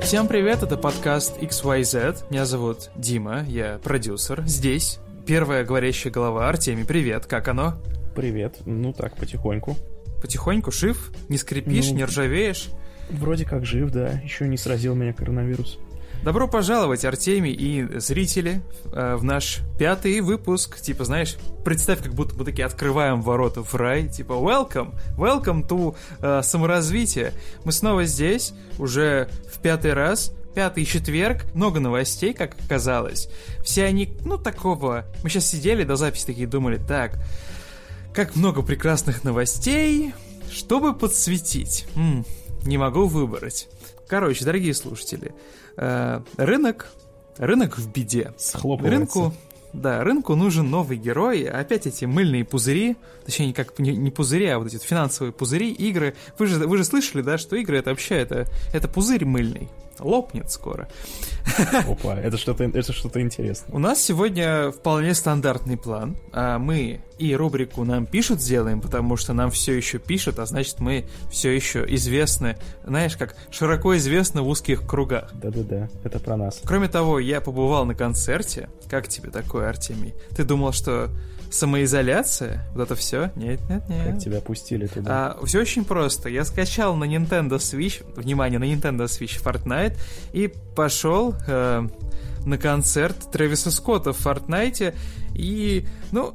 Всем привет, это подкаст XYZ. Меня зовут Дима, я продюсер. Здесь первая говорящая голова. Артемий, привет, как оно? Привет, ну так, потихоньку. Потихоньку, жив? Не скрипишь, не ржавеешь? Вроде как жив, да, еще не сразил меня коронавирус. Добро пожаловать, Артемий и зрители, в наш 5-й выпуск. Типа, знаешь, представь, как будто мы такие открываем ворота в рай. Типа, welcome to саморазвитие. Мы снова здесь, уже в 5-й раз. 5-й четверг, много новостей, как оказалось. Все они, такого... Мы сейчас сидели до записи такие думали, так, как много прекрасных новостей, чтобы подсветить. Не могу выбрать. Короче, дорогие слушатели, рынок в беде. Схлопывается. Рынку нужен новый герой. Опять эти мыльные пузыри, точнее, не пузыри, а вот эти финансовые пузыри, игры. Вы же слышали, да, что игры это вообще это пузырь мыльный. Лопнет скоро. Опа, это что-то интересное. У нас сегодня вполне стандартный план. Мы и рубрику «Нам пишут» сделаем, потому что нам все еще пишут, а значит, мы все еще известны, знаешь, как широко известны в узких кругах. Да-да-да, это про нас. Кроме того, я побывал на концерте. Как тебе такое, Артемий? Ты думал, что самоизоляция? Вот это все? Нет. Как тебя пустили туда? Все очень просто. Я скачал на Nintendo Switch, внимание, на Nintendo Switch Fortnite и пошел на концерт Трэвиса Скотта в Fortnite. И,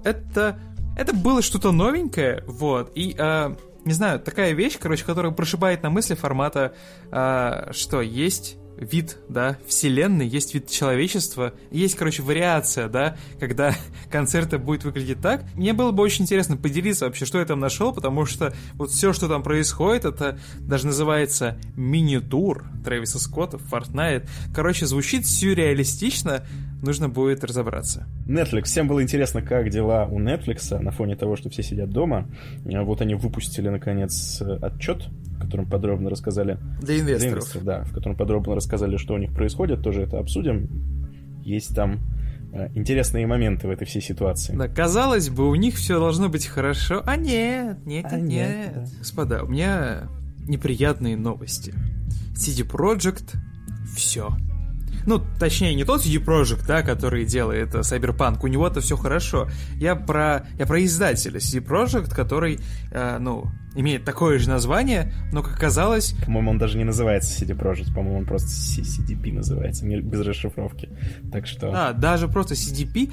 это было что-то новенькое, вот. И, не знаю, такая вещь, которая прошибает на мысли формата, что есть вид, да, вселенной, есть вид человечества, есть, вариация, да, когда концерты будут выглядеть так. Мне было бы очень интересно поделиться вообще, что я там нашел, потому что вот все, что там происходит, это даже называется мини-тур Трэвиса Скотта в Fortnite. Звучит сюрреалистично, нужно будет разобраться. Netflix. Всем было интересно, как дела у Netflix на фоне того, что все сидят дома. Вот они выпустили, наконец, отчет, в котором подробно рассказали... Для инвесторов. Да, в котором подробно рассказали, что у них происходит. Тоже это обсудим. Есть там интересные моменты в этой всей ситуации. Да, казалось бы, у них все должно быть хорошо. А нет. Да. Господа, у меня неприятные новости. CD Projekt все. Точнее, не тот CD Projekt, да, который делает Cyberpunk, у него-то все хорошо. Я про издателя CD Projekt, который, имеет такое же название, но, как оказалось... По-моему, он даже не называется CD Projekt, по-моему, он просто CDP называется, без расшифровки. Так что... даже просто CDP.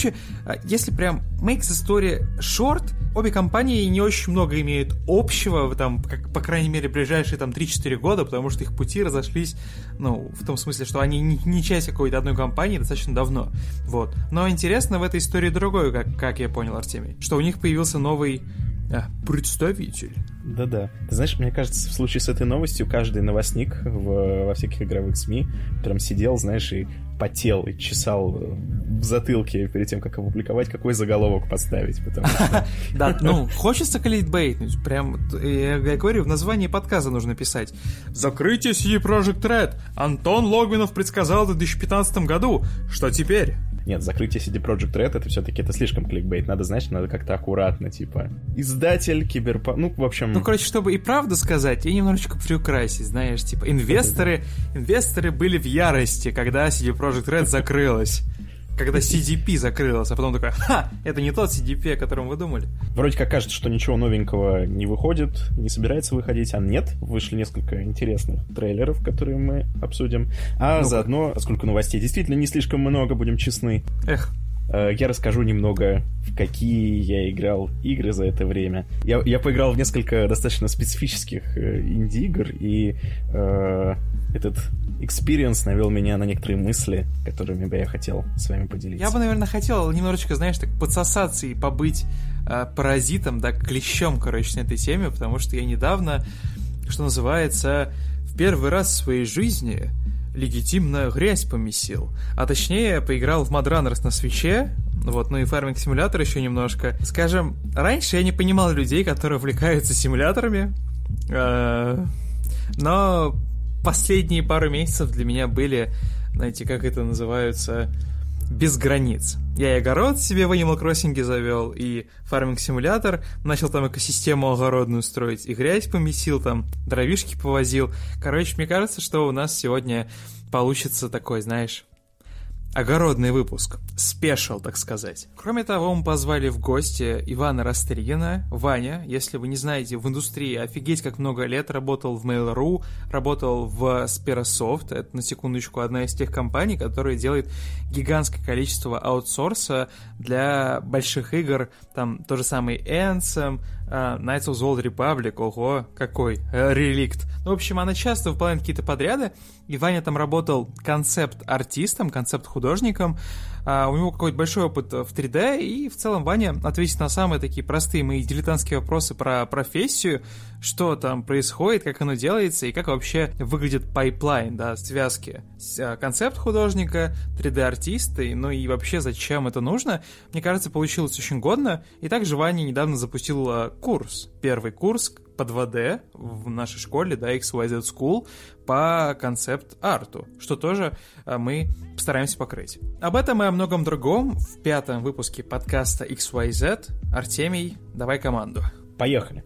Если прям make the story short, обе компании не очень много имеют общего, по крайней мере, ближайшие 3-4 года, потому что их пути разошлись, в том смысле, что они не часть какой-то одной компании достаточно давно. Вот. Но интересно в этой истории другое, как я понял, Артемий, что у них появился новый представитель. Да-да. Ты знаешь, мне кажется, в случае с этой новостью каждый новостник во всяких игровых СМИ прям сидел, знаешь, и потел, и чесал в затылке перед тем, как опубликовать, какой заголовок подставить, потому что... Да, хочется кликбейтнуть. Прям, я говорю, в названии подкаста нужно писать. Закрытие CD Projekt Red. Антон Логвинов предсказал в 2015 году. Что теперь? Нет, закрытие CD Projekt Red это все-таки это слишком кликбейт. Надо как-то аккуратно, издатель, киберпанк, в общем... чтобы и правду сказать, и немножечко приукрасить, знаешь, инвесторы были в ярости, когда CD Projekt Red закрылась. Когда CDP закрылась, а потом такая, это не тот CDP, о котором вы думали. Вроде как кажется, что ничего новенького не выходит, не собирается выходить, а нет. Вышли несколько интересных трейлеров, которые мы обсудим. Заодно, поскольку новостей действительно не слишком много, будем честны, я расскажу немного, в какие я играл игры за это время. Я поиграл в несколько достаточно специфических инди-игр, и этот experience навел меня на некоторые мысли, которыми бы я хотел с вами поделиться. Я бы, наверное, хотел немножечко, знаешь, так подсосаться и побыть паразитом, да, клещом, на этой теме, потому что я недавно, что называется, в первый раз в своей жизни легитимно грязь помесил. А точнее, поиграл в Mad Runners на свитче, и Farming Simulator еще немножко. Скажем, раньше я не понимал людей, которые увлекаются симуляторами, но последние пару месяцев для меня были, знаете, как это называется, без границ. Я и огород себе в Animal Crossing завел, и фарминг-симулятор, начал там экосистему огородную строить, и грязь помесил там, дровишки повозил. Короче, мне кажется, что у нас сегодня получится такой, знаешь, огородный выпуск. Спешл, так сказать. Кроме того, мы позвали в гости Ивана Растригина. Ваня, если вы не знаете, в индустрии офигеть как много лет, работал в Mail.ru, работал в Sperasoft. Это, на секундочку, одна из тех компаний, которая делает гигантское количество аутсорса для больших игр. Там тот же самый Anthem, Knights of the Old Republic, ого, какой, реликт. Ну, в общем, она часто выполняет какие-то подряды, и Ваня там работал концепт-артистом, концепт-художником, у него какой-то большой опыт в 3D, и в целом Ваня ответит на самые такие простые мои дилетантские вопросы про профессию, что там происходит, как оно делается, и как вообще выглядит пайплайн, да, связки концепт-художника, 3D-артиста, ну и вообще зачем это нужно. Мне кажется, получилось очень годно, и также Ваня недавно запустил курс, первый курс по 2D в нашей школе, да, XYZ School, по концепт-арту, что тоже мы постараемся покрыть. Об этом и о многом другом в 5-м выпуске подкаста XYZ. Артемий, давай команду. Поехали.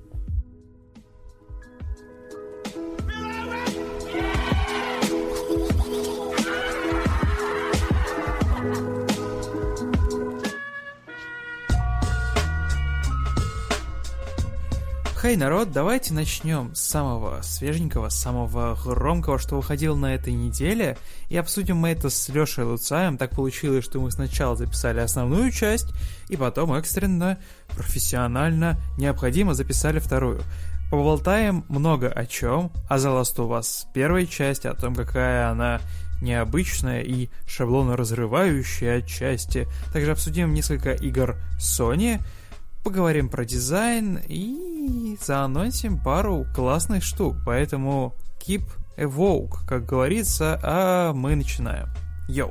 Хей, народ, давайте начнем с самого свеженького, самого громкого, что выходило на этой неделе, и обсудим мы это с Лешей Луцаем. Так получилось, что мы сначала записали основную часть, и потом экстренно, профессионально, необходимо записали вторую. Поболтаем много о чем, о The Last of Us первой части, о том, какая она необычная и шаблоноразрывающая отчасти. Также обсудим несколько игр Sony, поговорим про дизайн и заанонсим пару классных штук. Поэтому keep evoke, как говорится, а мы начинаем. Йоу!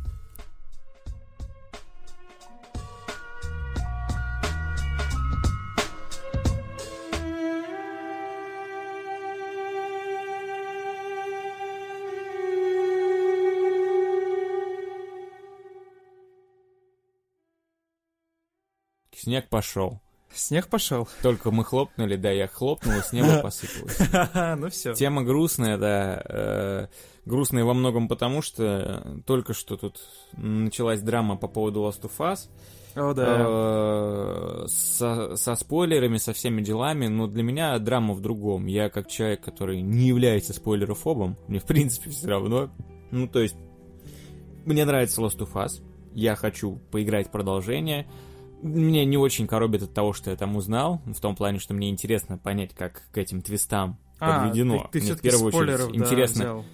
Снег пошел. Снег пошел. Только мы хлопнули, да, я хлопнул, и с неба посыпалось. Ну все. Тема грустная, да. Грустная во многом потому, что только что тут началась драма по поводу Last of Us. О, да. Со спойлерами, со всеми делами, но для меня драма в другом. Я как человек, который не является спойлерофобом, мне в принципе все равно. Ну, то есть, мне нравится Last of Us, я хочу поиграть в продолжение. Меня не очень коробит от того, что я там узнал, в том плане, что мне интересно понять, как к этим твистам подведено. Ты мне все-таки спойлеров, да, интересно. взял.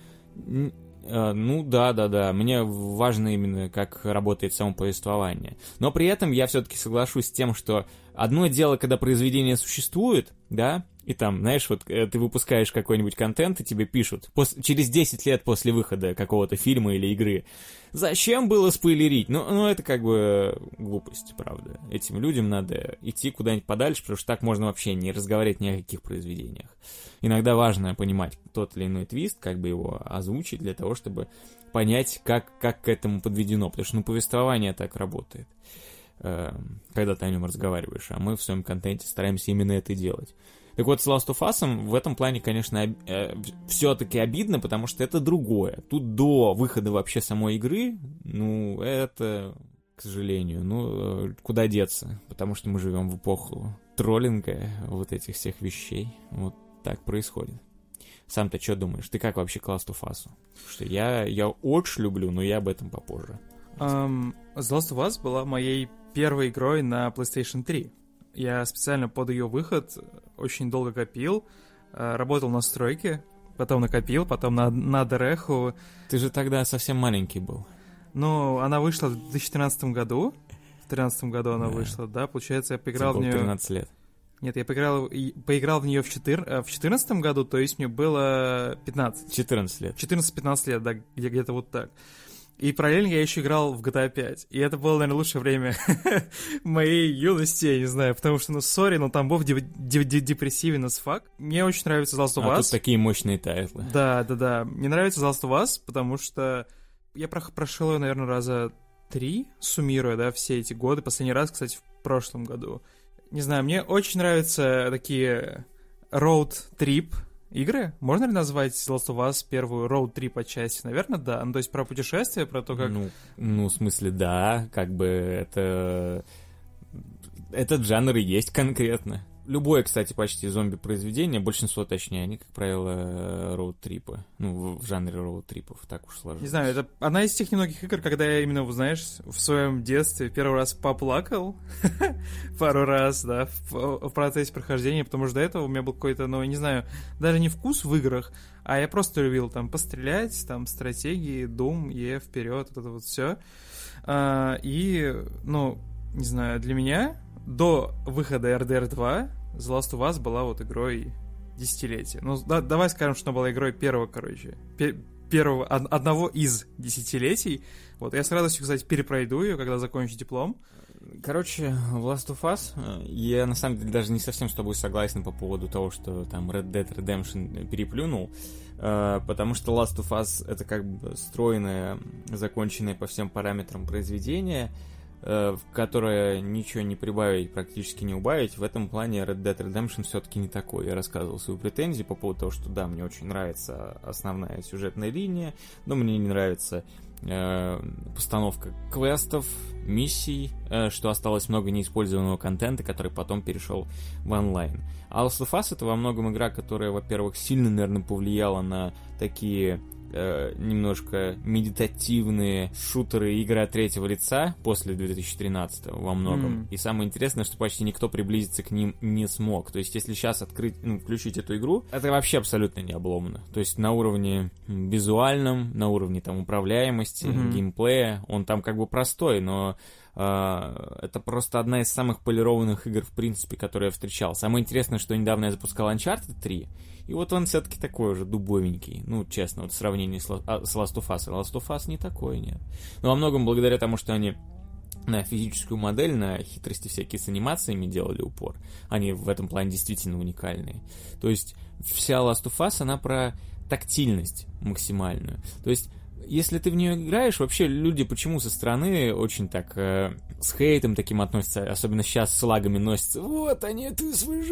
Ну да. Мне важно именно, как работает само повествование. Но при этом я все-таки соглашусь с тем, что одно дело, когда произведение существует, да, и там, знаешь, вот ты выпускаешь какой-нибудь контент, и тебе пишут через 10 лет после выхода какого-то фильма или игры: зачем было спойлерить? Ну, это как бы глупость, правда. Этим людям надо идти куда-нибудь подальше, потому что так можно вообще не разговаривать ни о каких произведениях. Иногда важно понимать тот или иной твист, как бы его озвучить, для того, чтобы понять, как к этому подведено. Потому что, повествование так работает, когда ты о нем разговариваешь, а мы в своем контенте стараемся именно это делать. Так вот, с Last of Us в этом плане, конечно, все-таки обидно, потому что это другое. Тут до выхода вообще самой игры, это, к сожалению, куда деться, потому что мы живем в эпоху троллинга, вот этих всех вещей. Вот так происходит. Сам-то что думаешь? Ты как вообще к Last of Us? Что я очень люблю, но я об этом попозже. The Last of Us была моей первой игрой на PlayStation 3. Я специально под ее выход очень долго копил, работал на стройке, потом накопил, потом на Дереху. Ты же тогда совсем маленький был. Ну, она вышла в 2013 году. В 2013 году она вышла, да. Получается, я поиграл в нее... 13 лет. Нет, я поиграл в нее в 2014 году, то есть мне было 15. 14 лет. 14-15 лет, да, где-то вот так. И параллельно я еще играл в GTA 5. И это было, наверное, лучшее время моей юности, я не знаю, потому что, сори, но там Боб депрессивен as fuck. Мне очень нравится The Last of Us. А тут такие мощные тайтлы. Да. Мне нравится The Last of Us, потому что я прошел ее, наверное, раза 3, суммируя, да, все эти годы. Последний раз, кстати, в прошлом году. Не знаю, мне очень нравятся такие роуд-трип игры. Можно ли назвать Last of Us первую роуд-трип отчасти? Наверное, да. Ну, то есть про путешествие, про то, как... Ну, в смысле, да. Как бы это... Этот жанр и есть конкретно. Любое, кстати, почти зомби-произведение, большинство, точнее, они, как правило, роуд-трипы. Ну, в жанре роуд-трипов, так уж сложилось. Не знаю, это одна из тех немногих игр, когда я именно, знаешь, в своем детстве первый раз поплакал пару раз, да, в процессе прохождения, потому что до этого у меня был какой-то, ну, не знаю, даже не вкус в играх, а я просто любил там пострелять, там, стратегии, Doom, вперед, вот это вот все. И, ну, не знаю, для меня до выхода RDR 2 The Last of Us была вот игрой десятилетия. Ну, давай скажем, что она была игрой одного из десятилетий. Вот, я с радостью, кстати, перепройду ее, когда закончу диплом. Короче, в Last of Us я, на самом деле, даже не совсем с тобой согласен по поводу того, что там Red Dead Redemption переплюнул, потому что Last of Us — это как бы стройное, законченное по всем параметрам произведение, в которое ничего не прибавить, практически не убавить. В этом плане Red Dead Redemption все-таки не такой. Я рассказывал свои претензии по поводу того, что да, мне очень нравится основная сюжетная линия, но мне не нравится постановка квестов, миссий, что осталось много неиспользованного контента, который потом перешел в онлайн. А Last of Us — это во многом игра, которая, во-первых, сильно, наверное, повлияла на такие немножко медитативные шутеры, игры от третьего лица после 2013-го во многом. И самое интересное, что почти никто приблизиться к ним не смог. То есть, если сейчас включить эту игру, это вообще абсолютно не обломано. То есть, на уровне визуальном, на уровне там управляемости, геймплея, он там как бы простой, но это просто одна из самых полированных игр, в принципе, которые я встречал. Самое интересное, что недавно я запускал Uncharted 3, и вот он все-таки такой уже дубовенький. Ну, честно, вот в сравнении с Last of Us. Last of Us не такой, нет. Но во многом благодаря тому, что они на физическую модель, на хитрости всякие с анимациями делали упор. Они в этом плане действительно уникальные. То есть вся Last of Us, она про тактильность максимальную. То есть если ты в нее играешь, вообще люди почему со стороны очень так с хейтом таким относятся, особенно сейчас с лагами носятся. Вот, они эту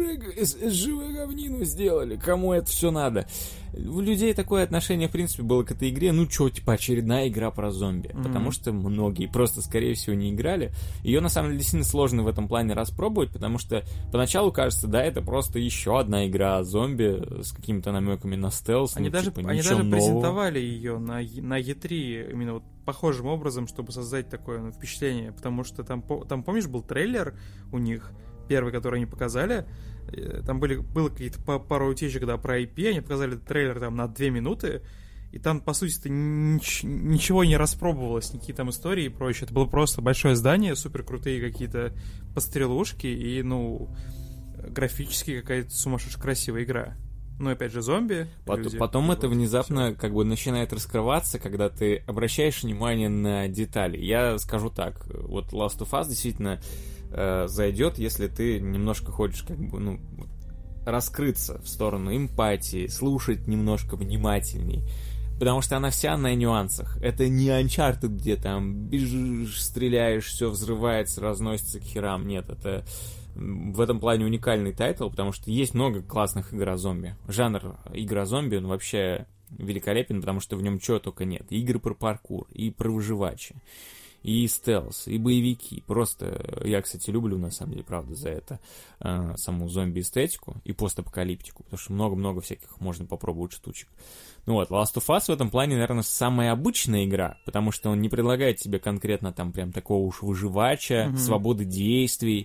SVG равнину сделали, кому это все надо? У людей такое отношение, в принципе, было к этой игре, ну чё, типа очередная игра про зомби, потому что многие просто, скорее всего, не играли. Ее, на самом деле, действительно сложно в этом плане распробовать, потому что поначалу кажется, да, это просто еще одна игра о зомби с какими-то намеками на стелс. Они даже презентовали ее на E3 именно вот похожим образом, чтобы создать такое впечатление, потому что там, помнишь, был трейлер у них, первый, который они показали. Там было какие-то пару утечек, да, про IP, они показали трейлер там на 2 минуты, и там, по сути-то, ничего не распробовалось, никакие там истории и прочее. Это было просто большое здание, супер крутые какие-то пострелушки и, графически какая-то сумасшедшая красивая игра. Ну, опять же, зомби. Потом это внезапно как бы начинает раскрываться, когда ты обращаешь внимание на детали. Я скажу так, вот Last of Us действительно зайдет, если ты немножко хочешь как бы, раскрыться в сторону эмпатии, слушать немножко внимательней. Потому что она вся на нюансах. Это не Uncharted, где там бежишь, стреляешь, все взрывается, разносится к херам. Нет, это в этом плане уникальный тайтл, потому что есть много классных игр о зомби. Жанр игр о зомби, он вообще великолепен, потому что в нем чего только нет. И игры про паркур, и про выживачи, и стелс, и боевики. Просто я, кстати, люблю, на самом деле, правда, за это саму зомби-эстетику и постапокалиптику, потому что много-много всяких можно попробовать штучек. Last of Us в этом плане, наверное, самая обычная игра, потому что он не предлагает тебе конкретно там прям такого уж выживача, свободы действий.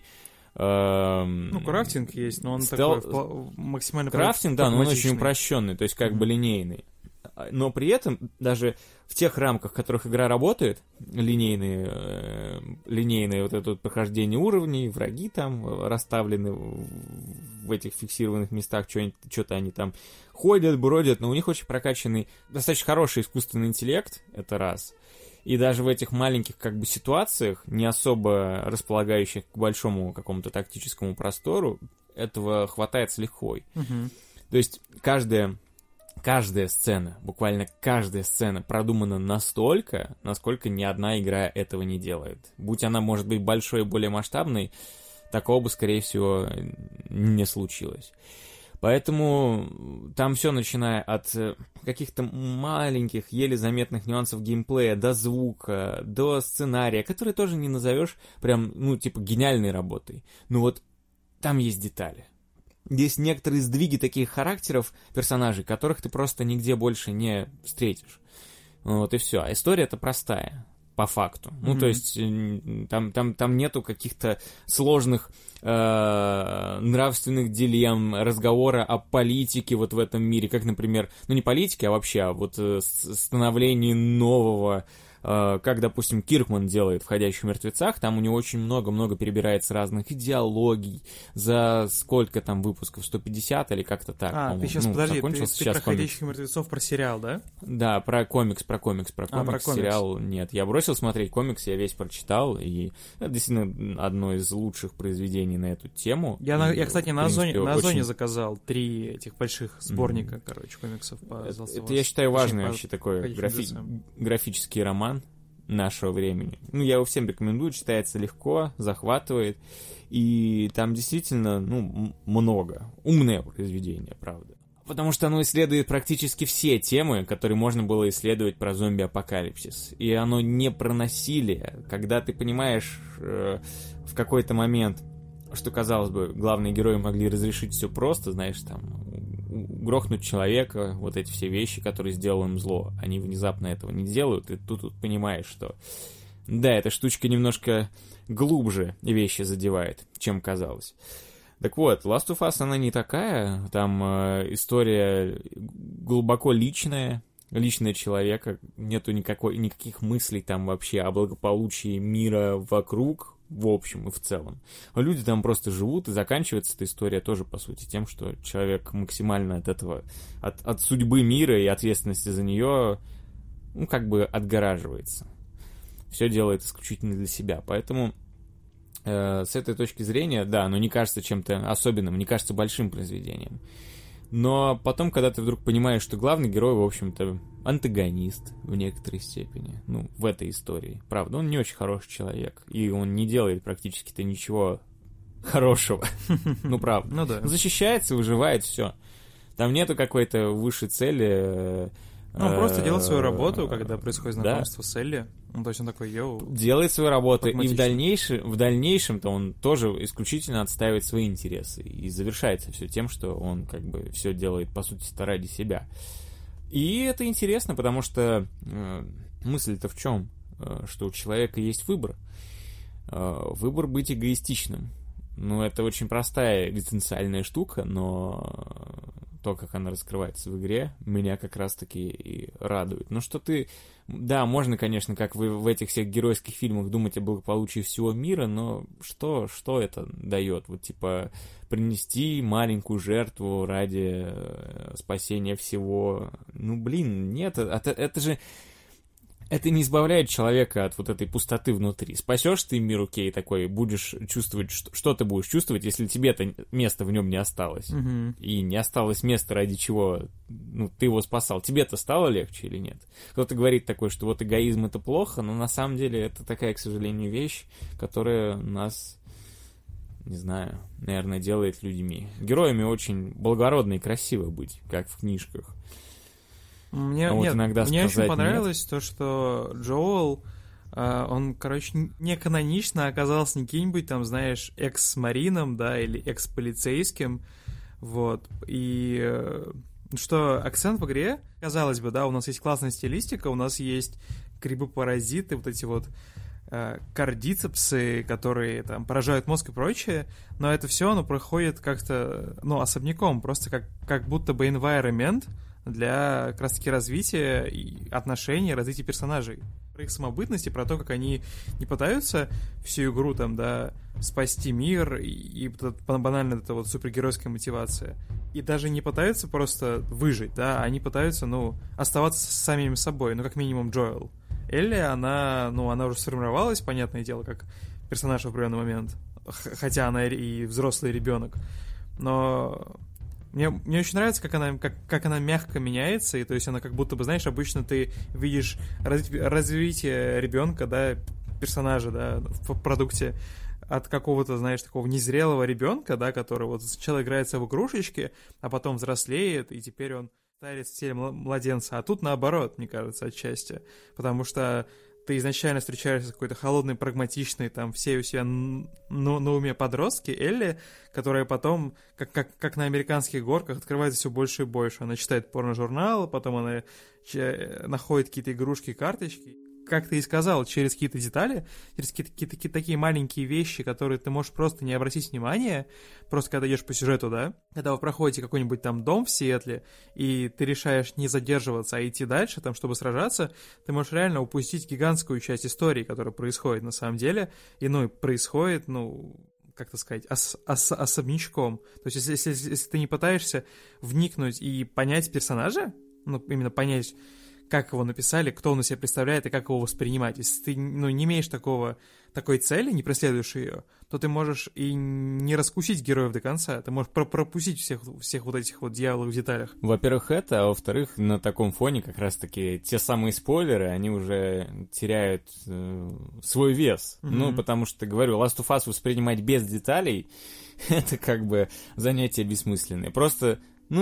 Крафтинг есть, но он такой максимально крафтинг, да, но он очень упрощенный, то есть как бы линейный. Но при этом даже в тех рамках, в которых игра работает, линейные вот это вот прохождение уровней, враги там расставлены в этих фиксированных местах, что-то они там ходят, бродят, но у них очень прокачанный, достаточно хороший искусственный интеллект, это раз. И даже в этих маленьких как бы ситуациях, не особо располагающих к большому какому-то тактическому простору, этого хватает с лихвой. То есть каждая каждая сцена, буквально каждая сцена продумана настолько, насколько ни одна игра этого не делает. Будь она, может быть, большой и более масштабной, такого бы, скорее всего, не случилось. Поэтому там все, начиная от каких-то маленьких, еле заметных нюансов геймплея, до звука, до сценария, который тоже не назовешь прям, гениальной работой. Но вот там есть детали. Есть некоторые сдвиги таких характеров персонажей, которых ты просто нигде больше не встретишь. Вот и все. А история-то простая. По факту. То есть там нету каких-то сложных нравственных дилемм, разговора о политике вот в этом мире, как, например, не политике, а вообще, а вот становлении нового, как, допустим, Киркман делает в «Ходячих мертвецах», там у него очень много-много перебирается разных идеологий, за сколько там выпусков, 150 или как-то так. Ты сейчас, подожди, ты про «Ходячих мертвецов», про сериал, да? Да, про комикс, сериал нет. Я бросил смотреть комикс, я весь прочитал, и это действительно одно из лучших произведений на эту тему. Я кстати, на Озоне заказал 3 этих больших сборника, комиксов по The Last of Us. Это, я считаю, важный вообще такой графический роман нашего времени. Я его всем рекомендую, читается легко, захватывает, и там действительно, много. Умное произведение, правда. Потому что оно исследует практически все темы, которые можно было исследовать про зомби-апокалипсис. И оно не про насилие. Когда ты понимаешь в какой-то момент, что, казалось бы, главные герои могли разрешить все просто, знаешь, там, грохнуть человека, вот эти все вещи, которые сделал им зло, они внезапно этого не делают, и тут понимаешь, что да, эта штучка немножко глубже вещи задевает, чем казалось. Так вот, Last of Us, она не такая, там история глубоко личная человека, нету никаких мыслей там вообще о благополучии мира вокруг, в общем и в целом. Люди там просто живут, и заканчивается эта история тоже, по сути, тем, что человек максимально от этого, от судьбы мира и ответственности за нее, отгораживается. Все делает исключительно для себя. Поэтому с этой точки зрения, да, оно не кажется чем-то особенным, не кажется большим произведением. Но потом, когда ты вдруг понимаешь, что главный герой, в общем-то, антагонист в некоторой степени, в этой истории. Правда, он не очень хороший человек, и он не делает практически-то ничего хорошего. Правда. Да. Защищается, выживает, все. Там нету какой-то высшей цели. Он просто делает свою работу, когда происходит знакомство с Элли. То есть он такой, делает свою работу, и в дальнейшем-то он тоже исключительно отстаивает свои интересы. И завершается все тем, что он все делает, по сути, ради себя. И это интересно, потому что мысль-то в чем? Что у человека есть выбор. Выбор быть эгоистичным. Это очень простая экзистенциальная штука, но то, как она раскрывается в игре, меня как раз-таки и радует. Что ты... Да, можно, конечно, как в этих всех геройских фильмах думать о благополучии всего мира, но что это дает? Принести маленькую жертву ради спасения всего... нет, это же... Это не избавляет человека от вот этой пустоты внутри. Спасешь ты мир, окей, такой, будешь чувствовать, что ты будешь чувствовать, если тебе-то места в нем не осталось. И не осталось места, ради чего ты его спасал. Тебе-то стало легче или нет? Кто-то говорит такой, что вот эгоизм — это плохо, но на самом деле это такая, к сожалению, вещь, которая нас, не знаю, наверное, делает людьми. Героями очень благородно и красиво быть, как в книжках. Мне очень понравилось то, что Джоэл, он, не канонично оказался не каким-нибудь там, знаешь, экс-марином, да, или экс-полицейским, вот, и что акцент в игре, казалось бы, да, у нас есть классная стилистика, у нас есть грибы-паразиты, вот эти вот кардицепсы, которые там поражают мозг и прочее, но это все, оно проходит как-то, особняком, просто как будто бы environment для как раз-таки развития и отношений, развития персонажей. Про их самобытность и про то, как они не пытаются всю игру там, да, спасти мир и банально это вот супергеройская мотивация. И даже не пытаются просто выжить, да, они пытаются, оставаться самими собой, как минимум Джоэл. Элли, она уже сформировалась, понятное дело, как персонаж в определенный момент, хотя она и взрослый ребенок. Но Мне очень нравится, как она мягко меняется, и то есть она как будто бы, знаешь, обычно ты видишь развитие ребенка, да, персонажа, да, в продукте от какого-то, знаешь, такого незрелого ребенка, да, который вот сначала играется в игрушечки, а потом взрослеет, и теперь он старится в теле младенца. А тут наоборот, мне кажется, отчасти. Потому что ты изначально встречаешься с какой-то холодной, прагматичной, там, все у себя на уме подростки, Элли, которая потом, как на американских горках, открывается все больше и больше. Она читает порно-журнал, потом она находит какие-то игрушки, карточки. Как ты и сказал, через какие-то детали, через какие-то такие маленькие вещи, которые ты можешь просто не обратить внимания, просто когда идешь по сюжету, да, когда вы проходите какой-нибудь там дом в Сиэтле, и ты решаешь не задерживаться, а идти дальше, там, чтобы сражаться, ты можешь реально упустить гигантскую часть истории, которая происходит на самом деле, и, происходит, как это сказать, особнячком. То есть, если ты не пытаешься вникнуть и понять персонажа, именно понять, как его написали, кто он из себя представляет и как его воспринимать. Если ты, не имеешь такой цели, не преследуешь ее, то ты можешь и не раскусить героев до конца. Ты можешь пропустить всех вот этих вот дьяволов в деталях. Во-первых, это, а во-вторых, на таком фоне как раз-таки те самые спойлеры, они уже теряют свой вес. Mm-hmm. Потому что, говорю, Last of Us воспринимать без деталей, это как бы занятие бессмысленное. Просто,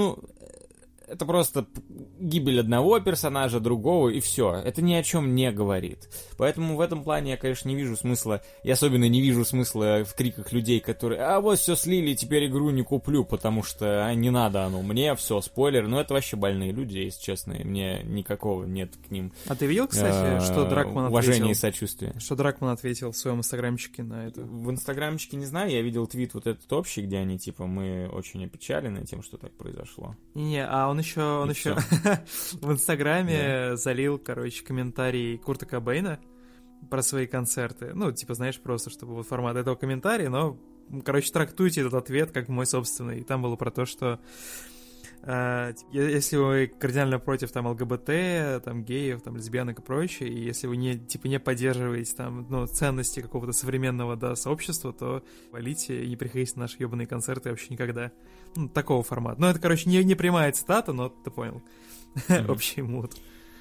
это просто гибель одного персонажа, другого, и все. Это ни о чем не говорит. Поэтому в этом плане я, конечно, не вижу смысла, и особенно не вижу смысла в криках людей, которые вот все слили, теперь игру не куплю, потому что не надо оно мне, все, спойлер. Это вообще больные люди, если честно, и мне никакого нет к ним. А ты видел, кстати, что Дракман ответил? Уважение и сочувствие. Что Дракман ответил в своем инстаграмчике на это? В инстаграмчике не знаю, я видел твит вот этот общий, где они, мы очень опечалены тем, что так произошло. Не, а он еще в Инстаграме залил, комментарий Курта Кобейна про свои концерты. Знаешь, просто, чтобы вот формат этого комментария, но, трактуйте этот ответ как мой собственный. И там было про то, что если вы кардинально против там ЛГБТ, там геев, там лесбиянок и прочее, и если вы не поддерживаете там, ценности какого-то современного, да, сообщества, то валите и не приходите на наши ебаные концерты вообще никогда. Такого формата. Это, не прямая цитата, но ты понял. Общий мут.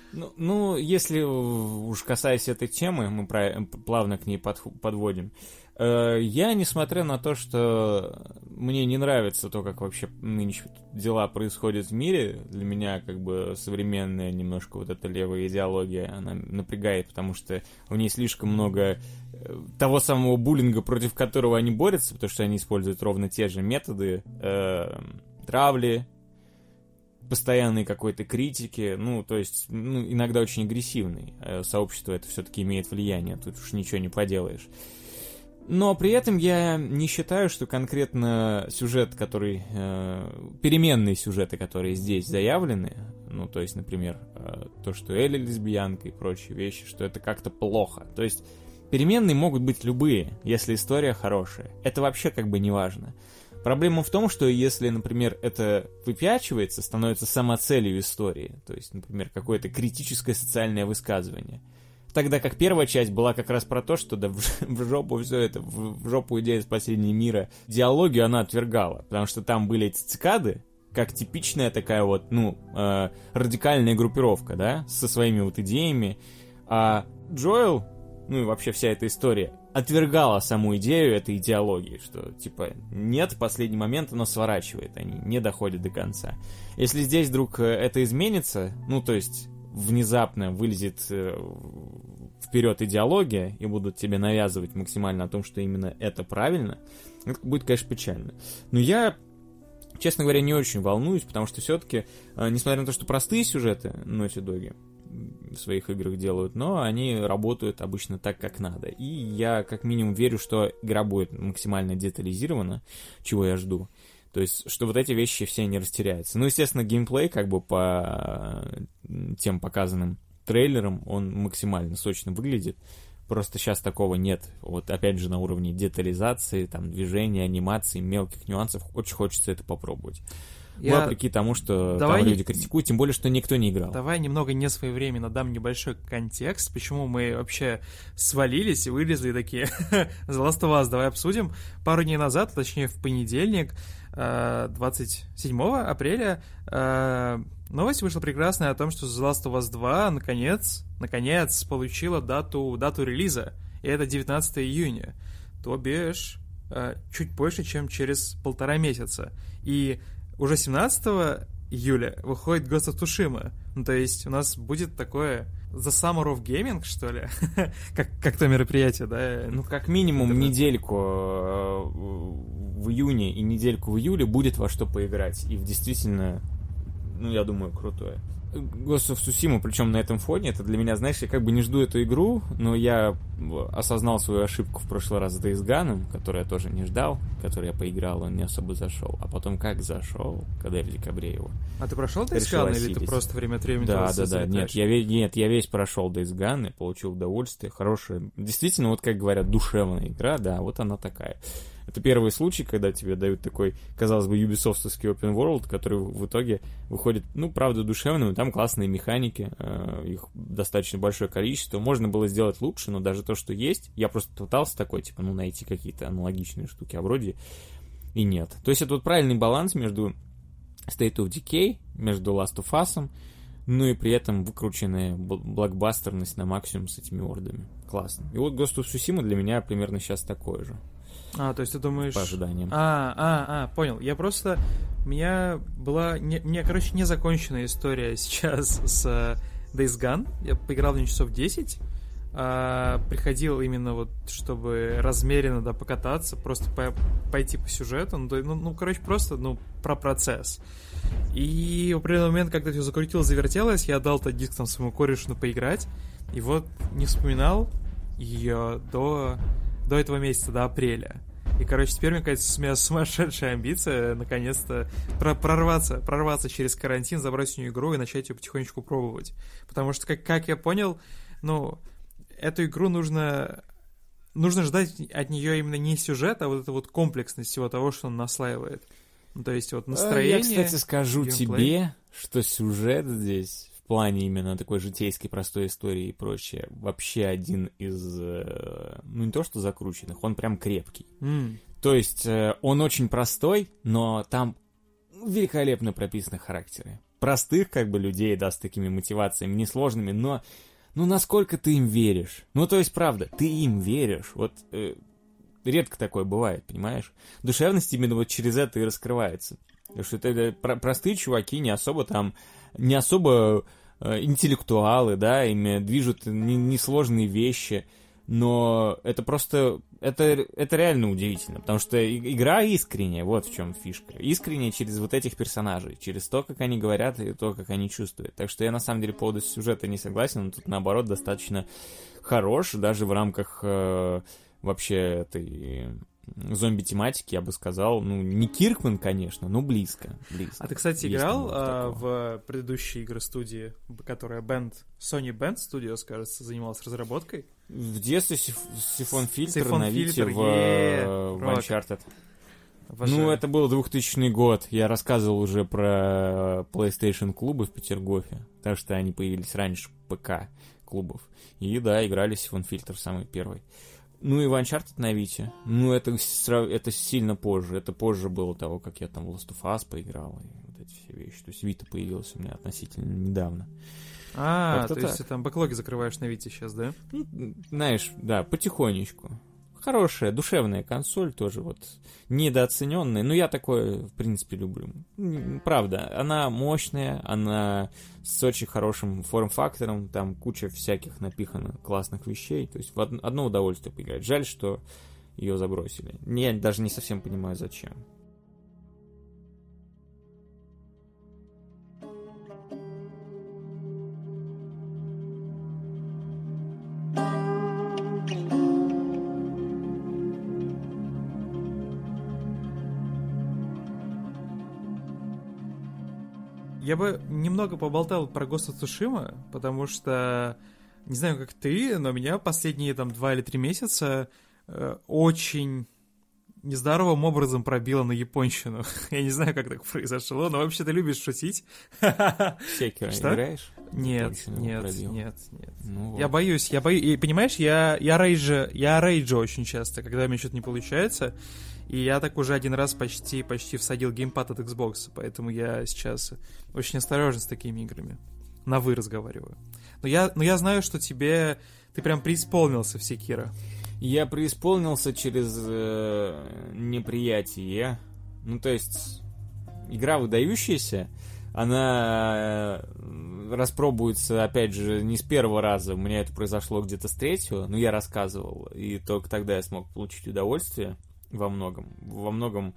Если уж касаясь этой темы, мы плавно к ней подводим. Я, несмотря на то, что мне не нравится то, как вообще нынче дела происходят в мире, для меня современная немножко вот эта левая идеология, она напрягает, потому что в ней слишком много того самого буллинга, против которого они борются, потому что они используют ровно те же методы травли, постоянной какой-то критики, иногда очень агрессивной. Сообщество это все-таки имеет влияние, тут уж ничего не поделаешь. Но при этом я не считаю, что конкретно сюжет, переменные сюжеты, которые здесь заявлены, например, то, что Элли лесбиянка и прочие вещи, что это как-то плохо. То есть переменные могут быть любые, если история хорошая. Это вообще не важно. Проблема в том, что если, например, это выпячивается, становится самоцелью истории, то есть, например, какое-то критическое социальное высказывание, тогда как первая часть была как раз про то, что в жопу все это, в жопу идея спасения мира, диалогию она отвергала, потому что там были эти цикады, как типичная такая радикальная группировка, да, со своими идеями, а Джоэл, и вообще вся эта история, отвергала саму идею этой идеологии, что, нет, в последний момент оно сворачивает, они не доходят до конца. Если здесь вдруг это изменится, то есть внезапно вылезет вперед идеология и будут тебе навязывать максимально о том, что именно это правильно, это будет, конечно, печально. Но я, честно говоря, не очень волнуюсь, потому что все-таки, несмотря на то, что простые сюжеты Naughty Dog в своих играх делают, но они работают обычно так, как надо. И я как минимум верю, что игра будет максимально детализирована, чего я жду. То есть, что вот эти вещи все не растеряются. Естественно, геймплей, по тем показанным трейлерам, он максимально сочно выглядит. Просто сейчас такого нет. Опять же, на уровне детализации, движения, анимации, мелких нюансов. Очень хочется это попробовать. Вопреки тому, что люди критикуют, тем более, что никто не играл. Давай немного несвоевременно дам небольшой контекст, почему мы вообще свалились и вылезли такие The Last of Us. Давай обсудим. Пару дней назад, точнее в понедельник, 27 апреля новость вышла прекрасная о том, что The Last of Us 2 наконец получила дату релиза, и это 19 июня, то бишь чуть больше, чем через 1,5 месяца. И уже 17 июля выходит Ghost of Tsushima. Ну, то есть у нас будет такое The Summer of Gaming, что ли? как то мероприятие, да? Ну, как минимум недельку в июне и недельку в июле будет во что поиграть. И действительно, ну, я думаю, крутое. Ghost of Tsushima, причем на этом фоне, это для меня, знаешь, я как бы не жду эту игру, но я осознал свою ошибку в прошлый раз с Days Gone, который я тоже не ждал, который я поиграл, он не особо зашел. А потом как зашел, когда я в декабре его. А ты прошел Days Gone, или ты просто время от времени Да. Нет, я весь прошел Days Gone и получил удовольствие. Хорошая, действительно, вот как говорят, душевная игра, да, вот она такая. Это первый случай, когда тебе дают такой, казалось бы, юбисофтовский open world, который в итоге выходит, ну, правда, душевным, там классные механики, их достаточно большое количество, можно было сделать лучше, но даже то, что есть, я просто пытался такой, типа, ну, найти какие-то аналогичные штуки, а вроде и нет. То есть это вот правильный баланс между State of Decay, между Last of Us, ну и при этом выкрученная блокбастерность на максимум с этими ордами. Классно. И вот Ghost of Tsushima для меня примерно сейчас такой же. То есть ты думаешь... По ожиданиям. Понял. Я просто... У меня была... короче, незаконченная история сейчас с Days Gone. Я поиграл в нее часов 10. Приходил именно вот, чтобы размеренно, да, покататься, просто пойти по сюжету. Короче, просто, про процесс. И в определенный момент, когда все закрутилось, завертелось, я отдал этот диск там своему корешу поиграть. И вот не вспоминал ее до этого месяца, до апреля. И, короче, теперь, мне кажется, у меня сумасшедшая амбиция наконец-то прорваться через карантин, забрать у нее игру и начать ее потихонечку пробовать. Потому что, как я понял, эту игру нужно ждать от нее именно не сюжет, а вот эту вот комплексность всего того, что он наслаивает. То есть вот настроение... Я, кстати, скажу тебе, что сюжет здесь... в плане именно такой житейской простой истории и прочее, вообще один из, не то что закрученных, он прям крепкий. То есть он очень простой, но там великолепно прописаны характеры. Простых как бы людей, да, с такими мотивациями, несложными, но насколько ты им веришь? То есть, правда, ты им веришь. Вот редко такое бывает, понимаешь? Душевность именно вот через это и раскрывается. Потому что это простые чуваки, не особо интеллектуалы, да, ими движут несложные вещи, но это просто, это реально удивительно, потому что игра искренняя, вот в чем фишка, искренняя через вот этих персонажей, через то, как они говорят и то, как они чувствуют. Так что я на самом деле по поводу сюжета не согласен, но тут наоборот достаточно хорош, даже в рамках вообще этой... зомби-тематики, я бы сказал, не Киркман, конечно, но близко. А ты, кстати, играл в предыдущие игры студии, которая Sony Band Studios, кажется, занималась разработкой? В детстве Сифон Фильтр на Вите в Uncharted. Это был 2000 год. Я рассказывал уже про PlayStation-клубы в Петергофе, потому что они появились раньше ПК-клубов. И да, играли Сифон Фильтр самый первый. И в Uncharted на Вите. Это сильно позже. Это позже было того, как я там в Last of Us поиграл. И вот эти все вещи. То есть Вита появился у меня относительно недавно. То есть ты там бэклоги закрываешь на Вите сейчас, да? Знаешь, да, потихонечку. Хорошая, душевная консоль тоже вот. Недооцененная. Я такое, в принципе, люблю. Правда, она мощная, она с очень хорошим форм-фактором, там куча всяких напихано классных вещей. То есть в одно удовольствие поиграть. Жаль, что ее забросили. Я даже не совсем понимаю, зачем. Я бы немного поболтал про Ghost of Tsushima, потому что, не знаю, как ты, но меня последние 2 или 3 месяца очень нездоровым образом пробило на японщину. Я не знаю, как так произошло, но вообще ты любишь шутить. Секиро играешь? Нет. Ну, Я боюсь. И, понимаешь, я рейджу очень часто, когда у меня что-то не получается. И я так уже один раз почти всадил геймпад от Xbox, поэтому я сейчас очень осторожен с такими играми. На «вы» разговариваю. Но я знаю, что ты прям преисполнился в Секиро. Я преисполнился через неприятие. Ну, то есть, игра выдающаяся, она распробуется, опять же, не с первого раза. У меня это произошло где-то с третьего, но я рассказывал, и только тогда я смог получить удовольствие во многом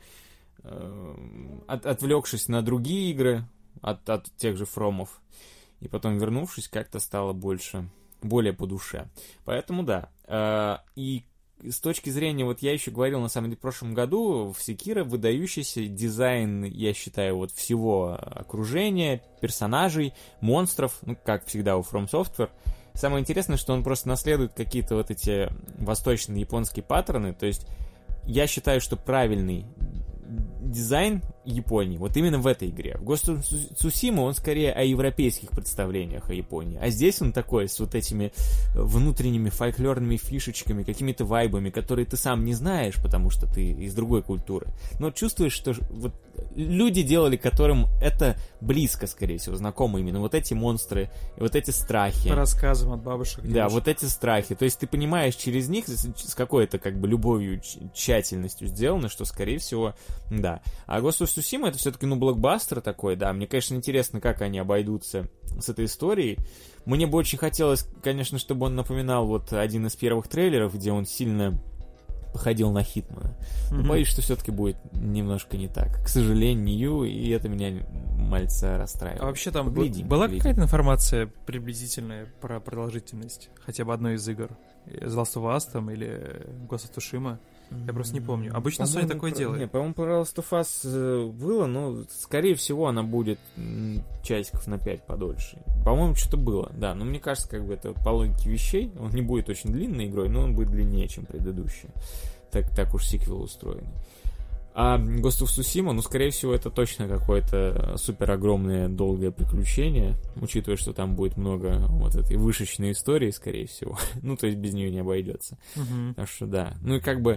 отвлекшись на другие игры от тех же Фромов, и потом, вернувшись, как-то стало более по душе. Поэтому да. И с точки зрения, вот я еще говорил, на самом деле, в прошлом году в Секиро выдающийся дизайн, я считаю, вот всего окружения, персонажей, монстров, ну, как всегда у From Software. Самое интересное, что он просто наследует какие-то вот эти восточные японские паттерны, то есть я считаю, что правильный дизайн Японии вот именно в этой игре. В Ghost of Tsushima он скорее о европейских представлениях о Японии, а здесь он такой с вот этими внутренними фольклорными фишечками, какими-то вайбами, которые ты сам не знаешь, потому что ты из другой культуры, но чувствуешь, что вот люди делали, которым это близко, скорее всего, знакомы именно вот эти монстры и вот эти страхи. По рассказам от бабушек. Да, вот эти страхи. То есть ты понимаешь через них с какой-то как бы любовью, тщательностью сделано, что, скорее всего, да. А Ghost of Tsushima это все-таки, блокбастер такой, да. Мне, конечно, интересно, как они обойдутся с этой историей. Мне бы очень хотелось, конечно, чтобы он напоминал вот один из первых трейлеров, где он сильно походил на Хитмана. Но боюсь, что все-таки будет немножко не так. К сожалению, и это меня мальца расстраивает. А вообще там была какая-то информация приблизительная про продолжительность хотя бы одной из игр? The Last of Us там или Ghost of Tsushima? Я просто не помню. Обычно Sony такое делает. Не, по-моему, про Last of Us было, но, скорее всего, она будет часиков на 5 подольше. По-моему, что-то было, да. Но мне кажется, как бы это по логике вещей. Он не будет очень длинной игрой, но он будет длиннее, чем предыдущий. Так уж сиквел устроен. А Ghost of Tsushima, скорее всего, это точно какое-то супер огромное долгое приключение, учитывая, что там будет много вот этой вышечной истории, скорее всего. То есть без нее не обойдется. Так что да. И как бы,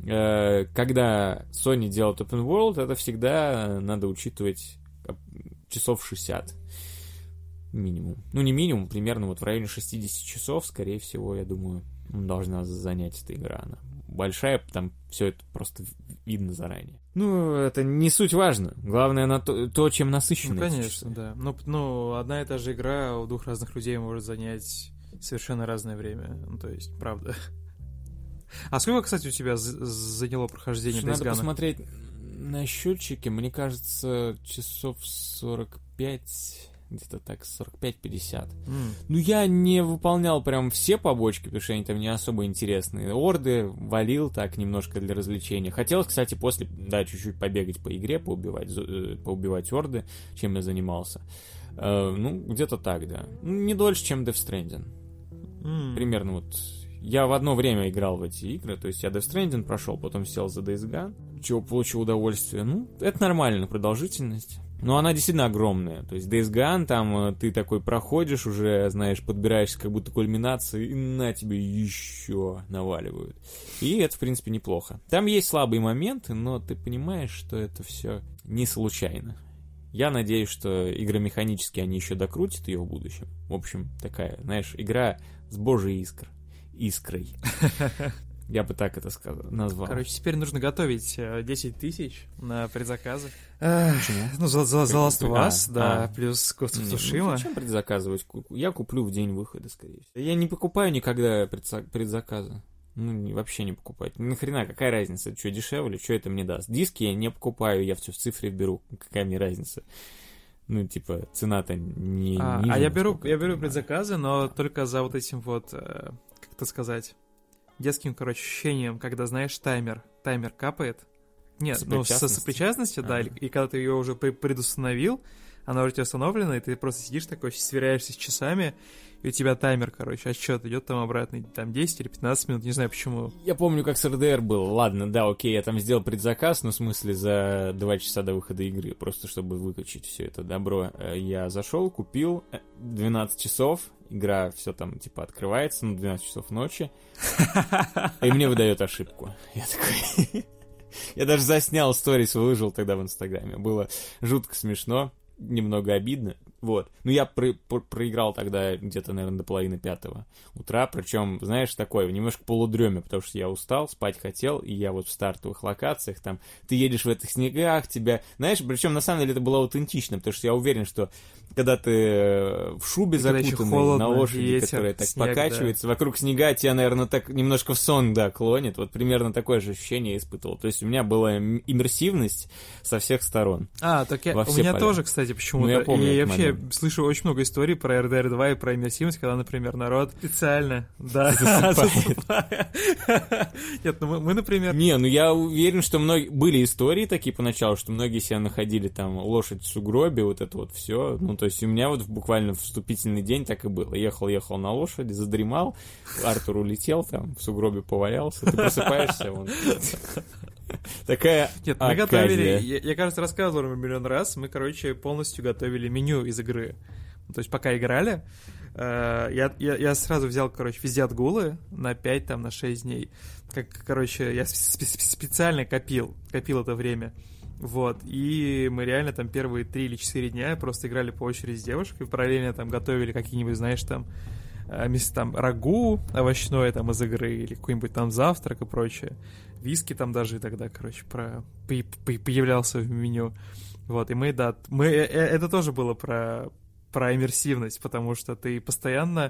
когда Sony делает Open World, это всегда надо учитывать часов 60 минимум. Не минимум, примерно вот в районе 60 часов, скорее всего, я думаю, должна занять эта игра. Она большая, там все это просто видно заранее. Это не суть важно. Главное то, чем насыщено. Конечно, да. Одна и та же игра у двух разных людей может занять совершенно разное время. То есть, правда. А сколько, кстати, у тебя заняло прохождение Days Gone? Надо посмотреть на счетчике. Мне кажется, часов 45... Где-то так, 45-50. Я не выполнял прям все побочки, потому что они там не особо интересные. Орды валил так немножко для развлечения. Хотелось, кстати, после, чуть-чуть побегать по игре, поубивать орды, чем я занимался. Где-то так, да. Не дольше, чем Death Stranding. Примерно вот. Я в одно время играл в эти игры, то есть я Death Stranding прошел, потом сел за Days Gone, чего получил удовольствие. Это нормально, продолжительность. Но она действительно огромная. То есть Days Gone, там ты такой проходишь уже, знаешь, подбираешься как будто к кульминации, и на тебе еще наваливают. И это, в принципе, неплохо. Там есть слабые моменты, но ты понимаешь, что это все не случайно. Я надеюсь, что игромеханически они еще докрутят ее в будущем. В общем, такая, знаешь, игра с божьей искрой. Я бы так это назвал. Короче, теперь нужно готовить 10 тысяч на предзаказы. Почему? За Last of Us, да, плюс Ghost of Tsushima. Зачем предзаказывать? Я куплю в день выхода, скорее всего. Я не покупаю никогда предзаказы. Вообще не покупаю. Нахрена, какая разница? Что, дешевле? Что это мне даст? Диски я не покупаю, я все в цифре беру. Какая мне разница? Цена-то не... я беру предзаказы, но только за вот этим вот, как это сказать... детским, ощущением, когда, знаешь, таймер капает. Нет, со сопричастностью, да, и когда ты ее уже предустановил, она у тебя установлена, и ты просто сидишь такой, сверяешься с часами, и у тебя таймер, короче, отсчет идет там обратный, там 10 или 15 минут, не знаю почему. Я помню, как с РДР было. Ладно, да, окей, я там сделал предзаказ, ну, в смысле, за 2 часа до выхода игры, просто чтобы выкачать все это добро. Я зашел, купил, 12 часов, игра все там, типа, открывается, 12 часов ночи, и мне выдает ошибку. Я такой... Я даже заснял сторис, выложил тогда в Инстаграме. Было жутко смешно, немного обидно. Вот. Ну, я проиграл тогда где-то, наверное, до половины 5 утра. Причем, знаешь, такой, немножко полудреме, потому что я устал, спать хотел, и я вот в стартовых локациях, там, ты едешь в этих снегах, тебя... Знаешь, причем, на самом деле, это было аутентично, потому что я уверен, что когда ты в шубе закутанный, на лошади, ветер, которая так снег, покачивается, да. Вокруг снега тебя, наверное, так немножко в сон, да, клонит. Вот примерно такое же ощущение я испытывал. То есть у меня была иммерсивность со всех сторон. Так у меня поля. Тоже, кстати, почему-то. Я помню, я вообще слышу очень много историй про RDR 2 и про иммерсивность, когда, например, народ специально, да, Нет, ну мы, например... Не, ну я уверен, что были истории такие поначалу, что многие себя находили там лошадь в сугробе, вот это вот все. Ну, то есть у меня вот буквально вступительный день так и было. Ехал на лошади, задремал, Артур улетел там, в сугробе повалялся, ты просыпаешься, вон... Такая Нет, мы готовили, я, кажется, рассказывал миллион раз, мы, короче, полностью готовили меню из игры. То есть пока играли, я сразу взял, короче, везде отгулы на 5, там, на 6 дней. Короче, я специально копил это время. Вот, и мы реально там первые 3 или 4 дня просто играли по очереди с девушкой, параллельно там готовили какие-нибудь, знаешь, там рагу овощное там из игры, или какой-нибудь там завтрак и прочее. Виски там даже тогда, короче, появлялся в меню. Вот, и это тоже было про иммерсивность, потому что ты постоянно,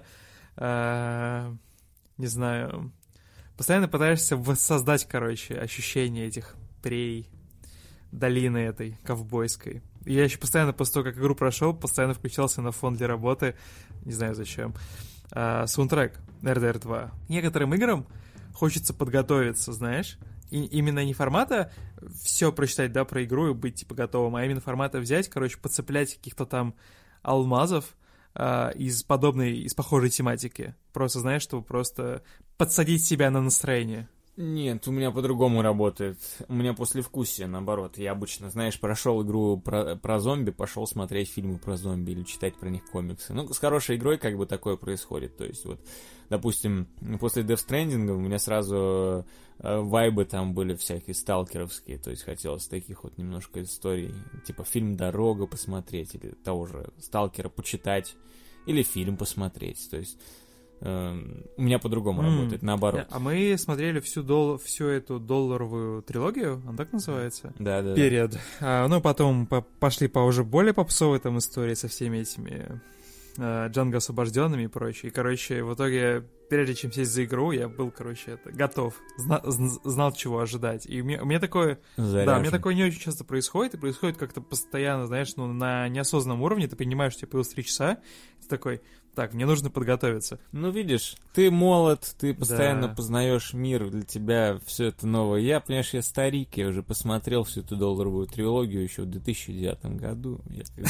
не знаю, постоянно пытаешься воссоздать, короче, ощущение этих прерий, долины этой ковбойской. И я еще постоянно, после того, как игру прошел, постоянно включался на фон для работы, не знаю зачем, саундтрек RDR 2. Некоторым играм хочется подготовиться, знаешь, и именно не формата все прочитать, да, про игру и быть, типа, готовым, а именно формата взять, короче, подцеплять каких-то там алмазов из похожей тематики. Просто, знаешь, чтобы просто подсадить себя на настроение. Нет, у меня по-другому работает. У меня послевкусие, наоборот. Я обычно, знаешь, прошел игру про зомби, пошел смотреть фильмы про зомби или читать про них комиксы. Ну, с хорошей игрой как бы такое происходит. То есть вот, допустим, после Death Stranding у меня сразу вайбы там были всякие сталкеровские. То есть хотелось таких вот немножко историй. Типа фильм «Дорога» посмотреть или того же «Сталкера» почитать или фильм посмотреть. То есть... У меня по-другому работает, наоборот. А мы смотрели всю эту долларовую трилогию, она так называется? Да. Перед. Ну, потом пошли по уже более попсовой там истории со всеми этими Джанго освобожденными и прочее. И, короче, в итоге, прежде чем сесть за игру, я был, короче, готов. Знал, чего ожидать. И у меня такое... Заряжен. Да, у меня такое не очень часто происходит. И происходит как-то постоянно, знаешь, ну, на неосознанном уровне. Ты понимаешь, что тебе появилось 3 часа. Ты такой... Так, мне нужно подготовиться. Ну, видишь, ты молод, ты постоянно познаешь мир, для тебя все это новое. Я, понимаешь, я старик, я уже посмотрел всю эту долларовую трилогию еще в 2009 году.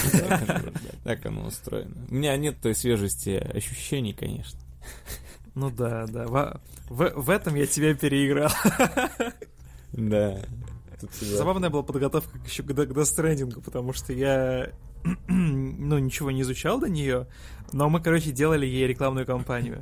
Так оно устроено. У меня нет той свежести ощущений, конечно. Ну да. В этом я тебя переиграл. Да. Забавная была подготовка еще к Death Stranding, потому что я... ну, ничего не изучал до нее, но мы, короче, делали ей рекламную кампанию.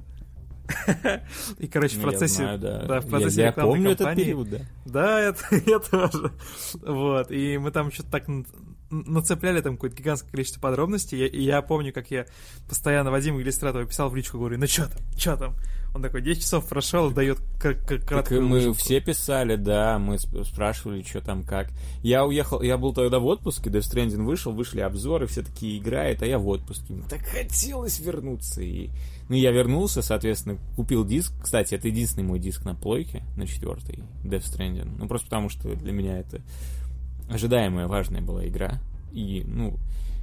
И, короче, в процессе... Я знаю, да. В процессе я рекламной помню кампании... этот период, да. Да, я тоже. Вот, и мы там что-то так нацепляли там какое-то гигантское количество подробностей, и я помню, как я постоянно Вадиму Иллюстратору писал в личку, говорю, ну что там? Он такой, 10 часов прошел, дает краткую мы выжимку. все писали, да, мы спрашивали, что там, как. Я был тогда в отпуске, Death Stranding вышли обзоры, все такие играют, а я в отпуске. Мне так хотелось вернуться. Ну, я вернулся, соответственно, купил диск. Кстати, это единственный мой диск на плойке, на 4-й, Death Stranding. Ну, просто потому, что для меня это ожидаемая, важная была игра. И, ну...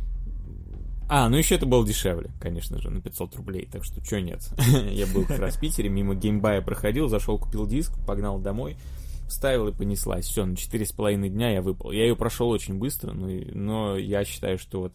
ну еще это было дешевле, конечно же, на 500 рублей, так что чё нет. Я был как раз в Питере, мимо геймбая проходил, зашел, купил диск, погнал домой, ставил и понеслась. Все, на 4,5 дня я выпал. Я ее прошел очень быстро, но я считаю, что вот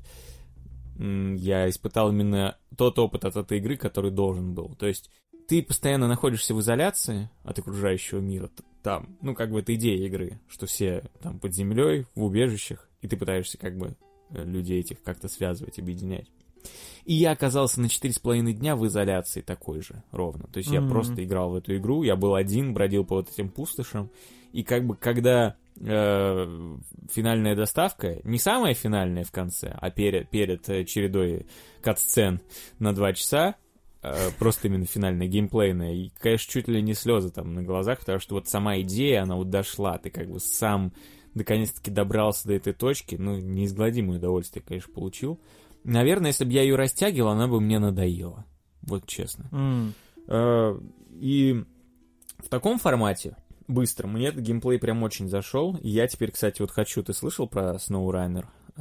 я испытал именно тот опыт от этой игры, который должен был. То есть ты постоянно находишься в изоляции от окружающего мира. Там, ну, как бы это идея игры, что все там под землей, в убежищах, и ты пытаешься как бы людей этих как-то связывать, объединять. И я оказался на 4,5 дня в изоляции такой же, ровно. То есть я просто играл в эту игру, я был один, бродил по вот этим пустошам, и как бы когда финальная доставка, не самая финальная в конце, а перед чередой кат-сцен на 2 часа, просто именно финальная, геймплейная, и, конечно, чуть ли не слезы там на глазах, потому что вот сама идея, она вот дошла, ты как бы сам наконец-таки добрался до этой точки, ну, неизгладимое удовольствие, конечно, получил. Наверное, если бы я ее растягивал, она бы мне надоела. Вот честно. И в таком формате, быстро, мне этот геймплей прям очень зашел. И я теперь, кстати, вот хочу... Ты слышал про SnowRunner?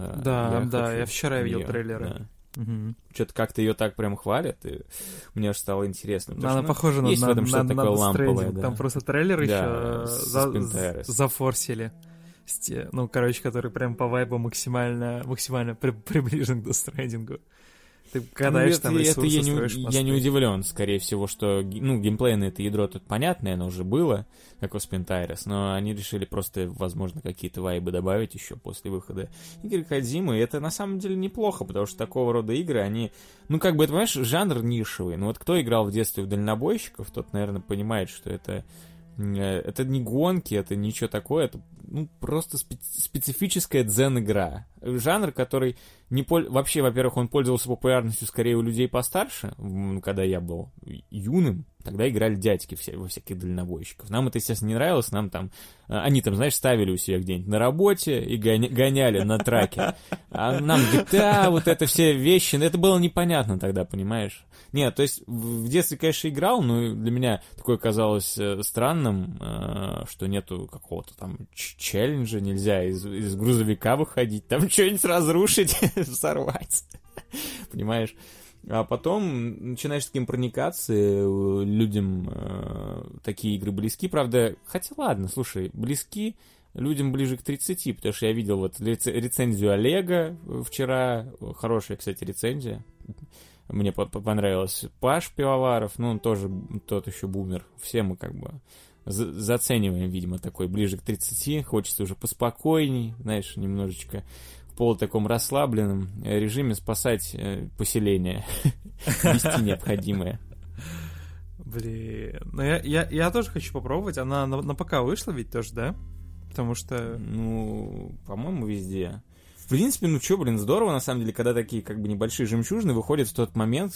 Я вчера видел трейлеры. Да. Что-то как-то ее так прям хвалят, и мне аж стало интересно. Она похожа на ламповое, да. Там просто трейлер еще зафорсили. Ну, короче, который прям по вайбу максимально приближен к Death Stranding. Ты катаешь там ресурсы, строишь мосты. Я не удивлен, скорее всего, что, ну, геймплейное это ядро тут понятное, оно уже было, как у Spintaris, но они решили просто, возможно, какие-то вайбы добавить еще после выхода игры Кодзимы, и это на самом деле неплохо, потому что такого рода игры, они, ну, как бы, это, понимаешь, жанр нишевый, но вот кто играл в детстве в дальнобойщиков, тот, наверное, понимает, что это не гонки, это ничего такое, это, ну, просто специфическая дзен-игра. Жанр, который вообще, во-первых, он пользовался популярностью скорее у людей постарше, когда я был юным, тогда играли дядьки во всяких дальнобойщиков. Нам это, естественно, не нравилось, нам там, они там, знаешь, ставили у себя где-нибудь на работе и гоняли на траке. А нам GTA, вот это все вещи, это было непонятно тогда, понимаешь? Нет, то есть в детстве, конечно, играл, но для меня такое казалось странным, что нету какого-то там челленджа, нельзя из грузовика выходить, там что-нибудь разрушить, взорвать, понимаешь? А потом начинаешь с кем проникаться, людям такие игры близки, правда, хотя ладно, слушай, близки людям ближе к 30, потому что я видел вот рецензию Олега вчера, хорошая, кстати, рецензия, мне понравилось. Паш Пивоваров, ну, он тоже тот еще бумер, все мы как бы зацениваем, видимо, такой ближе к 30, хочется уже поспокойней, знаешь, немножечко в полутаком расслабленном режиме спасать поселение, вести необходимое. Блин, ну я тоже хочу попробовать, она на ПК вышла ведь тоже, да? Потому что... Ну, по-моему, везде. В принципе, ну чё, блин, здорово, на самом деле, когда такие как бы небольшие жемчужины выходят в тот момент,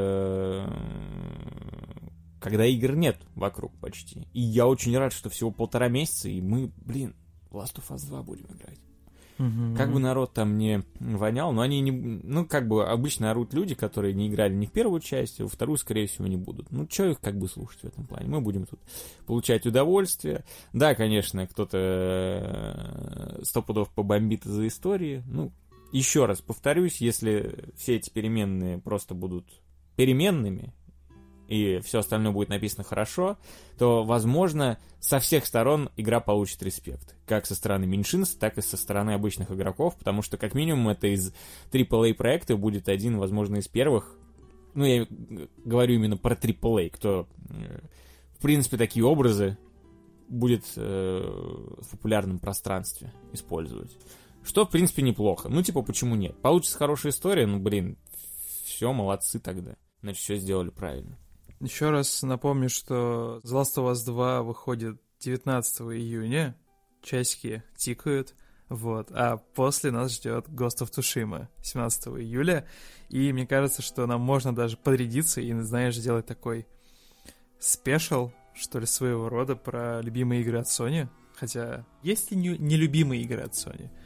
когда игр нет вокруг почти. И я очень рад, что всего 1,5 месяца, и мы, блин, Last of Us 2 будем играть. Как бы народ там не вонял, но они не... Ну, как бы обычно орут люди, которые не играли ни в первую часть, а во вторую, скорее всего, не будут. Ну, чё их как бы слушать в этом плане? Мы будем тут получать удовольствие. Да, конечно, кто-то 100 пудов побомбит из-за истории. Ну, еще раз повторюсь, если все эти переменные просто будут переменными, и все остальное будет написано хорошо, то, возможно, со всех сторон игра получит респект. Как со стороны меньшинств, так и со стороны обычных игроков, потому что, как минимум, это из AAA проектов будет один, возможно, из первых. Ну, я говорю именно про AAA, кто, в принципе, такие образы будет в популярном пространстве использовать. Что, в принципе, неплохо. Ну, типа, почему нет? Получится хорошая история, ну, блин, все, молодцы тогда. Значит, все сделали правильно. Еще раз напомню, что The Last of Us 2 выходит 19 июня, часики тикают, вот, а после нас ждет Ghost of Tsushima 17 июля, и мне кажется, что нам можно даже подрядиться и, знаешь, сделать такой спешл, что ли, своего рода про любимые игры от Sony, хотя есть и нелюбимые игры от Sony.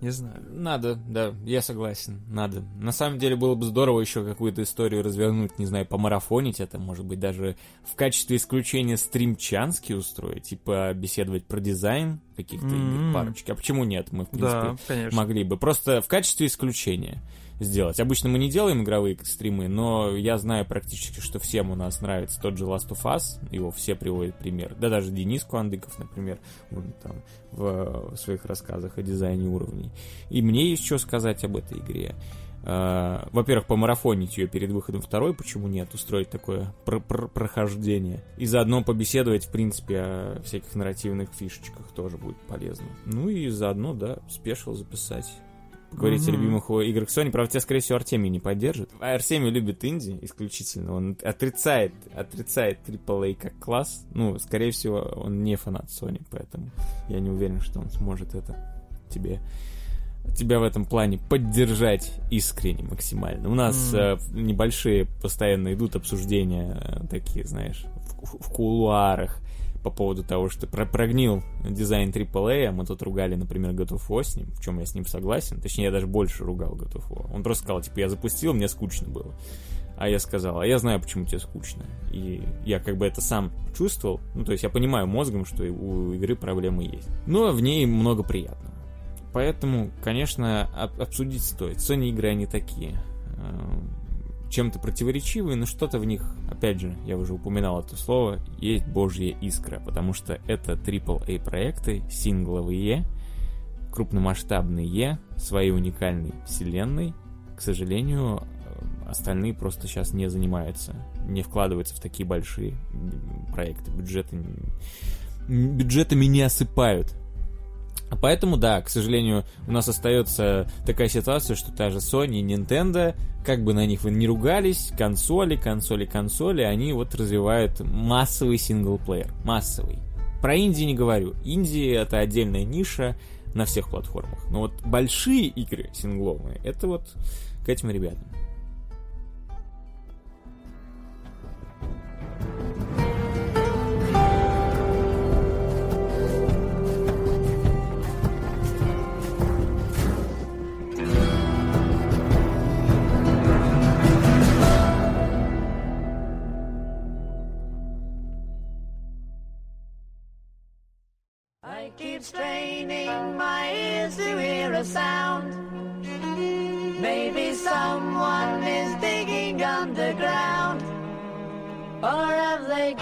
Не знаю. Надо, да, я согласен, надо. На самом деле было бы здорово еще какую-то историю развернуть, не знаю, помарафонить это, может быть, даже в качестве исключения стримчанский устроить, типа беседовать про дизайн каких-то игр, парочки. А почему нет? Мы, в принципе, могли бы. Просто в качестве исключения сделать. Обычно мы не делаем игровые стримы, но я знаю практически, что всем у нас нравится тот же Last of Us, его все приводят пример. Да даже Денис Куандыков, например, он там в своих рассказах о дизайне уровней. И мне есть что сказать об этой игре. Во-первых, помарафонить ее перед выходом второй, почему нет, устроить такое прохождение. И заодно побеседовать, в принципе, о всяких нарративных фишечках тоже будет полезно. Ну и заодно, да, спешил записать. Говорить о любимых играх Sony. Правда, тебя, скорее всего, Артемий не поддержит. А Артемий любит инди исключительно. Он отрицает AAA как класс. Ну, скорее всего, он не фанат Sony, поэтому я не уверен, что он сможет это тебя в этом плане поддержать искренне максимально. У нас небольшие постоянно идут обсуждения такие, знаешь, в кулуарах по поводу того, что прогнил дизайн AAA, а мы тут ругали, например, God of War с ним, в чем я с ним согласен. Точнее, я даже больше ругал God of War. Он просто сказал, типа, я запустил, мне скучно было. А я сказал, а я знаю, почему тебе скучно. И я как бы это сам чувствовал. Ну, то есть я понимаю мозгом, что у игры проблемы есть. Но в ней много приятного. Поэтому, конечно, обсудить стоит. Sony игры, они такие. Чем-то противоречивые, но что-то в них, опять же, я уже упоминал это слово, есть божья искра, потому что это AAA проекты, сингловые, крупномасштабные, своей уникальной вселенной. К сожалению, остальные просто сейчас не занимаются, не вкладываются в такие большие проекты, бюджетами не осыпают. Поэтому, да, к сожалению, у нас остается такая ситуация, что та же Sony и Nintendo, как бы на них вы ни ругались, консоли, они вот развивают массовый синглплеер. Массовый. Про инди не говорю. Инди — это отдельная ниша на всех платформах. Но вот большие игры сингловые — это вот к этим ребятам. Straining my ears to hear a sound. Maybe someone is digging underground. Or have they...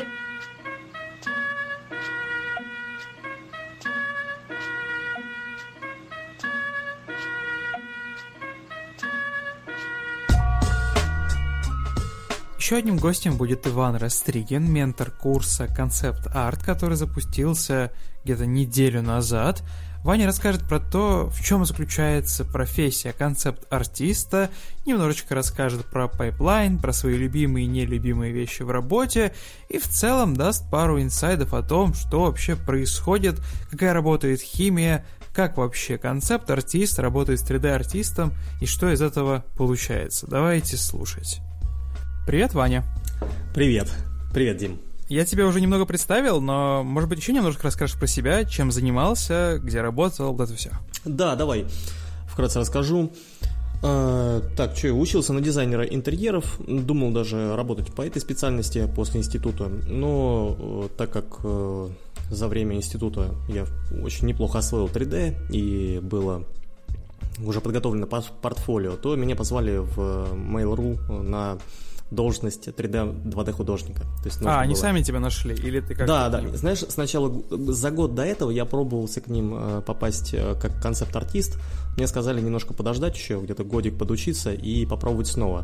Еще одним гостем будет Иван Растригин, ментор курса Concept Art, который запустился где-то неделю назад. Ваня расскажет про то, в чем заключается профессия концепт-артиста, немножечко расскажет про пайплайн, про свои любимые и нелюбимые вещи в работе и в целом даст пару инсайдов о том, что вообще происходит, какая работает химия, как вообще концепт-артист работает с 3D-артистом и что из этого получается. Давайте слушать. Привет, Ваня. Привет. Привет, Дим. Я тебя уже немного представил, но, может быть, еще немножко расскажешь про себя, чем занимался, где работал, вот это все. Да, давай. Вкратце расскажу. Так, что я учился на дизайнера интерьеров, думал даже работать по этой специальности после института, но так как за время института я очень неплохо освоил 3D и было уже подготовлено портфолио, то меня позвали в Mail.ru на должность 3D 2D художника. То есть они сами тебя нашли? Или ты как-то... Да. Знаешь, сначала за год до этого я пробовался к ним попасть как концепт-артист. Мне сказали немножко подождать еще, где-то годик подучиться и попробовать снова.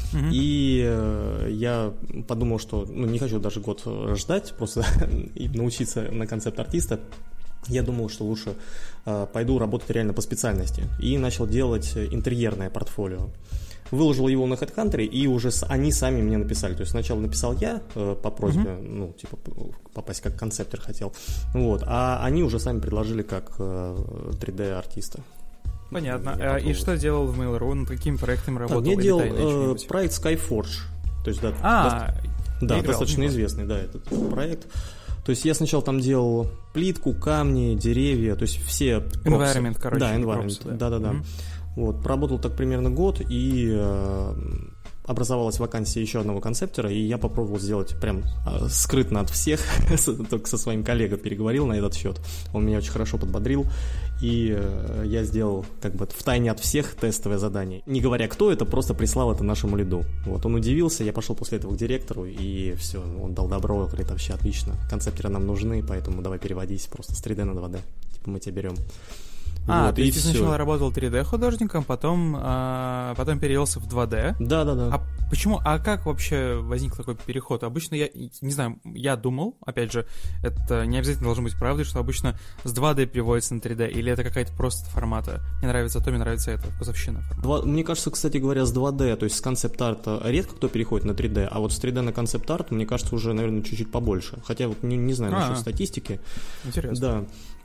И я подумал, что не хочу даже год ждать, просто и научиться на концепт-артиста. Я думал, что лучше пойду работать реально по специальности. И начал делать интерьерное портфолио. Выложил его на HeadHunter, и уже они сами мне написали. То есть сначала написал я по просьбе, попасть как концептер хотел. Вот, а они уже сами предложили как 3D-артиста. Понятно. И что делал в Mail.ru? Над какими проектами работал? Я делал проект Skyforge. То есть, достаточно известный, этот проект. То есть я сначала там делал плитку, камни, деревья, то есть все пропсы. Environment, короче. Да, environment, да-да-да. Вот, проработал так примерно год, и образовалась вакансия еще одного концептера, и я попробовал сделать прям скрытно от всех, только со своим коллегой переговорил на этот счет. Он меня очень хорошо подбодрил, и я сделал как бы втайне от всех тестовое задание. Не говоря, кто это, просто прислал это нашему лиду. Вот, он удивился, я пошел после этого к директору, и все, он дал добро, говорит, вообще отлично, концептеры нам нужны, поэтому давай переводись просто с 3D на 2D, типа мы тебя берем. Вот, то есть ты сначала работал 3D-художником, потом перевелся в 2D. Да. А почему, как вообще возник такой переход? Обычно не знаю, я думал, опять же, это не обязательно должно быть правдой, что обычно с 2D переводится на 3D, или это какая-то просто формата? Мне нравится то, мне нравится это, вкусовщина формата. Мне кажется, кстати говоря, с 2D, то есть с концепт-арта редко кто переходит на 3D, а вот с 3D на концепт-арт, мне кажется, уже, наверное, чуть-чуть побольше. Хотя вот не знаю насчет статистики. Интересно. Да.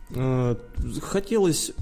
Хотелось,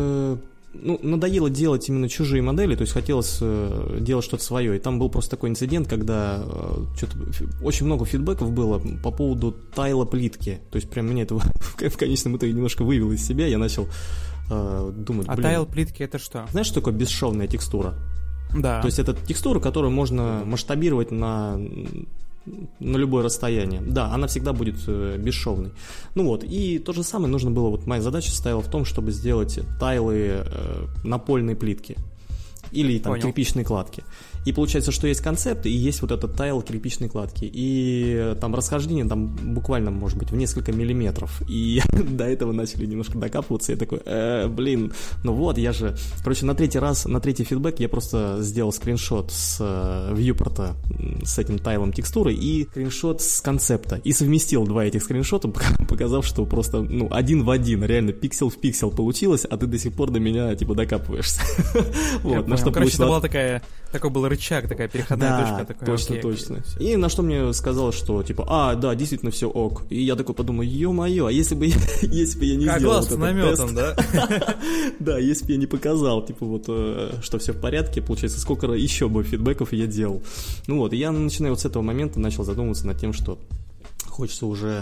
надоело делать именно чужие модели, то есть хотелось делать что-то свое. И там был просто такой инцидент, когда что-то очень много фидбэков было по поводу тайла плитки. То есть прям меня это в конечном итоге немножко вывело из себя. Я начал думать, А тайл плитки это что? Знаешь, что такое бесшовная текстура? Да. То есть это текстура, которую можно масштабировать на любое расстояние. Да, она всегда будет бесшовной. Ну вот, и то же самое нужно было, вот моя задача состояла в том, чтобы сделать тайлы напольной плитки или там кирпичные кладки. И получается, что есть концепт, и есть вот этот тайл кирпичной кладки. И там расхождение там буквально, может быть, в несколько миллиметров. И до этого начали немножко докапываться. Я такой, ну вот, я же... Короче, на третий фидбэк я просто сделал скриншот с вьюпорта с этим тайлом текстуры и скриншот с концепта. И совместил два этих скриншота, показав, что просто, один в один, реально пиксель в пиксель получилось, а ты до сих пор до меня, типа, докапываешься. Вот, на что короче, это была такой был рычаг, такая переходная точка. Да, точно. И на что мне сказалось, что типа, да, действительно все ок. И я такой подумал, ё-моё, а если бы я не сделал этот наметан, тест, да? Да, если бы я не показал, типа вот, что все в порядке, получается, сколько еще бы фидбэков я делал. Ну вот, и я, начиная вот с этого момента, начал задумываться над тем, что хочется уже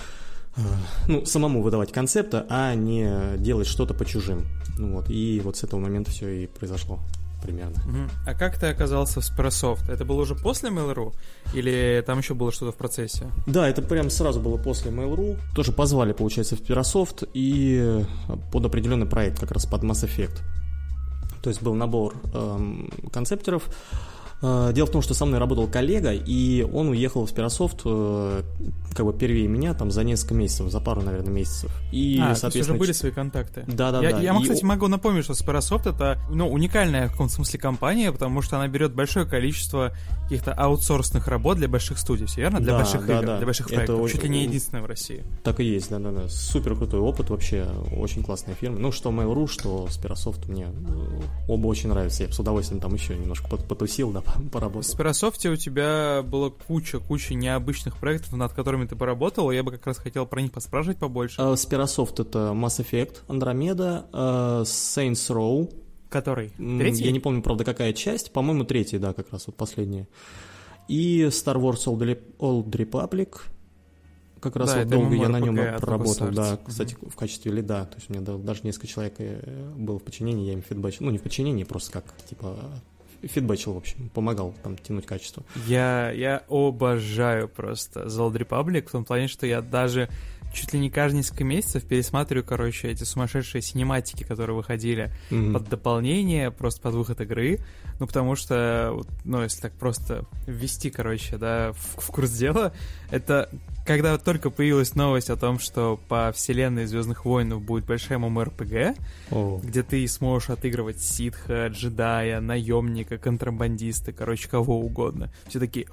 самому выдавать концепты, а не делать что-то по чужим. Ну вот, и вот с этого момента все и произошло. Примерно. А как ты оказался в Sperasoft? Это было уже после Mail.ru? Или там еще было что-то в процессе? Да, это прям сразу было после Mail.ru. Тоже позвали, получается, в Sperasoft и под определенный проект, как раз под Mass Effect. То есть был набор концептеров. Дело в том, что со мной работал коллега, и он уехал в Sperasoft как бы первее меня, там, за несколько месяцев, за пару, наверное, месяцев. И, соответственно, уже были свои контакты. Да. Я вам, кстати, могу напомнить, что Sperasoft — это, уникальная в каком-то смысле компания, потому что она берет большое количество каких-то аутсорсных работ для больших студий, верно? Для больших игр, для больших проектов. Это чуть ли не единственная в России. Так и есть, да. Супер крутой опыт вообще, очень классная фирма. Ну, что Mail.ru, что Sperasoft, мне оба очень нравятся. Я бы с удовольствием там еще немножко потусил, да, поработал. В Sperasoft у тебя была куча необычных проектов, над которыми ты поработал, и я бы как раз хотел про них поспрашивать побольше. Sperasoft — это Mass Effect, Andromeda, Saints Row. Который? Третий? Я не помню, правда, какая часть. По-моему, третий, да, как раз вот последняя. И Star Wars Old Republic. Как раз вот долго я на нем проработал, да, кстати, в качестве лида. То есть у меня даже несколько человек было в подчинении, я им фидбэчил. Ну, не в подчинении, просто как, типа... фидбэчил, в общем, помогал там тянуть качество. Я обожаю просто The Old Republic в том плане, что я даже чуть ли не каждые несколько месяцев пересматриваю, эти сумасшедшие синематики, которые выходили под дополнение, просто под выход игры, потому что, если так просто ввести, в курс дела, это когда только появилась новость о том, что по вселенной Звездных войн будет большая MMORPG, где ты сможешь отыгрывать ситха, джедая, наемника, контрабандиста, кого угодно. Все такие: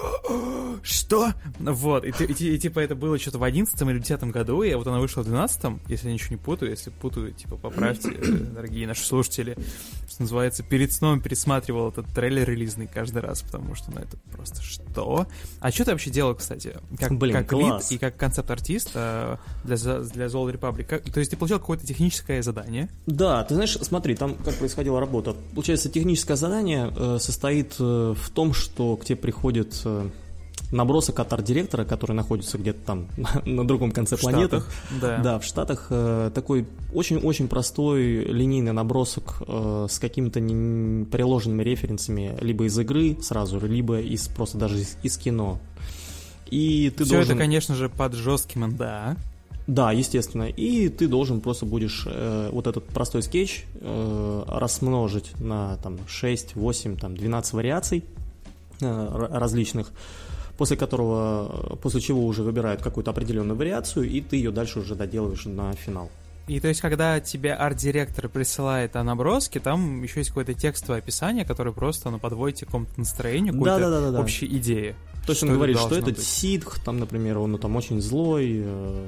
что? Вот, и типа это было что-то в 11-м или 10-м году, и вот она вышла в 12-м, если я ничего не путаю, если путаю, типа, поправьте, дорогие наши слушатели, что называется, перед сном пересматривал этот трейлер релизный каждый раз, потому что, это просто что? А что ты вообще делал, кстати? Как лид и как концепт-артист для The Old Republic? То есть ты получал какое-то техническое задание? Да, ты знаешь, смотри, там как происходила работа. Получается, техническое задание состоит в том, что к тебе приходит набросок от арт-директора, который находится где-то там на другом конце планеты. Да, в Штатах. Такой очень-очень простой линейный набросок с какими-то приложенными референсами либо из игры сразу, либо просто даже из кино. И ты Все это, конечно же, под жестким НДА. Да, естественно. И ты должен просто будешь вот этот простой скетч размножить на там, 6, 8, там, 12 вариаций различных, после чего уже выбирают какую-то определенную вариацию, и ты ее дальше уже доделываешь на финал. И то есть, когда тебе арт-директор присылает наброски, там еще есть какое-то текстовое описание, которое просто подводит к какому-то настроению, какой-то общей идее. То есть он говорит, что этот ситх, там, например, он там очень злой.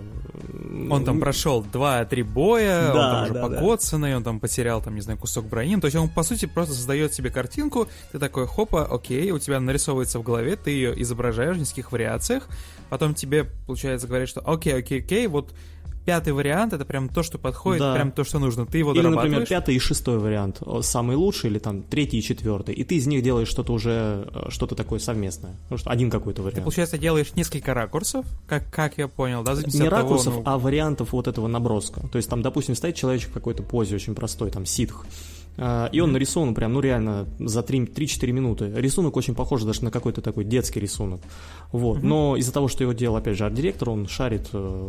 Он там прошел 2-3 боя, он там уже покоцанный, он там потерял, там, не знаю, кусок брони. То есть он, по сути, просто создает себе картинку, ты такой, хопа, окей, у тебя нарисовывается в голове, ты ее изображаешь в нескольких вариациях, потом тебе, получается, говорят, что окей, вот 5-й вариант — это прям то, что подходит, прям то, что нужно. Ты его дорабатываешь. Или, например, 5-й и 6-й вариант самый лучший, или там 3-й и 4-й, и ты из них делаешь что-то такое совместное. Потому что один какой-то вариант. Ты, получается, делаешь несколько ракурсов, как я понял, да? Не ракурсов, а вариантов вот этого наброска. То есть там, допустим, стоит человечек в какой-то позе очень простой, там ситх, и он нарисован прям, реально за 3-4 минуты. Рисунок очень похож даже на какой-то такой детский рисунок. Вот. Но из-за того, что его делал, опять же, арт-директор, он шарит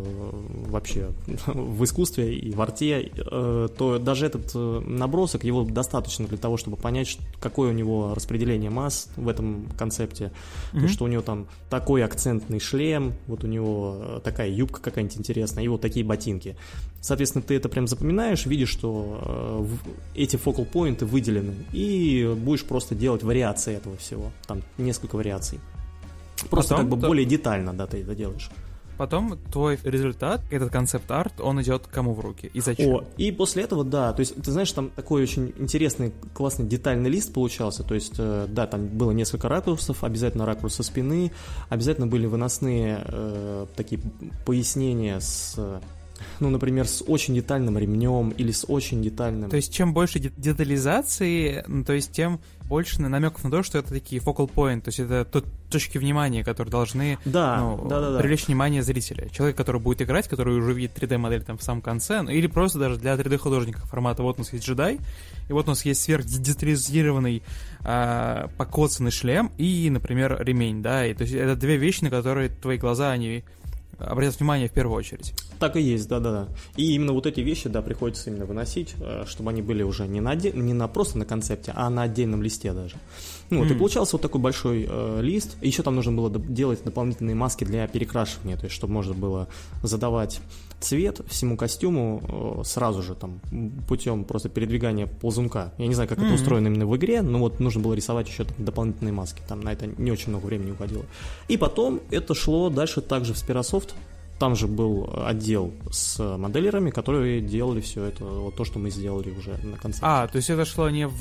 вообще в искусстве и в арте, то даже этот набросок, его достаточно для того, чтобы понять, какое у него распределение масс в этом концепте. То есть, что у него там такой акцентный шлем, вот у него такая юбка какая-нибудь интересная, и вот такие ботинки. Соответственно, ты это прям запоминаешь, видишь, что эти focal поинты выделены, и будешь просто делать вариации этого всего. Там несколько вариаций. Просто потом, более детально, да, ты это делаешь. Потом твой результат, этот концепт-арт, он идет кому в руки? И зачем? И после этого, да, то есть, ты знаешь, там такой очень интересный, классный детальный лист получался, то есть, да, там было несколько ракурсов, обязательно ракурс со спины, обязательно были выносные такие пояснения например, с очень детальным ремнем или с очень детальным... То есть, чем больше детализации, то есть, тем больше намеков на то, что это такие focal point, то есть, это точки внимания, которые должны привлечь внимание зрителя. Человек, который будет играть, который уже видит 3D-модель там в самом конце, или просто даже для 3D-художника формата вот у нас есть джедай, и вот у нас есть сверхдетализированный покоцанный шлем и, например, ремень, да, и то есть, это две вещи, на которые твои глаза, они обратят внимание в первую очередь. Так и есть, да. И именно вот эти вещи, да, приходится именно выносить, чтобы они были уже не просто на концепте, а на отдельном листе даже. Вот, и получался вот такой большой лист. Еще там нужно было делать дополнительные маски для перекрашивания, то есть, чтобы можно было задавать цвет всему костюму сразу же, там, путем просто передвигания ползунка. Я не знаю, как это устроено именно в игре, но вот нужно было рисовать еще дополнительные маски. Там на это не очень много времени уходило. И потом это шло дальше также в Sperasoft. Там же был отдел с моделерами, которые делали все это, вот то, что мы сделали уже на концерте. То есть это шло не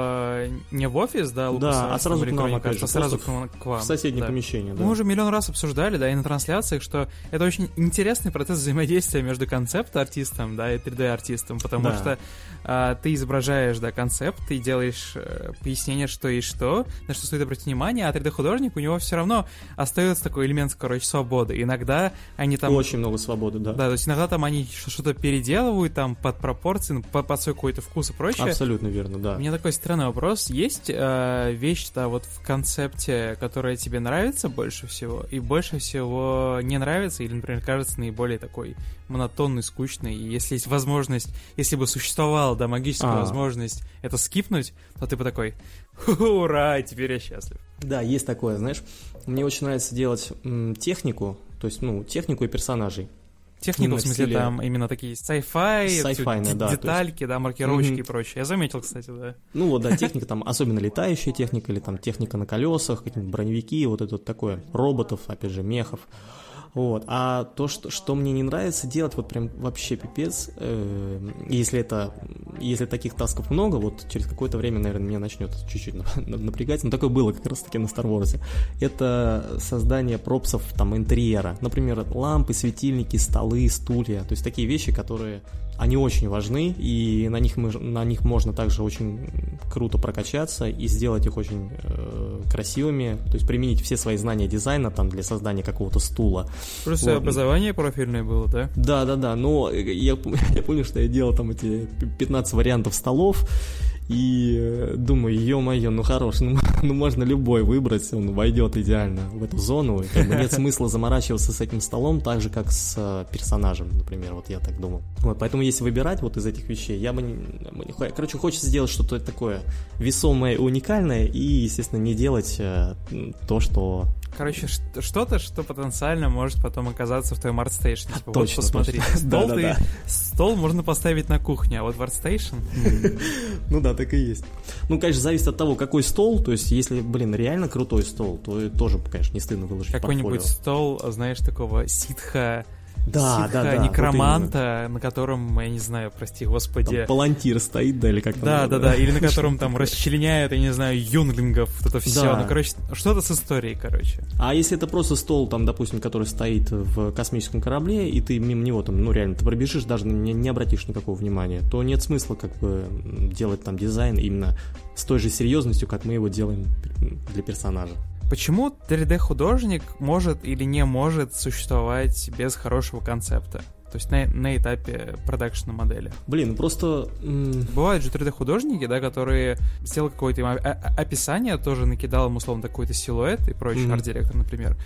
в офис, да, да, а сразу к нам, опять же, сразу к вам. В соседнее помещение, да. Мы уже миллион раз обсуждали, да, и на трансляциях, что это очень интересный процесс взаимодействия между концепт-артистом, да, и 3D-артистом, потому что ты изображаешь, да, концепт, ты делаешь пояснение, что и что, на что стоит обратить внимание, а 3D-художник, у него все равно остается такой элемент, свободы. Иногда они там... Очень много свободы, да. Да, то есть иногда там они что-то переделывают, там, под пропорции, под свой какой-то вкус и прочее. Абсолютно верно, да. У меня такой странный вопрос. Есть вещь, да, вот в концепте, которая тебе нравится больше всего, и больше всего не нравится, или, например, кажется наиболее такой монотонный, скучный, и если есть возможность, если бы существовала, да, магическая возможность это скипнуть, то ты бы такой, ура, теперь я счастлив. Да, есть такое, знаешь. Мне очень нравится делать технику, то есть, технику и персонажей. Технику, в смысле, там именно такие sci-fi, да, детальки, есть... да, маркировочки и прочее. Я заметил, кстати, да. Ну вот, да, техника там, особенно летающая техника, или там техника на колесах, какие-нибудь броневики, вот это вот такое, роботов, опять же, мехов. Вот. А то, что мне не нравится делать, вот прям вообще пипец, если таких тасков много, вот через какое-то время, наверное, меня начнет чуть-чуть напрягать, но такое было как раз-таки на Star Wars, это создание пропсов там интерьера, например, лампы, светильники, столы, стулья, то есть такие вещи, которые Они очень важны, и на них можно также очень круто прокачаться и сделать их очень красивыми, то есть применить все свои знания дизайна там для создания какого-то стула. Просто образование профильное было, да? Да, но я помню, что я делал там эти 15 вариантов столов, и думаю, ё-моё, ну хорош, ну можно любой выбрать, он войдет идеально в эту зону, и как бы нет смысла заморачиваться с этим столом так же, как с персонажем, например, вот я так думал. Вот, поэтому если выбирать вот из этих вещей, короче, хочется сделать что-то такое весомое и уникальное, и, естественно, не делать то, что... Короче, что-то, что потенциально может потом оказаться в твоем ArtStation. Типа, точно, вот посмотри, точно. Стол можно поставить на кухне, а вот в ArtStation... Ну да, так и есть. Ну, конечно, зависит от того, какой стол. То есть, если, реально крутой стол, то тоже, конечно, не стыдно выложить какой-нибудь портфолио. Стол, знаешь, такого ситха... Да, некроманта, вот на котором, я не знаю, прости господи... Там палантир стоит, да, или как там... Да, или на котором там расчленяют, я не знаю, юнглингов, вот это все. Да. Ну, короче, что-то с историей, короче. А если это просто стол, там, допустим, который стоит в космическом корабле, и ты мимо него там, реально, ты пробежишь, даже не обратишь никакого внимания, то нет смысла как бы делать там дизайн именно с той же серьезностью, как мы его делаем для персонажа. Почему 3D-художник может или не может существовать без хорошего концепта? То есть на этапе продакшена модели. Просто... Бывают же 3D-художники, да, которые сделал какое-то описание, тоже накидал им, условно, какой-то силуэт и прочий, арт-директор, например.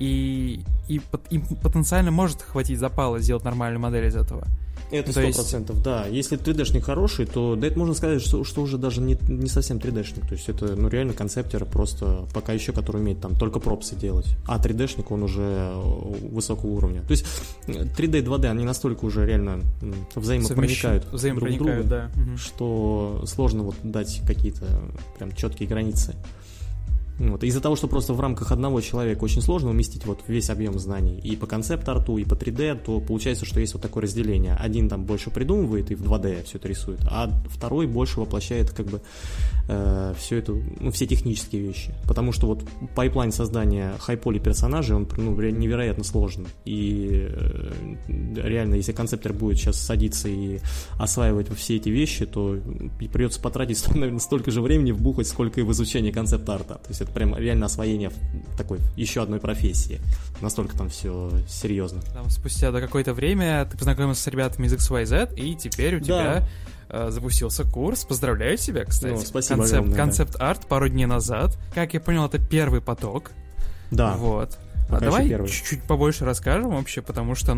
И им потенциально может хватить запала сделать нормальную модель из этого. Это 100%, да. Если 3D-шник хороший, то да, это можно сказать, что уже даже не совсем 3D-шник. То есть это, реально концептер просто пока еще, который умеет там только пропсы делать. А 3D-шник, он уже высокого уровня. То есть 3D и 2D, они настолько уже реально взаимопроникают друг в друга, да. что сложно вот дать какие-то прям четкие границы. Вот. Из-за того, что просто в рамках одного человека очень сложно уместить вот весь объем знаний и по концепт-арту, и по 3D, то получается, что есть вот такое разделение. Один там больше придумывает и в 2D все это рисует, а второй больше воплощает как бы все это, все технические вещи. Потому что вот пайплайн создания хай-поли персонажей, он невероятно сложен. И реально, если концептер будет сейчас садиться и осваивать все эти вещи, то придется потратить, наверное, столько же времени вбухать, сколько и в изучение концепт-арта. То есть это прям реально освоение такой еще одной профессии. Настолько там все серьезно. Там спустя какое-то время ты познакомился с ребятами из XYZ, и теперь у тебя запустился курс. Поздравляю тебя, кстати. Спасибо огромное. Концепт-арт пару дней назад. Как я понял, это первый поток. Да. Вот. Давай чуть-чуть побольше расскажем вообще, потому что,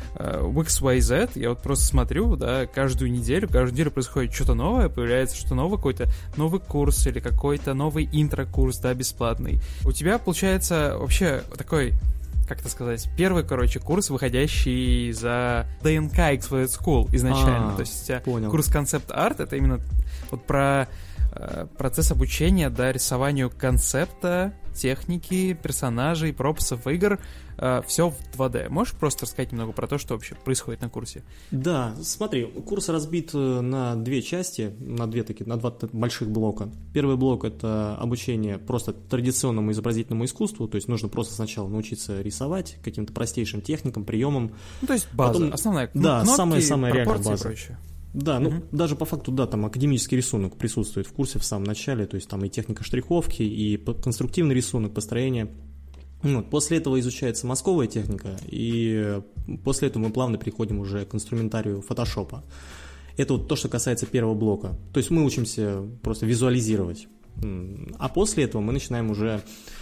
в XYZ я вот просто смотрю, да, каждую неделю происходит что-то новое, появляется что-то новое, какой-то новый курс или какой-то новый интро-курс, да, бесплатный. У тебя, получается, вообще такой, как это сказать, первый, курс, выходящий за ДНК XYZ School изначально. То есть курс концепт-арт — это именно вот про процесс обучения, да, рисованию концепта, техники, персонажей, пропсов игр, все в 2D. Можешь просто рассказать немного про то, что вообще происходит на курсе? Да, смотри, курс разбит на две части, на два больших блока. Первый блок — это обучение просто традиционному изобразительному искусству, то есть нужно просто сначала научиться рисовать каким-то простейшим техникам, приемам. То есть база, основная. Да, кнопки, самая реальная база. Прочее. Да, даже по факту, да, там академический рисунок присутствует в курсе в самом начале, то есть там и техника штриховки, и конструктивный рисунок, построение. После этого изучается мазковая техника, и после этого мы плавно переходим уже к инструментарию фотошопа. Это вот то, что касается первого блока. То есть мы учимся просто визуализировать. А после этого мы начинаем уже...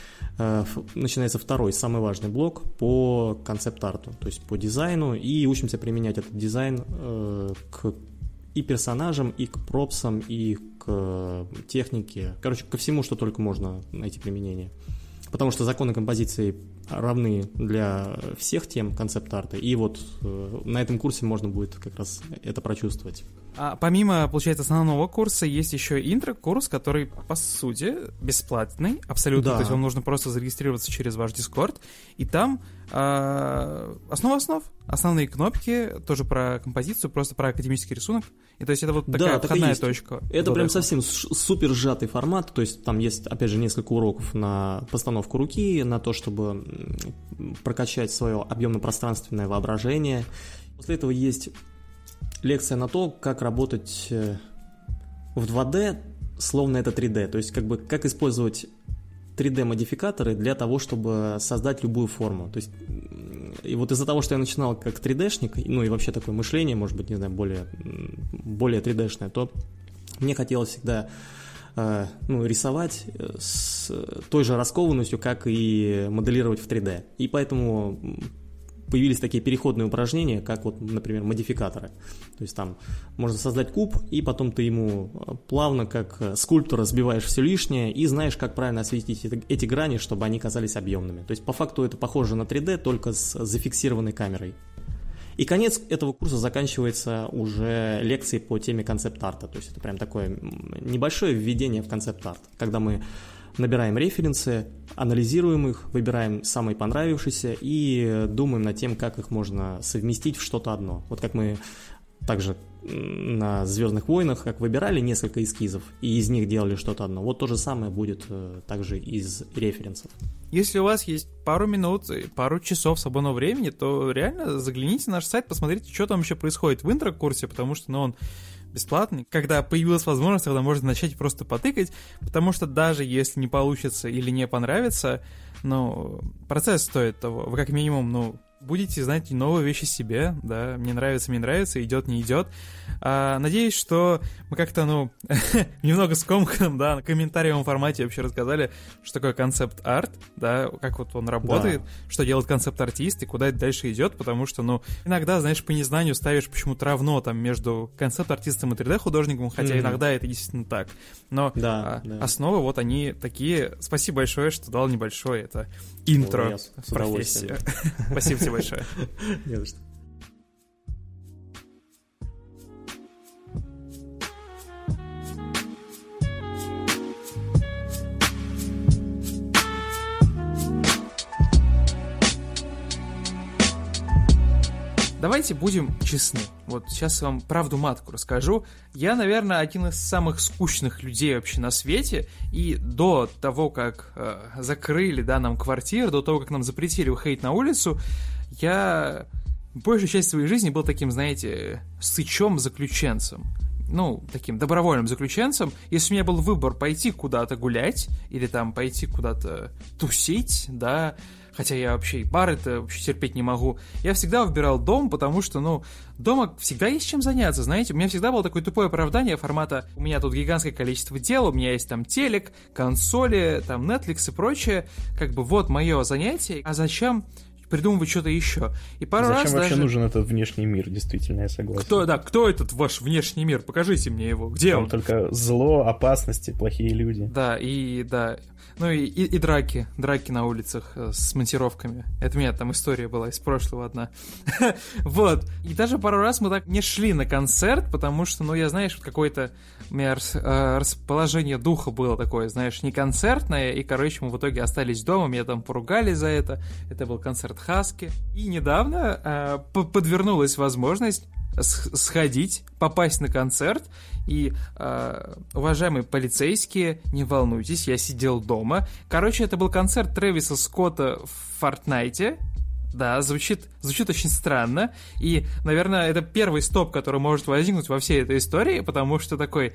Начинается второй, самый важный блок по концепт-арту, то есть по дизайну, и учимся применять этот дизайн к и персонажам, и к пропсам, и к технике. Короче, ко всему, что только можно найти применение. Потому что законы композиции равны для всех тем концепт-арта, и вот на этом курсе можно будет как раз это прочувствовать. А помимо, получается, основного курса, есть еще интро-курс, который, по сути, бесплатный, абсолютно, то есть вам нужно просто зарегистрироваться через ваш Discord, и там основа основ, основные кнопки, тоже про композицию, просто про академический рисунок, и то есть это вот такая входная точка. Это прям совсем супер сжатый формат, то есть там есть, опять же, несколько уроков на постановку руки, на то, чтобы прокачать свое объемно-пространственное воображение. После этого есть лекция на то, как работать в 2D, словно это 3D. То есть, как использовать 3D-модификаторы для того, чтобы создать любую форму. То есть, и вот из-за того, что я начинал как 3D-шник, ну и вообще такое мышление, может быть, не знаю, более 3D-шное, то мне хотелось всегда рисовать с той же раскованностью, как и моделировать в 3D. И поэтому появились такие переходные упражнения, как вот, например, модификаторы. То есть там можно создать куб, и потом ты ему плавно, как скульптор, разбиваешь все лишнее и знаешь, как правильно осветить эти грани, чтобы они казались объемными. То есть по факту это похоже на 3D, только с зафиксированной камерой. И конец этого курса заканчивается уже лекцией по теме концепт-арта. То есть это прям такое небольшое введение в концепт-арт, когда мы набираем референсы, анализируем их, выбираем самые понравившиеся и думаем над тем, как их можно совместить в что-то одно. Вот как мы также на «Звездных войнах», как выбирали несколько эскизов и из них делали что-то одно, вот то же самое будет также из референсов. Если у вас есть пару минут, пару часов свободного времени, то реально загляните на наш сайт, посмотрите, что там еще происходит в интро-курсе, потому что, он бесплатный. Когда появилась возможность, тогда можно начать просто потыкать, потому что даже если не получится или не понравится, процесс стоит того. Вы как минимум, будете знать новые вещи себе, да, мне нравится, идет, не идет. Надеюсь, что мы как-то, немного скомканном, да, на комментариевом формате вообще рассказали, что такое концепт-арт, да, как вот он работает, да. Что делает концепт-артист и куда это дальше идет, потому что, иногда, знаешь, по незнанию ставишь почему-то равно там между концепт-артистом и 3D-художником, хотя иногда это действительно так. Но основы вот они такие. Спасибо большое, что дал небольшое это интро в профессию. Спасибо тебе большое. Не за что. Давайте будем честны. Вот сейчас вам правду матку расскажу. Я, наверное, один из самых скучных людей вообще на свете. И до того, как закрыли, да, нам квартиру, до того, как нам запретили выходить на улицу, я большую часть своей жизни был таким, знаете, сычом-заключенцем. Таким добровольным заключенцем. Если у меня был выбор пойти куда-то гулять или там пойти куда-то тусить, да, хотя я вообще и бары-то вообще терпеть не могу, я всегда выбирал дом, потому что, дома всегда есть чем заняться, знаете. У меня всегда было такое тупое оправдание формата: у меня тут гигантское количество дел, у меня есть там телек, консоли, там Netflix и прочее, вот мое занятие, а зачем придумывать что-то еще? И пару раз зачем вообще даже нужен этот внешний мир, действительно, я согласен. Кто этот ваш внешний мир? Покажите мне его. Где там он? Только зло, опасности, плохие люди. Да, и драки на улицах с монтировками. Это у меня там история была из прошлого одна. Вот. И даже пару раз мы так не шли на концерт, потому что, я, знаешь, какое-то у меня расположение духа было такое, знаешь, не концертное, и, мы в итоге остались дома, меня там поругали за это. Это был концерт Хаски. И недавно подвернулась возможность сходить, попасть на концерт, и, уважаемые полицейские, не волнуйтесь, я сидел дома. Это был концерт Трэвиса Скотта в Fortnite. Да, звучит очень странно, и, наверное, это первый стоп, который может возникнуть во всей этой истории, потому что такой,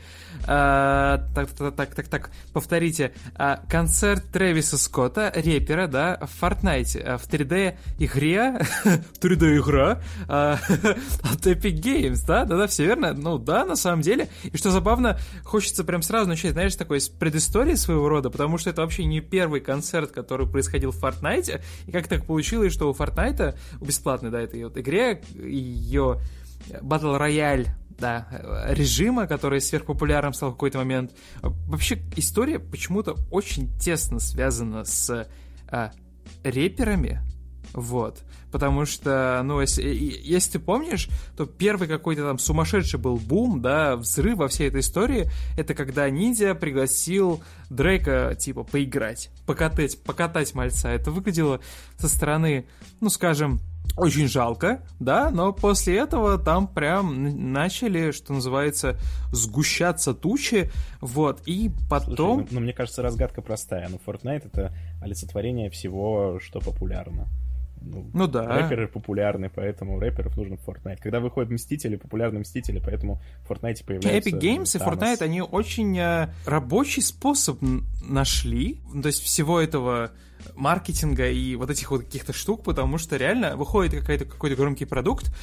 повторите, концерт Трэвиса Скотта, рэпера, да, в Fortnite, в 3D-игре, 3D-игра от Epic Games, да, все верно, да, на самом деле, и что забавно, хочется прям сразу начать, знаешь, такой с предыстории своего рода, потому что это вообще не первый концерт, который происходил в Fortnite, и как так получилось, что у Fortnite, у бесплатной, да, этой вот игре, ее Battle Royale, да, режима, который сверхпопулярным стал в какой-то момент. Вообще история почему-то очень тесно связана с рэперами, вот, потому что, если ты помнишь, то первый какой-то там сумасшедший был бум, да, взрыв во всей этой истории, это когда Ниндзя пригласил Дрейка, поиграть, покатать мальца. Это выглядело со стороны, скажем, очень жалко, да, но после этого там прям начали, что называется, сгущаться тучи, вот, и потом... Слушай, мне кажется, разгадка простая, Fortnite — это олицетворение всего, что популярно. Ну да. Рэперы популярны, поэтому рэперов нужно в Fortnite. Когда выходят Мстители, популярные Мстители, поэтому в Fortnite появляются... Epic Games и Fortnite, они очень рабочий способ нашли, то есть всего этого маркетинга и вот этих вот каких-то штук, потому что реально выходит какой-то громкий продукт,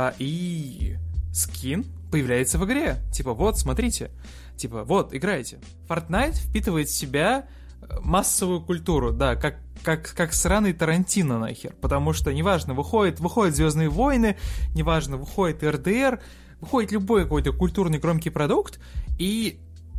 и скин появляется в игре. Типа, вот, смотрите. Типа, вот, играйте. Fortnite впитывает в себя массовую культуру, да, как сраный Тарантино нахер. Потому что, неважно, выходят «Звездные войны», неважно, выходит РДР, выходит любой какой-то культурный громкий продукт, и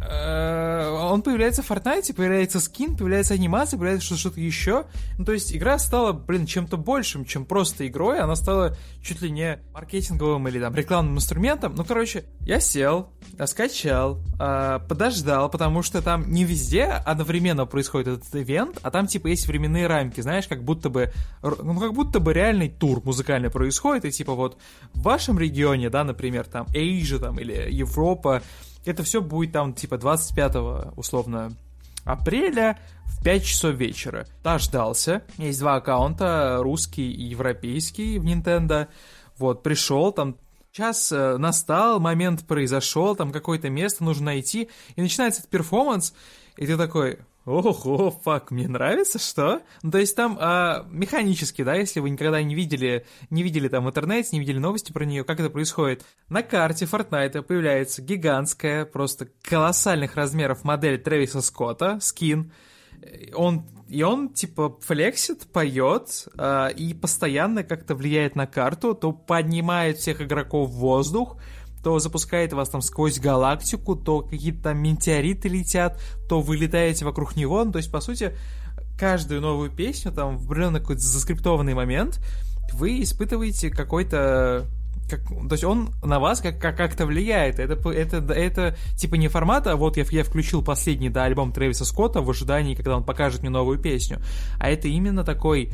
он появляется в Fortnite, появляется скин, появляется анимация, появляется что-то еще. Ну, то есть игра стала, чем-то большим, чем просто игрой. Она стала чуть ли не маркетинговым или там рекламным инструментом. Ну, короче, я сел, скачал, подождал, потому что там не везде одновременно происходит этот ивент, а там типа есть временные рамки, знаешь, как будто бы реальный тур музыкальный происходит, и типа вот в вашем регионе, да, например, там Asia там, или Европа, это все будет там, типа, 25 условно апреля в 5 часов вечера. Дождался. Есть 2 аккаунта, русский и европейский в Nintendo. Вот, пришел, там час настал, момент произошел, там какое-то место нужно найти, и начинается этот перформанс, и ты такой... Ого, фак, мне нравится, что? Ну, то есть там механически, да, если вы никогда не видели там в интернете, не видели новости про нее, как это происходит. На карте Fortnite появляется гигантская, просто колоссальных размеров модель Трэвиса Скотта, скин. Он типа флексит, поет и постоянно как-то влияет на карту, то поднимает всех игроков в воздух, то запускает вас там сквозь галактику, то какие-то там метеориты летят, то вы летаете вокруг него. Ну, то есть, по сути, каждую новую песню, там, в определенный какой-то заскриптованный момент, вы испытываете какой-то... то есть он на вас как-то влияет. Это типа не формат, а вот я включил последний, да, альбом Трэвиса Скотта в ожидании, когда он покажет мне новую песню. А это именно такой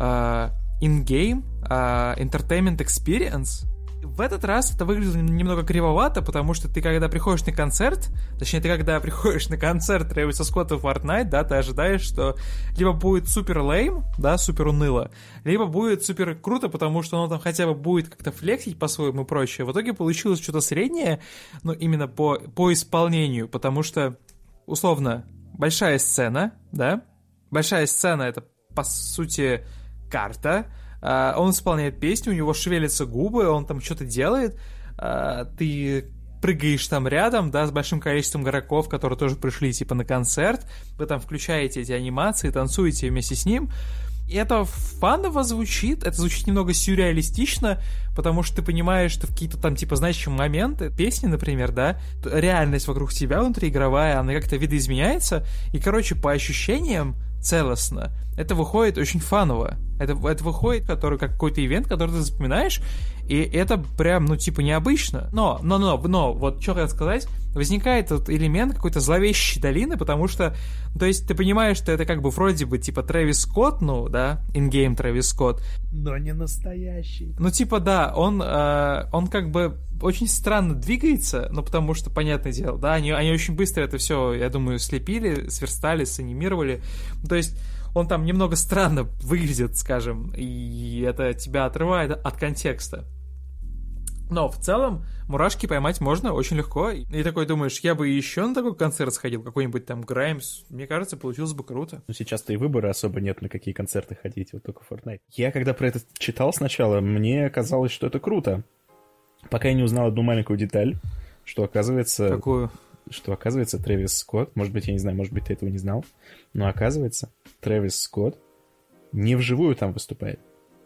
in-game entertainment experience. В этот раз это выглядело немного кривовато, потому что ты, когда приходишь на концерт, точнее, ты, когда приходишь на концерт Трэвиса Скотта в Fortnite, да, ты ожидаешь, что либо будет супер лейм, да, супер уныло, либо будет супер круто, потому что он там хотя бы будет как-то флексить по-своему и прочее. В итоге получилось что-то среднее, но именно по исполнению, потому что, условно, большая сцена, да, большая сцена — это, по сути, карта. Он исполняет песню, у него шевелятся губы, он там что-то делает, ты прыгаешь там рядом, да, с большим количеством игроков, которые тоже пришли, типа, на концерт, вы там включаете эти анимации, танцуете вместе с ним, и это фаново звучит, это звучит немного сюрреалистично, потому что ты понимаешь, что в какие-то там, типа, значимые моменты, песни, например, да, реальность вокруг тебя внутриигровая, она как-то видоизменяется, и, короче, по ощущениям, целостно. Это выходит очень фаново. Это выходит, который как какой-то ивент, который ты запоминаешь, и это прям, ну, типа, необычно. Но, вот что хотел сказать, возникает этот элемент какой-то зловещей долины, потому что, то есть, ты понимаешь, что это как бы вроде бы, типа, Трэвис Скотт, ну, да, in-game Трэвис Скотт. Но не настоящий. Ну, типа, да, он как бы очень странно двигается, ну, потому что, понятное дело, да, они очень быстро это все, я думаю, слепили, сверстали, санимировали. То есть он там немного странно выглядит, скажем, и это тебя отрывает от контекста. Но в целом мурашки поймать можно очень легко. И такой думаешь, я бы еще на такой концерт сходил, какой-нибудь там Граймс. Мне кажется, получилось бы круто. Ну, сейчас-то и выбора особо нет, на какие концерты ходить, вот только Fortnite. Я когда про это читал сначала, мне казалось, что это круто. Пока я не узнал одну маленькую деталь, что оказывается... Какую? Что оказывается Трэвис Скотт, может быть, я не знаю, может быть, ты этого не знал, но оказывается, Трэвис Скотт не вживую там выступает.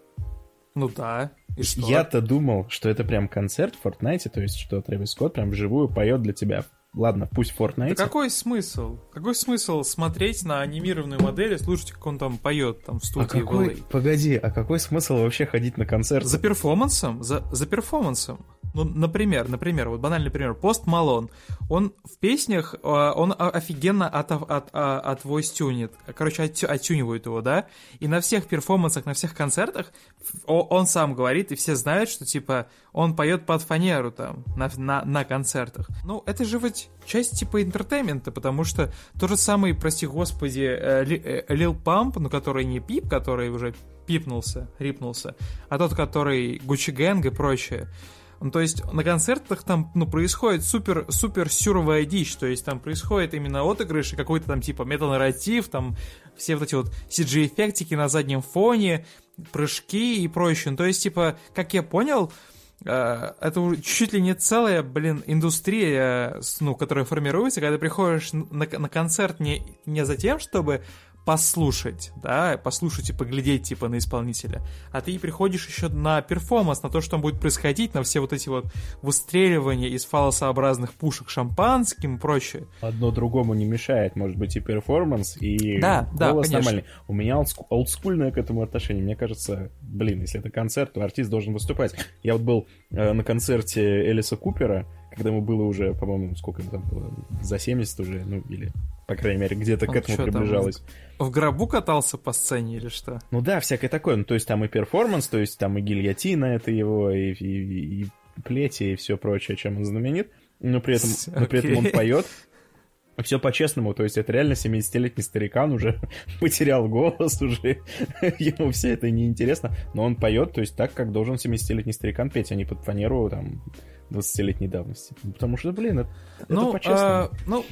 Ну да, и что? Я-то думал, что это прям концерт в Fortnite, то есть, что Трэвис Скотт прям вживую поет для тебя. Ладно, пусть в Fortnite. Да какой смысл? Какой смысл смотреть на анимированную модель и слушать, как он там поет там в студии? Погоди, а какой смысл вообще ходить на концерт? За перформансом? За перформансом. Ну, например, вот банальный пример, Пост Малон, он в песнях, он офигенно отвойстюнит, короче, оттюнивает его, да, и на всех перформансах, на всех концертах он сам говорит, и все знают, что, типа, он поет под фанеру там, на концертах. Ну, это же ведь часть, типа, интертеймента, потому что тот же самый, прости господи, Lil Pump, ну, который не Пип, который уже рипнулся. А тот, который Gucci Gang и прочее. Ну, то есть на концертах там, ну, происходит супер сюровая дичь, то есть там происходит именно отыгрыш и какой-то там типа метанарратив, там все вот эти вот CG-эффектики на заднем фоне, прыжки и прочее. Ну, то есть, типа, как я понял, это чуть ли не целая, индустрия, ну, которая формируется, когда ты приходишь на концерт не за тем, чтобы послушать и поглядеть, типа, на исполнителя, а ты приходишь еще на перформанс, на то, что там будет происходить, на все вот эти вот выстреливания из фалосообразных пушек шампанским и прочее. Одно другому не мешает, может быть, и перформанс, и голос нормальный. У меня олдскульное к этому отношение. Мне кажется, если это концерт, то артист должен выступать. Я вот был на концерте Элиса Купера, когда ему было уже, по-моему, сколько ему там было, за 70 уже, ну, или, по крайней мере, где-то к этому приближалось. В гробу катался по сцене или что? Ну да, всякое такое. Ну, то есть там и перформанс, то есть там и гильотина это его, и плети, и все прочее, чем он знаменит. Но при этом он поет. Все по-честному, то есть это реально 70-летний старикан уже потерял голос, уже ему все это неинтересно, но он поет, то есть так, как должен 70-летний старикан петь, а не под фанеру там 20-летней давности. Потому что, это по-честному.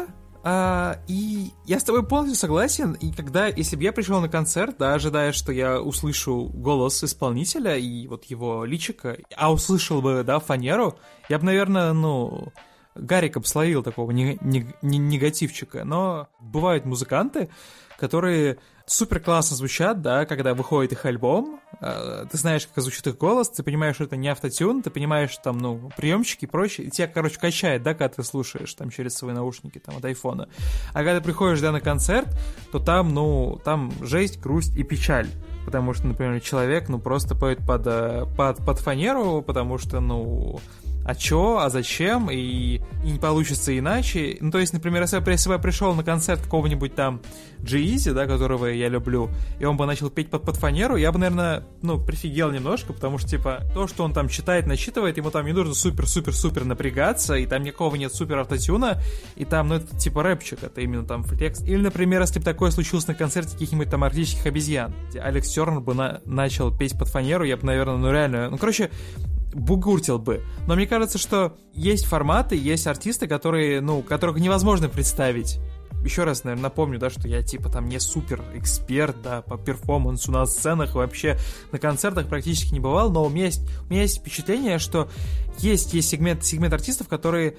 И я с тобой полностью согласен, и если бы я пришел на концерт, ожидая, что я услышу голос исполнителя и вот его личико, а услышал бы, фанеру, я бы, наверное, Гарик обсловил такого негативчика, но бывают музыканты, которые супер классно звучат, когда выходит их альбом, ты знаешь, как звучит их голос, ты понимаешь, что это не автотюн, ты понимаешь, что там, приемчики и прочее, и тебя, качает, когда ты слушаешь там через свои наушники там от айфона. А когда ты приходишь, на концерт, то там жесть, грусть и печаль. Потому что, например, человек, просто поет под фанеру, потому что, а чё, а зачем, и не получится иначе. То есть, например, если бы я пришел на концерт какого-нибудь там G-Eazy, которого я люблю, и он бы начал петь под фанеру, я бы, наверное, прифигел немножко, потому что, типа, то, что он там читает, начитывает, ему там не нужно супер-супер-супер напрягаться, и там никакого нет супер-автотюна, и там, это типа рэпчик, это именно там флекс. Или, например, если бы такое случилось на концерте каких-нибудь там арктических обезьян, где Алекс Тернер бы начал петь под фанеру, я бы, наверное, реально, бугуртил бы. Но мне кажется, что есть форматы, есть артисты, которые, которых невозможно представить. Еще раз, наверное, напомню, что я, типа, там не супер эксперт, по перформансу на сценах, вообще на концертах практически не бывал, но у меня есть впечатление, что есть сегмент артистов, которые,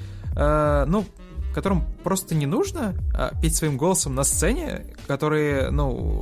которым просто не нужно петь своим голосом на сцене, которые,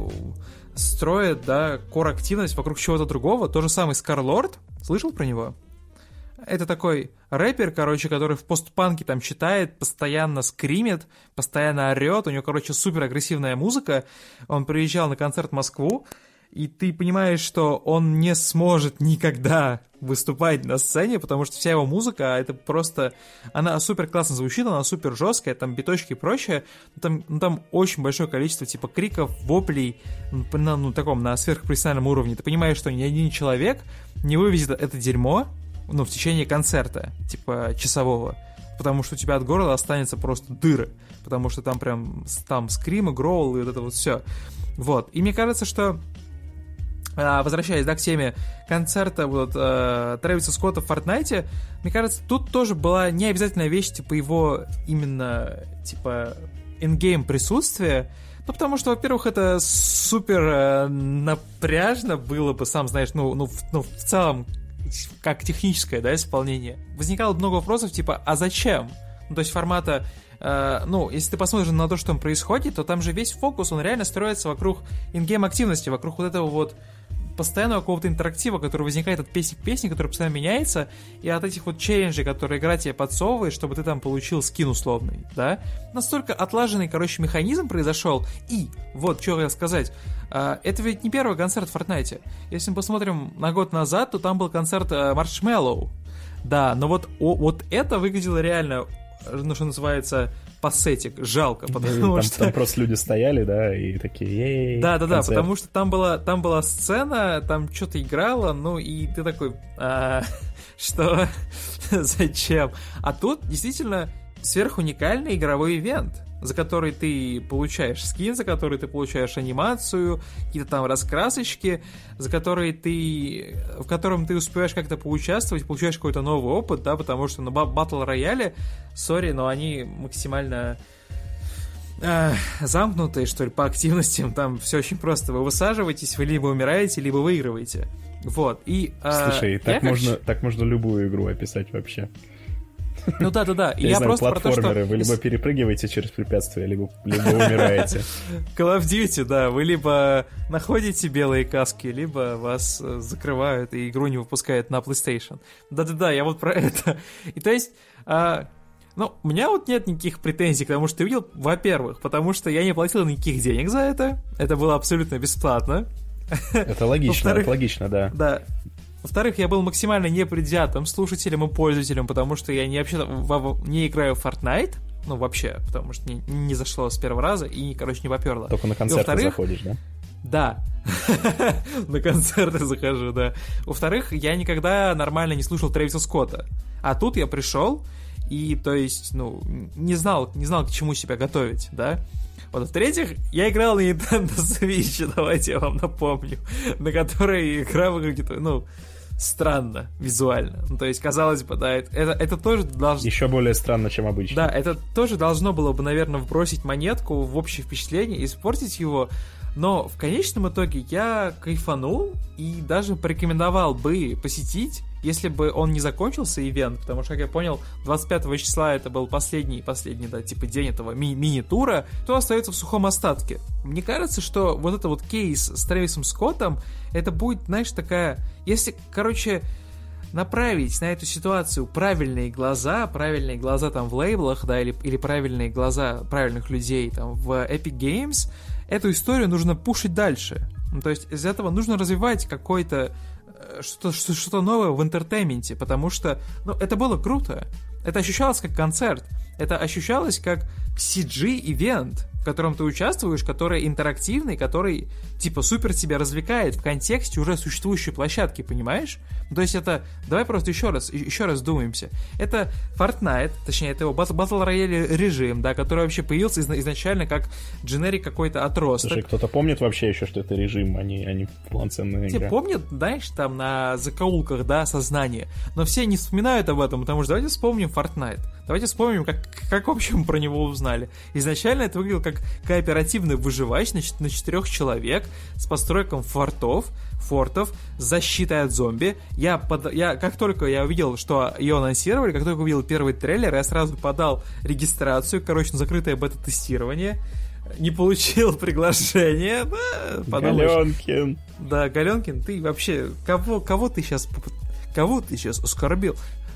строят, кор-активность вокруг чего-то другого. То же самое Скарлорд. Слышал про него? Это такой рэпер, который в постпанке там читает, постоянно скримит, постоянно орет. У него, супер агрессивная музыка. Он приезжал на концерт в Москву, и ты понимаешь, что он не сможет никогда выступать на сцене, потому что вся его музыка, это просто... Она супер классно звучит, она супер жесткая, там биточки и прочее. Там очень большое количество, типа, криков, воплей на сверхпрофессиональном уровне. Ты понимаешь, что ни один человек не вывезет это дерьмо, в течение концерта, типа, часового. Потому что у тебя от горла останется просто дыры. Потому что там скримы, гроул и вот это вот все. Вот. И мне кажется, что возвращаясь, к теме концерта Трэвиса Скотта в Fortnite, мне кажется, тут тоже была не обязательная вещь, типа, его именно, типа, ингейм присутствие. Потому что, во-первых, это супер напряжно было бы, сам знаешь, в целом, как техническое, исполнение. Возникало много вопросов, типа, а зачем? То есть формата, если ты посмотришь на то, что там происходит, то там же весь фокус, он реально строится вокруг ингейм активности, вокруг вот этого вот постоянного какого-то интерактива, который возникает от песни к песне, который постоянно меняется, и от этих вот челленджей, которые игра тебе подсовывает, чтобы ты там получил скин условный, Настолько отлаженный, механизм произошел, и, вот, что я сказать, это ведь не первый концерт в Fortnite. Если мы посмотрим на год назад, то там был концерт Marshmello, но вот это выглядело реально, что называется, пассетик, жалко, потому что... Там просто люди стояли, и такие, ей, Да, потому что там была сцена, там что-то играло, и ты такой, что? Зачем? А тут действительно сверхуникальный игровой ивент. за который ты получаешь скин, за который ты получаешь анимацию, какие-то там раскрасочки, в котором ты успеваешь как-то поучаствовать, получаешь какой-то новый опыт, да, потому что на батл рояле, сори, но они максимально замкнутые, что ли, по активностям, там все очень просто, вы высаживаетесь, вы либо умираете, либо выигрываете. Вот, и... Слушай, так можно любую игру описать вообще. Ну да. И я я знаю, просто про то, что... платформеры, вы либо перепрыгиваете через препятствия, либо умираете. Call of Duty, да, вы либо находите белые каски, либо вас закрывают и игру не выпускают на PlayStation. Да, я вот про это. И то есть... Ну, у меня вот нет никаких претензий к тому, что ты видел, во-первых, потому что я не платил никаких денег за это. Это было абсолютно бесплатно. Это логично, да. Да. Во-вторых, я был максимально непредвзятым слушателем и пользователем, потому что я не играю в Fortnite, ну, вообще, потому что не зашло с первого раза и, короче, не поперло. Только на концерты заходишь, да? Да. На концерты захожу, да. Во-вторых, я никогда нормально не слушал Трэвиса Скотта. А тут я пришел и, то есть, ну, не знал, к чему себя готовить, да. Вот, в-третьих, я играл на Nintendo Switch, давайте я вам напомню, на которой игра выглядит, ну, странно визуально. Ну, то есть, казалось бы, да, это тоже должно... Еще более странно, чем обычно. Да, это тоже должно было бы, наверное, вбросить монетку в общее впечатление, испортить его, но в конечном итоге я кайфанул и даже порекомендовал бы посетить, если бы он не закончился, ивент, потому что, как я понял, 25 числа это был последний, да, типа день этого мини-тура, то остается в сухом остатке. Мне кажется, что вот это вот кейс с Трэвисом Скоттом, это будет, знаешь, такая... Если, короче, направить на эту ситуацию правильные глаза там в лейблах, да, или правильные глаза правильных людей там в Epic Games, эту историю нужно пушить дальше. Ну, то есть из этого нужно развивать какой-то что-то новое в интертейменте, потому что, ну, это было круто. Это ощущалось как концерт. Это ощущалось как CG-ивент, в котором ты участвуешь, который интерактивный, который, типа, супер тебя развлекает в контексте уже существующей площадки, понимаешь? Ну, то есть это... Давай просто еще раз вдумаемся. Это Fortnite, точнее, это его Battle Royale режим, да, который вообще появился изначально как дженерик какой-то отросток. Слушай, кто-то помнит вообще еще, что это режим, а не полноценная игра? Все помнят, знаешь, там на закоулках, да, сознание, но все не вспоминают об этом, потому что давайте вспомним Fortnite. Давайте вспомним, как в общем про него узнали. Изначально это выглядело как кооперативный выживач на 4 человек с постройком фортов, с защитой от зомби. Как только я увидел, что ее анонсировали, как только увидел первый трейлер, я сразу подал регистрацию, короче, на закрытое бета-тестирование. Не получил приглашение. Да, Галенкин. Да, Галенкин, ты вообще... Кого ты сейчас оскорбил?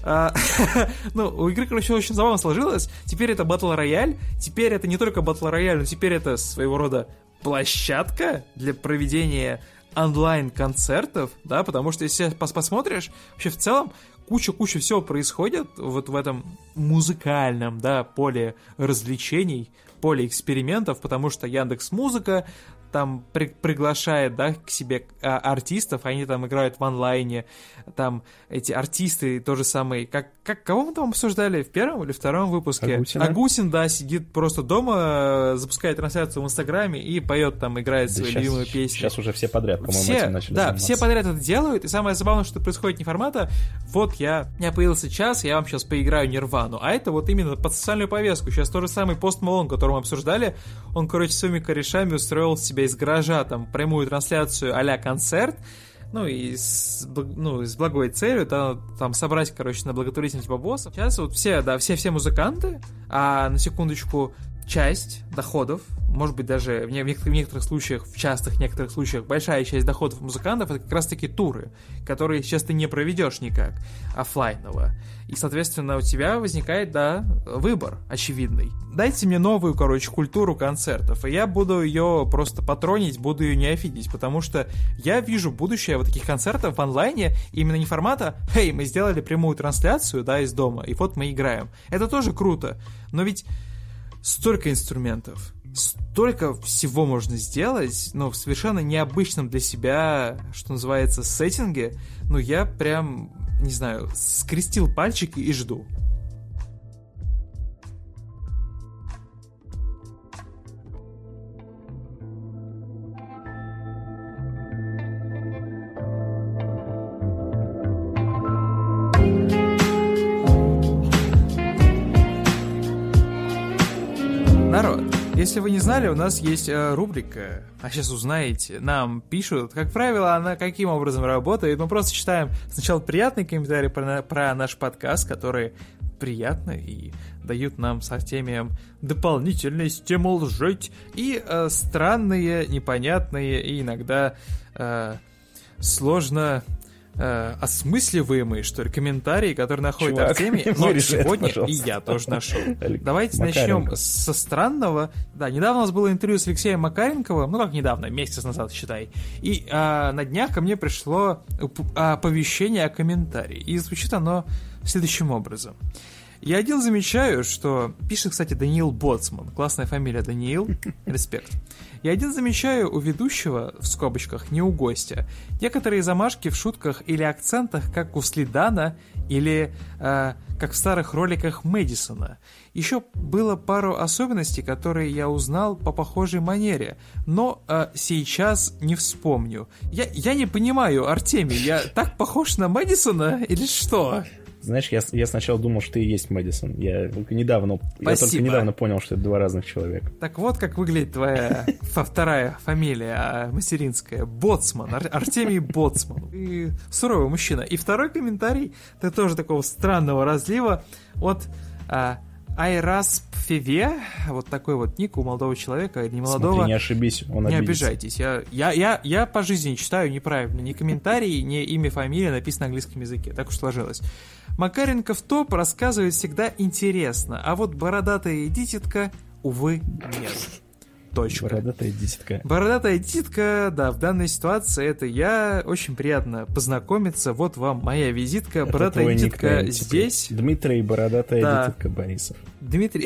Ну, у игры, короче, очень забавно сложилось. Теперь это Battle Royale. Теперь это не только Battle Royale, но теперь это своего рода площадка для проведения онлайн-концертов, да, потому что если посмотришь, вообще в целом куча всего происходит вот в этом музыкальном, да, поле развлечений, поле экспериментов, потому что Яндекс.Музыка там приглашает, да, к себе артистов, они там играют в онлайне, там эти артисты тоже самые, кого мы там обсуждали в первом или втором выпуске? Агусин, да, сидит просто дома, запускает трансляцию в Инстаграме и поет там, играет свои любимые песни. Сейчас уже все подряд, по-моему, этим начали заниматься. Все подряд это делают, и самое забавное, что происходит не формата, вот у меня появился час, я вам сейчас поиграю Нирвану, а это вот именно под социальную повестку. Сейчас тот же самый Пост Малон, которого мы обсуждали, он, короче, своими корешами устроил себе из гаража там прямую трансляцию а-ля концерт, ну и с благой целью там собрать, короче, на благотворительность бабосов. Сейчас вот все музыканты, а на секундочку часть доходов, может быть даже в некоторых случаях, в частых некоторых случаях, большая часть доходов музыкантов это как раз таки туры, которые сейчас ты не проведешь никак оффлайново. И, соответственно, у тебя возникает, да, выбор очевидный. Дайте мне новую, короче, культуру концертов, и я буду ее просто патронить, буду ее неофидить, потому что я вижу будущее вот таких концертов в онлайне, именно не формата «Хей, мы сделали прямую трансляцию, да, из дома, и вот мы играем». Это тоже круто, но ведь столько инструментов, столько всего можно сделать, но в совершенно необычном для себя, что называется, сеттинге, ну я прям, не знаю, скрестил пальчики и жду. если вы не знали, у нас есть рубрика, а сейчас узнаете, нам пишут, как правило, она каким образом работает. Мы просто читаем сначала приятные комментарии про наш подкаст, которые приятны и дают нам с Артемием дополнительный стимул жить, и странные, непонятные и иногда сложно осмысливаемые, что ли, комментарии, которые находят Артемий, но сегодня и я тоже нашел. Давайте начнем со странного. Да, недавно у нас было интервью с Алексеем Макаренковым, ну как недавно, месяц назад, считай, и на днях ко мне пришло оповещение о комментарии, и звучит оно следующим образом. Я один замечаю, что... Пишет, кстати, Даниил Боцман. Классная фамилия Даниил. Респект. Я один замечаю у ведущего, в скобочках, не у гостя, некоторые замашки в шутках или акцентах, как у Слидана, или как в старых роликах Мэдисона. Еще было пару особенностей, которые я узнал по похожей манере, но сейчас не вспомню. Я не понимаю, Артемий, я так похож на Мэдисона или что? Знаешь, я сначала думал, что ты и есть Мэдисон. Я только недавно понял, что это два разных человека. Так вот, как выглядит твоя вторая фамилия материнская. Боцман. Артемий Боцман. И суровый мужчина. И второй комментарий, это тоже такого странного разлива, от Айраспфеве. Вот такой вот ник у молодого человека, не молодого. Смотри, не ошибись, он не обидится. Обижайтесь. Я по жизни читаю неправильно. Ни комментарии, ни имя, фамилия написано на английском языке. Так уж сложилось. Макаренков топ рассказывает всегда интересно, а вот бородатая дитятка, увы, нет. Точка. Бородатая дитятка. Бородатая дитятка, да, в данной ситуации это я. Очень приятно познакомиться. Вот вам моя визитка. Это бородатая дитятка здесь. Дмитрий, бородатая дитятка Борисов. Дмитрий.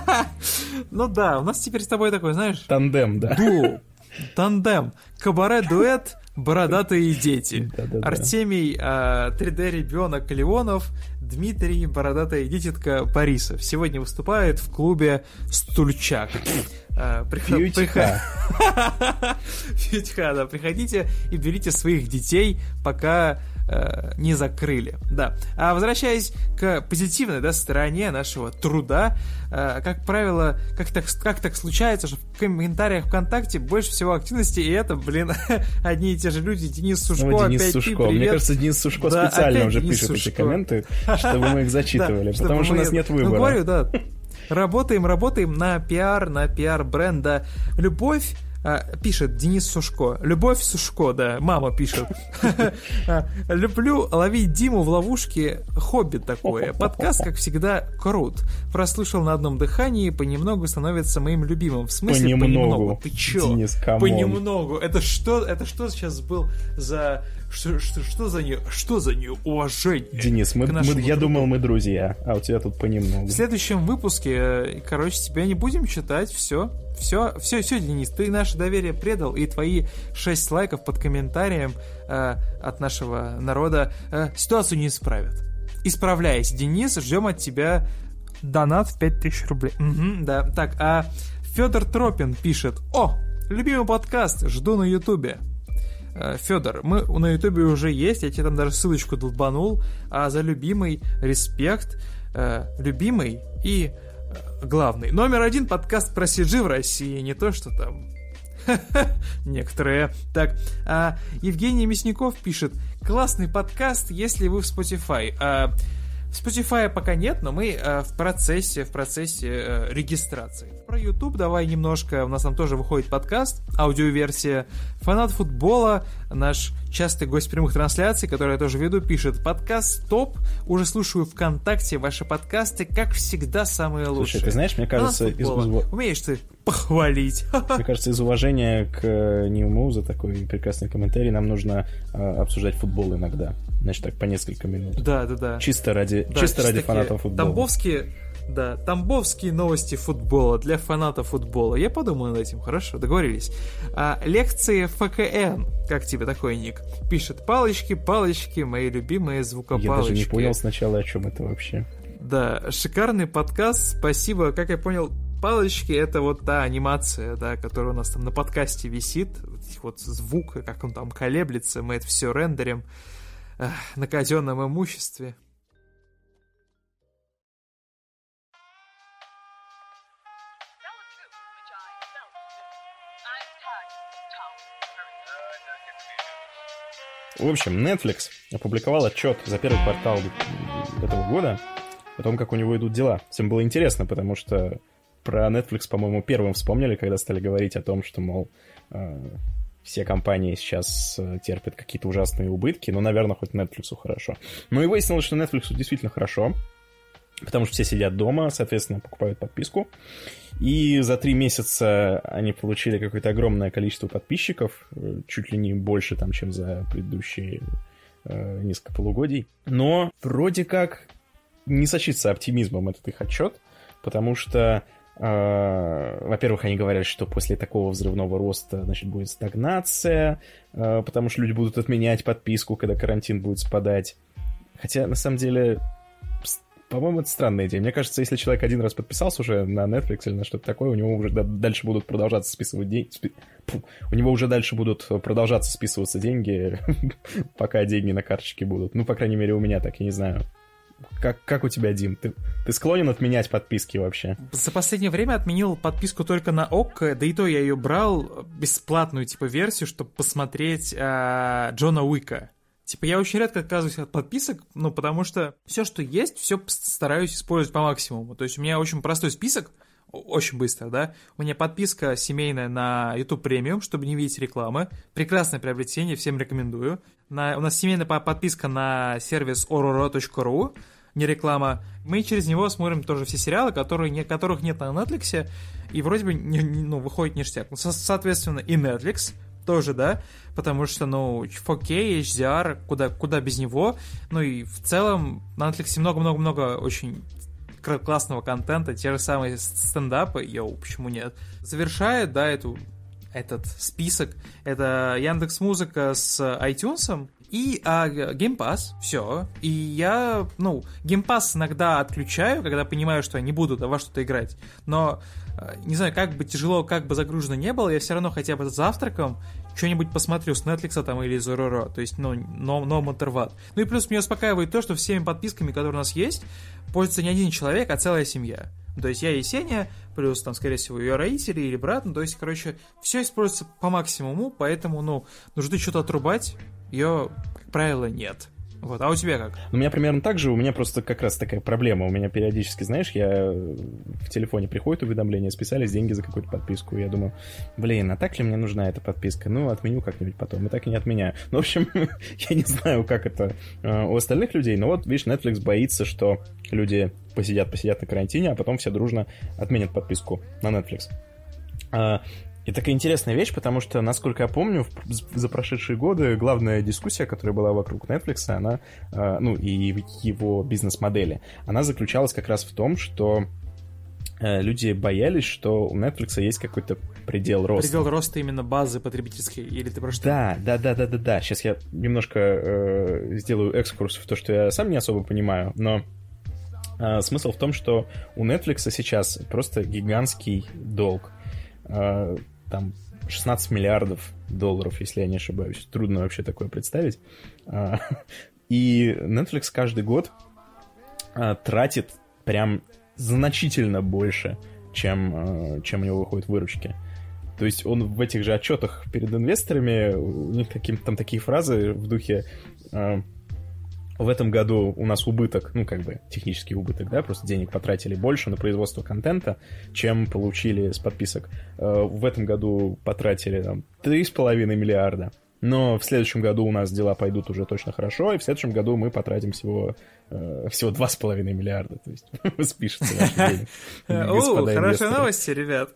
Ну да, у нас теперь с тобой такой, знаешь... Тандем, да. Дуо. Тандем. Кабаре-дуэт. Бородатые дети. Да-да-да. Артемий 3D-ребенок Леонов, Дмитрий бородатая дитятка Борисов. Сегодня выступает в клубе «Стульчак». Фьютьха. Фьютьха, да. Приходите и берите своих детей, пока не закрыли. Да. А возвращаясь к позитивной, да, стороне нашего труда, как правило, как так случается, что в комментариях ВКонтакте больше всего активности, и это, одни и те же люди. Денис Сушко, Денис опять Сушко. ты, привет. Мне кажется, Денис Сушко специально уже пишет эти комменты, чтобы мы их зачитывали, потому что у нас нет выбора. Ну, говорю, да. Работаем на пиар бренда «Любовь». Пишет Денис Сушко. Любовь Сушко, да, мама пишет. Люблю ловить Диму в ловушке. Хобби такое. Подкаст, как всегда, крут. Прослушал на одном дыхании, понемногу становится моим любимым. В смысле понемногу? Ты чё? Денис, понемногу. Это что сейчас был за... Что за неуважение? Денис, я думал, мы друзья, а у тебя тут понемногу. В следующем выпуске, тебя не будем читать, все, Денис, ты наше доверие предал, и твои 6 лайков под комментарием от нашего народа ситуацию не исправят. Исправляйся, Денис, ждем от тебя донат в 5000 рублей. Угу, да, так, Федор Тропин пишет: «О, любимый подкаст, жду на ютубе». Федор, мы на ютубе уже есть, я тебе там даже ссылочку долбанул, а за любимый респект, любимый и главный. Номер 1 подкаст про CG в России, не то что там некоторые. Так, Евгений Мясников пишет: классный подкаст, если вы в Spotify. В Spotify пока нет, но мы в процессе регистрации. Про YouTube давай немножко. У нас там тоже выходит подкаст, аудиоверсия. Фанат футбола, наш частый гость прямых трансляций, который я тоже веду, пишет: подкаст топ. Уже слушаю ВКонтакте ваши подкасты, как всегда, самые лучшие. Слушай, ты знаешь, мне кажется, умеешь ты похвалить. Мне кажется, из уважения к Ньюму за такой прекрасный комментарий нам нужно обсуждать футбол иногда. Значит, так по несколько минут. Да. Чисто ради фанатов футбола. Тамбовские новости футбола для фанатов футбола. Я подумаю над этим, хорошо, договорились. Лекции ФКН, как тебе такой ник? Пишет: палочки, мои любимые звукопалочки. Я даже не понял сначала, о чем это вообще. Да, шикарный подкаст, спасибо. Как я понял, палочки — это вот та анимация, да, которая у нас там на подкасте висит. Вот звук, как он там колеблется, мы это все рендерим на казенном имуществе. В общем, Netflix опубликовал отчет за первый квартал этого года о том, как у него идут дела. Всем было интересно, потому что про Netflix, по-моему, первым вспомнили, когда стали говорить о том, что, мол, все компании сейчас терпят какие-то ужасные убытки, но, наверное, хоть Netflix хорошо. Ну и выяснилось, что Netflix действительно хорошо, потому что все сидят дома, соответственно, покупают подписку. И за 3 месяца они получили какое-то огромное количество подписчиков, чуть ли не больше, там, чем за предыдущие несколько полугодий. Но вроде как не сочится оптимизмом этот их отчет, потому что, во-первых, они говорят, что после такого взрывного роста, значит, будет стагнация, потому что люди будут отменять подписку, когда карантин будет спадать. Хотя, на самом деле, по-моему, это странная идея. Мне кажется, если человек один раз подписался уже на Netflix или на что-то такое, у него уже дальше будут продолжаться списывать деньги. У него уже дальше будут продолжаться списываться деньги, пока деньги на карточке будут. Ну, по крайней мере, у меня так, я не знаю. Как у тебя, Дим? Ты склонен отменять подписки вообще? За последнее время отменил подписку только на ОК, да и то я ее брал бесплатную, типа, версию, чтобы посмотреть Джона Уика. Типа, я очень редко отказываюсь от подписок, ну, потому что все, что есть, все стараюсь использовать по максимуму. То есть у меня очень простой список, очень быстро, да. У меня подписка семейная на YouTube Premium, чтобы не видеть рекламы. Прекрасное приобретение, всем рекомендую. У нас семейная подписка на сервис ororo.ru, не реклама. Мы через него смотрим тоже все сериалы, которых нет на Netflix, и вроде бы выходит ништяк. Соответственно, и Netflix тоже, да, потому что, 4K, HDR, куда без него, ну и в целом на Netflix много-много-много очень классного контента, те же самые стендапы, почему нет. Завершает, да, этот список, это Яндекс.Музыка с iTunes и Game Pass, все. И я, Game Pass иногда отключаю, когда понимаю, что я не буду во что-то играть, но не знаю, как бы тяжело, как бы загружено не было, я все равно хотя бы за завтраком что-нибудь посмотрю с Netflix там или из Ororo, то есть, no matter what. Ну и плюс меня успокаивает то, что всеми подписками, которые у нас есть, пользуется не один человек, а целая семья. То есть я и Сеня, плюс там, скорее всего, ее родители или брат, то есть, короче, все используется по максимуму, поэтому, нужно что-то отрубать, ее, как правило, нет. Вот, а у тебя как? У меня примерно так же, у меня просто как раз такая проблема. У меня периодически, знаешь, в телефоне приходит уведомление, списались деньги за какую-то подписку, и я думаю, а так ли мне нужна эта подписка? Отменю как-нибудь потом, и так и не отменяю. В общем, я не знаю, как это у остальных людей, но вот, видишь, Netflix боится, что люди посидят на карантине, а потом все дружно отменят подписку на Netflix. И такая интересная вещь, потому что, насколько я помню, за прошедшие годы главная дискуссия, которая была вокруг Netflix, она, и его бизнес-модели, она заключалась как раз в том, что люди боялись, что у Netflix есть какой-то предел роста. Предел роста именно базы потребительской, или ты про что? Да. Сейчас я немножко сделаю экскурс в то, что я сам не особо понимаю, но смысл в том, что у Netflix сейчас просто гигантский долг. Там 16 миллиардов долларов, если я не ошибаюсь. Трудно вообще такое представить. И Netflix каждый год тратит прям значительно больше, чем у него выходит выручки. То есть он в этих же отчетах перед инвесторами, у них там такие фразы в духе... В этом году у нас убыток, технический убыток, да, просто денег потратили больше на производство контента, чем получили с подписок. В этом году потратили 3,5 миллиарда, но в следующем году у нас дела пойдут уже точно хорошо, и в следующем году мы потратим всего 2,5 миллиарда, то есть спишется ваши деньги. Хорошие новости, ребят.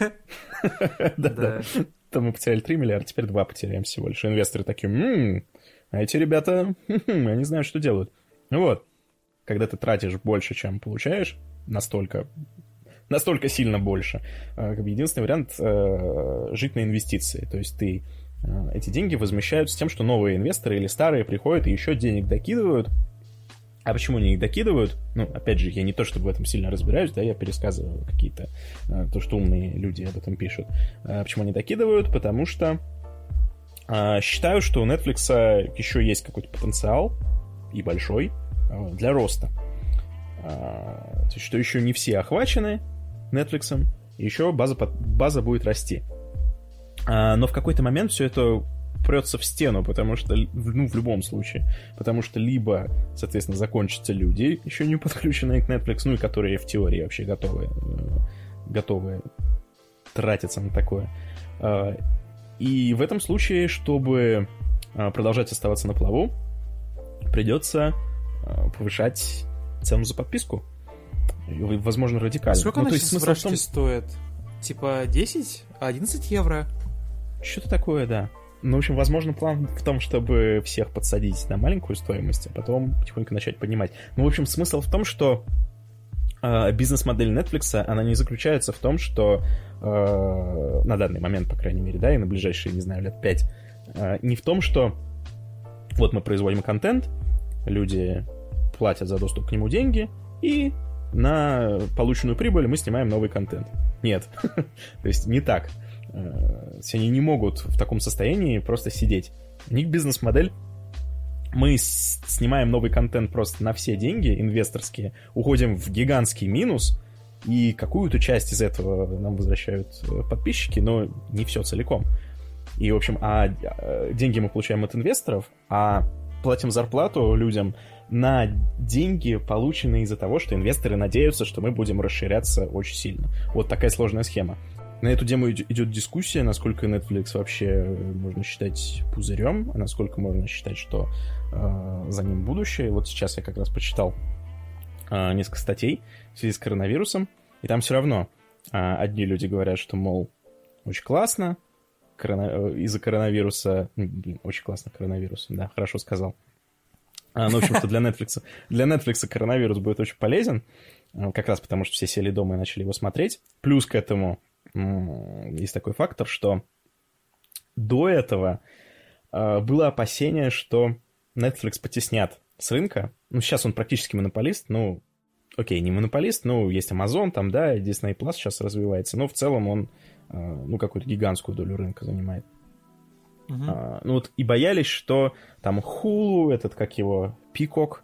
Да. То мы потеряли 3 миллиарда, теперь 2 потеряем всего лишь. Инвесторы такие, а эти ребята, они знают, что делают. Вот. Когда ты тратишь больше, чем получаешь, настолько сильно больше, единственный вариант жить на инвестиции. То есть ты эти деньги возмещаются тем, что новые инвесторы или старые приходят и еще денег докидывают. А почему они их докидывают? Опять же, я не то чтобы в этом сильно разбираюсь, да, я пересказываю какие-то, то, что умные люди об этом пишут. Почему они докидывают? Потому что считаю, что у Netflix еще есть какой-то потенциал, и большой, для роста. То есть, что еще не все охвачены Netflix, и еще база будет расти. Но в какой-то момент все это прется в стену, потому что, в любом случае, потому что либо, соответственно, закончатся люди, еще не подключенные к Netflix, и которые в теории вообще готовы тратиться на такое. И в этом случае, чтобы продолжать оставаться на плаву, придется повышать цену за подписку. Возможно, радикально. Сколько она сейчас в Рашке стоит? Типа 10? 11 евро? Что-то такое, да. В общем, возможно, план в том, чтобы всех подсадить на маленькую стоимость, а потом потихоньку начать поднимать. В общем, смысл в том, что бизнес-модель Netflix, она не заключается в том, что на данный момент, по крайней мере, да, и на ближайшие, не знаю, лет 5, не в том, что вот мы производим контент, люди платят за доступ к нему деньги, и на полученную прибыль мы снимаем новый контент. Нет. То есть не так. Они не могут в таком состоянии просто сидеть. У них бизнес-модель. Мы снимаем новый контент просто на все деньги инвесторские, уходим в гигантский минус, и какую-то часть из этого нам возвращают подписчики, но не все целиком. И, в общем, деньги мы получаем от инвесторов, а платим зарплату людям на деньги, полученные из-за того, что инвесторы надеются, что мы будем расширяться очень сильно. Вот такая сложная схема. На эту тему идет дискуссия, насколько Netflix вообще можно считать пузырем, а насколько можно считать, что за ним будущее. Вот сейчас я как раз почитал несколько статей в связи с коронавирусом, и там все равно одни люди говорят, что, мол, очень классно, из-за коронавируса... очень классно коронавирус, да, хорошо сказал. В общем-то, для Netflix коронавирус будет очень полезен, как раз потому, что все сели дома и начали его смотреть. Плюс к этому есть такой фактор, что до этого было опасение, что Netflix потеснят с рынка. Сейчас он практически монополист, окей, не монополист, есть Amazon, там, да, Disney Plus сейчас развивается, но в целом он, какую-то гигантскую долю рынка занимает. И боялись, что там Hulu, Peacock,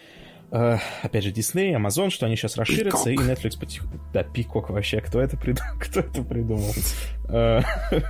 опять же, Disney, Amazon, что они сейчас расширятся, Peacock. И Netflix потихоньку... Да, Peacock вообще, кто это придумал? То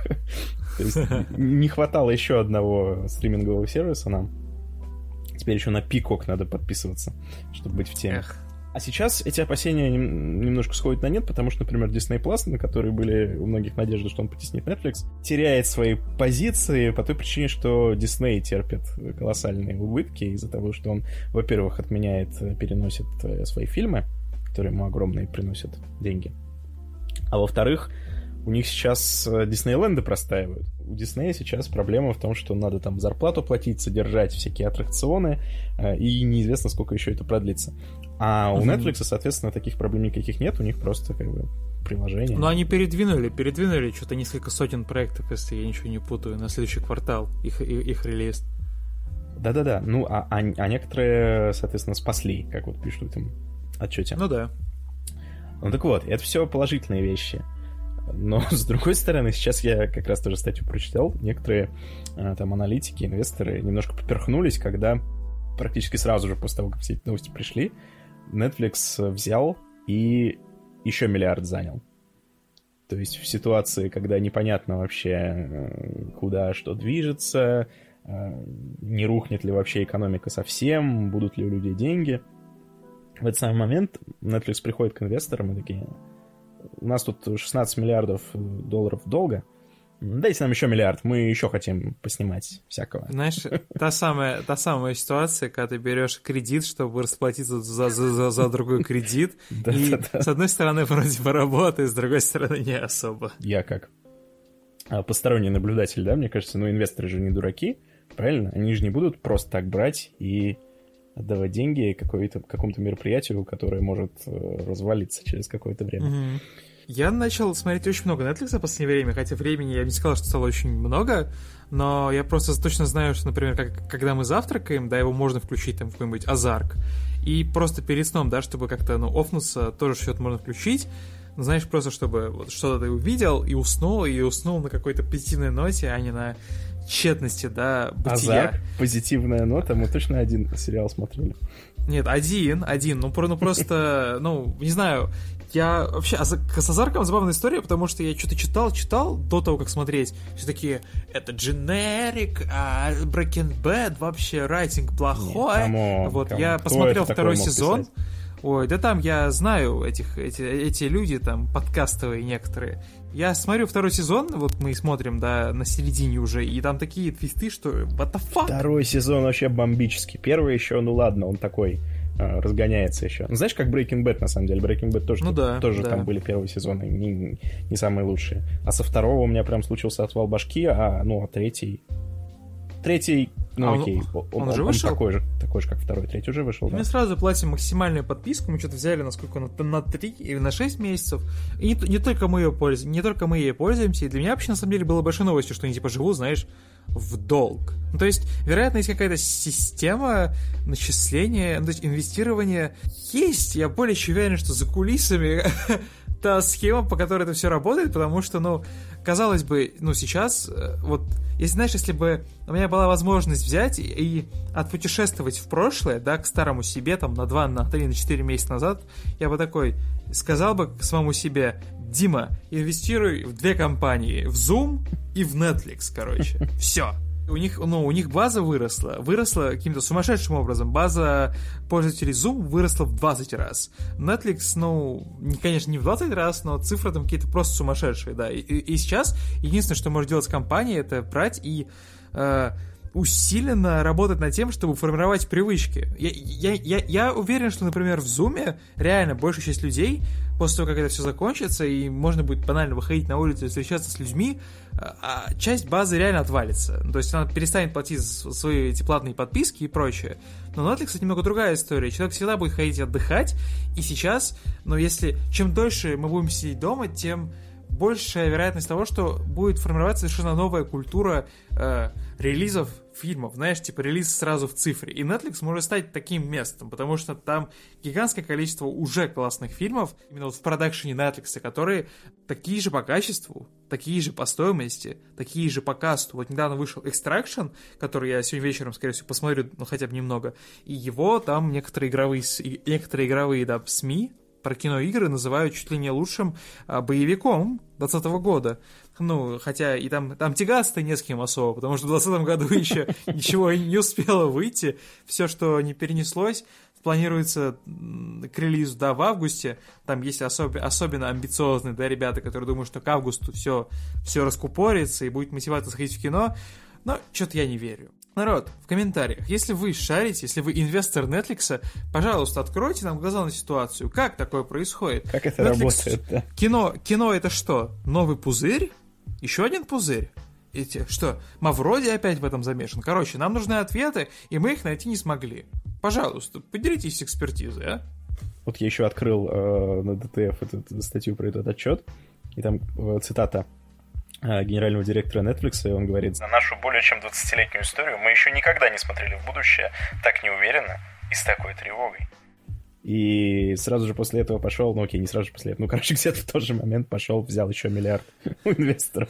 есть не хватало еще одного стримингового сервиса нам. Теперь еще на Peacock надо подписываться, чтобы быть в теме. А сейчас эти опасения немножко сходят на нет, потому что, например, Disney Plus, на который были у многих надежды, что он потеснит Netflix, теряет свои позиции по той причине, что Disney терпит колоссальные убытки из-за того, что он, во-первых, переносит свои фильмы, которые ему огромные приносят деньги, а во-вторых, у них сейчас Диснейленды простаивают. У Диснея сейчас проблема в том, что надо там зарплату платить, содержать всякие аттракционы, и неизвестно, сколько еще это продлится. А у Netflix, соответственно, таких проблем никаких нет, у них просто приложение. Но они передвинули что-то несколько сотен проектов, если я ничего не путаю, на следующий квартал их релиз. Да-да-да, а некоторые, соответственно, спасли, как вот пишут в этом отчете. Ну да. Так вот, это все положительные вещи. Но, с другой стороны, сейчас я как раз тоже статью прочитал, некоторые там аналитики, инвесторы немножко поперхнулись, когда практически сразу же после того, как все эти новости пришли, Netflix взял и еще миллиард занял. То есть в ситуации, когда непонятно вообще, куда что движется, не рухнет ли вообще экономика совсем, будут ли у людей деньги. В этот самый момент Netflix приходит к инвесторам и такие: у нас тут 16 миллиардов долларов долга, дайте нам еще миллиард, мы еще хотим поснимать всякого. Знаешь, та самая ситуация, когда ты берешь кредит, чтобы расплатиться за другой кредит, и с одной стороны вроде бы работает, с другой стороны не особо. Я как посторонний наблюдатель, да, мне кажется, инвесторы же не дураки, правильно? Они же не будут просто так брать и отдавать деньги какому-то мероприятию, которое может развалиться через какое-то время. Mm-hmm. Я начал смотреть очень много Netflix в последнее время, хотя времени я бы не сказал, что стало очень много, но я просто точно знаю, что, например, когда мы завтракаем, да, его можно включить там в какой-нибудь Озарк, и просто перед сном, да, чтобы как-то, офнуться, тоже что-то можно включить, знаешь, просто чтобы вот что-то ты увидел и уснул на какой-то позитивной ноте, а не на тщетности, да, бытия. Озарк, позитивная нота, мы точно один сериал смотрели. Нет, один, просто, не знаю, Я вообще, с Озарком забавная история, потому что я что-то читал до того, как смотреть. Все такие, это дженерик, Breaking Bad, вообще райтинг плохой. Я посмотрел второй сезон. Ой, да там я знаю эти люди, там, подкастовые некоторые. Я смотрю второй сезон, вот мы смотрим, да, на середине уже, и там такие твисты, что what the fuck? Второй сезон вообще бомбический. Первый еще, ну ладно, он такой... разгоняется еще. Ну, знаешь, как Breaking Bad, на самом деле. Breaking Bad тоже там были первые сезоны, не самые лучшие. А со второго у меня прям случился отвал башки, а третий... окей. Он уже вышел? Такой же, как второй. Третий уже вышел, да. Мы сразу платим максимальную подписку, мы что-то взяли, насколько на 3 или на 6 месяцев. И не только мы ей пользуемся, и для меня вообще, на самом деле, было большой новостью, что они, типа, живут, знаешь, в долг. Ну, то есть, вероятно, есть какая-то система начисления, то есть инвестирования есть. Я более чем уверен, что за кулисами та схема, по которой это все работает, потому что, казалось бы, сейчас, вот, если бы у меня была возможность взять и отпутешествовать в прошлое, да, к старому себе, там, на 2, на 3, на 4 месяца назад, я бы такой сказал бы к самому себе: Дима, инвестируй в 2 компании, в Zoom и в Netflix, короче. Все. У них база выросла каким-то сумасшедшим образом. База пользователей Zoom выросла в 20 раз. Netflix, конечно, не в 20 раз, но цифры там какие-то просто сумасшедшие, да. И сейчас единственное, что может делать компания, это брать и усиленно работать над тем, чтобы формировать привычки. Я уверен, что, например, в Zoom реально большая часть людей, после того, как это все закончится, и можно будет банально выходить на улицу и встречаться с людьми, часть базы реально отвалится. То есть она перестанет платить свои эти платные подписки и прочее. Но Netflix, кстати, немного другая история. Человек всегда будет ходить отдыхать, и сейчас, чем дольше мы будем сидеть дома, тем большая вероятность того, что будет формироваться совершенно новая культура релизов фильмов, знаешь, типа релиз сразу в цифре. И Netflix может стать таким местом, потому что там гигантское количество уже классных фильмов, именно в продакшене Netflix, которые такие же по качеству, такие же по стоимости, такие же по касту. Вот недавно вышел Extraction, который я сегодня вечером, скорее всего, посмотрю, хотя бы немного, и его там некоторые игровые да, СМИ про киноигры называют чуть ли не лучшим боевиком 2020 года. Хотя и там тягаться-то не с кем особо, потому что в 2020 году еще ничего не успело выйти. Все, что не перенеслось, планируется к релизу, да, в августе. Там есть особенно амбициозные, да, ребята, которые думают, что к августу все раскупорится и будет мотивация сходить в кино. Но что-то я не верю. Народ, в комментариях, если вы шарите, если вы инвестор Netflix, пожалуйста, откройте нам глаза на ситуацию. Как такое происходит? Как это работает, да? Кино это что? Новый пузырь? Еще один пузырь? Что, Мавроди опять в этом замешан? Короче, нам нужны ответы, и мы их найти не смогли. Пожалуйста, поделитесь экспертизой, а? Вот я еще открыл на DTF эту статью про этот отчет, и там цитата генерального директора Netflix, и он говорит: «За нашу более чем 20-летнюю историю мы еще никогда не смотрели в будущее так неуверенно и с такой тревогой». И сразу же после этого пошел, не сразу же после этого, где-то в тот же момент пошел, взял еще $1 миллиард у инвесторов.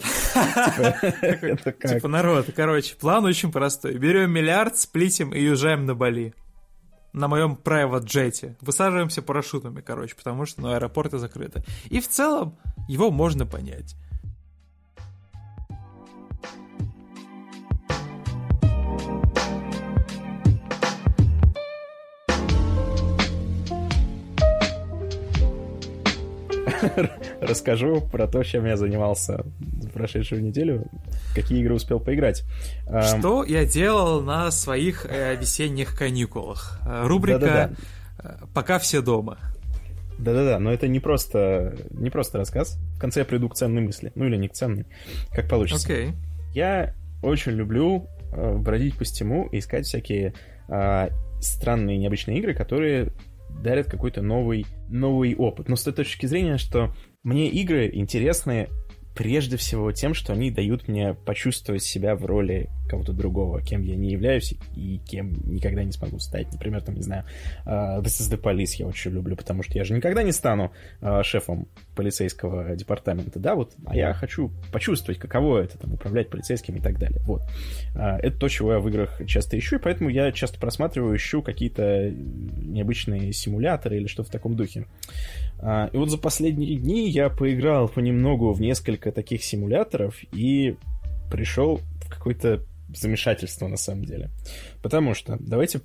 Типа, народ, короче, план очень простой. Берем $1 миллиард, сплитим и уезжаем на Бали. На моем private джете. Высаживаемся парашютами, потому что аэропорты закрыты. И в целом его можно понять. Расскажу про то, чем я занимался в прошедшую неделю, какие игры успел поиграть. Что я делал на своих весенних каникулах. Рубрика «Пока все дома». Да-да-да, но это не просто рассказ. В конце я приду к ценной мысли. Или не к ценной, как получится. Okay. Я очень люблю бродить по Стиму и искать всякие странные, необычные игры, которые дарят какой-то новый опыт. Но с той точки зрения, что мне игры интересны прежде всего тем, что они дают мне почувствовать себя в роли кого-то другого, кем я не являюсь и кем никогда не смогу стать. Например, This is the Police я очень люблю, потому что я же никогда не стану шефом полицейского департамента, да, а я хочу почувствовать, каково это, управлять полицейским и так далее. Это то, чего я в играх часто ищу, и поэтому я часто просматриваю, ищу какие-то необычные симуляторы или что-то в таком духе. И вот за последние дни я поиграл понемногу в несколько таких симуляторов и пришел в какое-то замешательство на самом деле. Потому что, давайте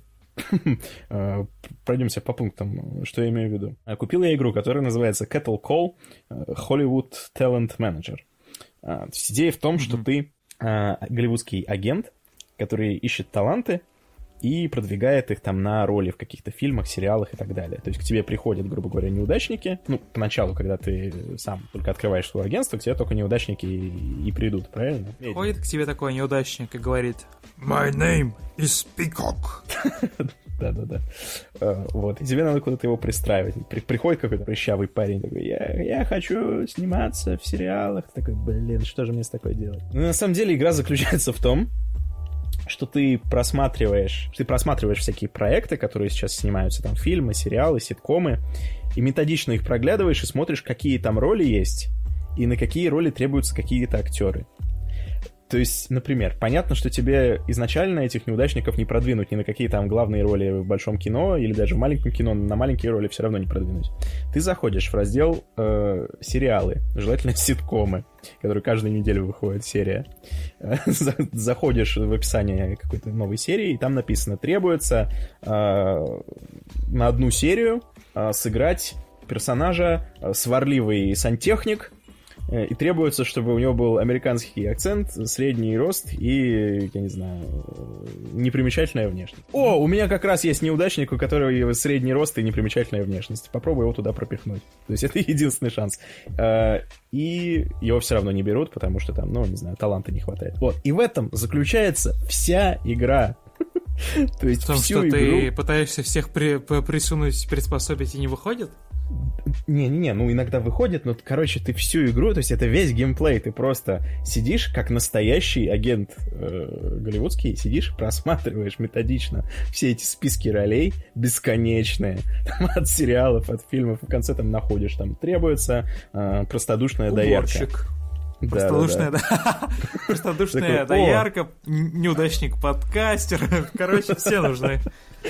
пройдемся по пунктам, что я имею в виду. Купил я игру, которая называется Cattle Call Hollywood Talent Manager. Идея в том, что ты голливудский агент, который ищет таланты и продвигает их там на роли в каких-то фильмах, сериалах и так далее. То есть к тебе приходят, грубо говоря, неудачники. Ну, поначалу, когда ты сам только открываешь свое агентство, к тебе только неудачники и придут, правильно? Ходит к тебе такой неудачник и говорит: «My name is Peacock». Да-да-да. Вот. И тебе надо куда-то его пристраивать. Приходит какой-то прыщавый парень, такой: я хочу сниматься в сериалах. Ты такой: блин, что же мне с такой делать? Ну, на самом деле, игра заключается в том, что ты просматриваешь всякие проекты, которые сейчас снимаются, там, фильмы, сериалы, ситкомы, и методично их проглядываешь и смотришь, какие там роли есть, и на какие роли требуются какие-то актеры. То есть, например, понятно, что тебе изначально этих неудачников не продвинуть ни на какие там главные роли в большом кино или даже в маленьком кино, на маленькие роли все равно не продвинуть. Ты заходишь в раздел сериалы, желательно ситкомы, которые каждую неделю выходит серия. Заходишь в описание какой-то новой серии, и там написано: требуется на одну серию сыграть персонажа сварливый сантехник, и требуется, чтобы у него был американский акцент, средний рост и, я не знаю, непримечательная внешность. О, у меня как раз есть неудачник, у которого средний рост и непримечательная внешность. Попробуй его туда пропихнуть. То есть это единственный шанс. И его все равно не берут, потому что там, ну, не знаю, таланта не хватает. Вот. И в этом заключается вся игра. То есть в том, всю что игру... ты пытаешься всех присунуть, приспособить и не выходит? Не-не-не, ну иногда выходит, но, короче, ты всю игру, то есть это весь геймплей, ты просто сидишь как настоящий агент голливудский, сидишь, просматриваешь методично все эти списки ролей бесконечные, там, от сериалов, от фильмов, в конце там находишь, там требуется простодушная доярка. Простодушная доярка, неудачник-подкастер, короче, все нужны.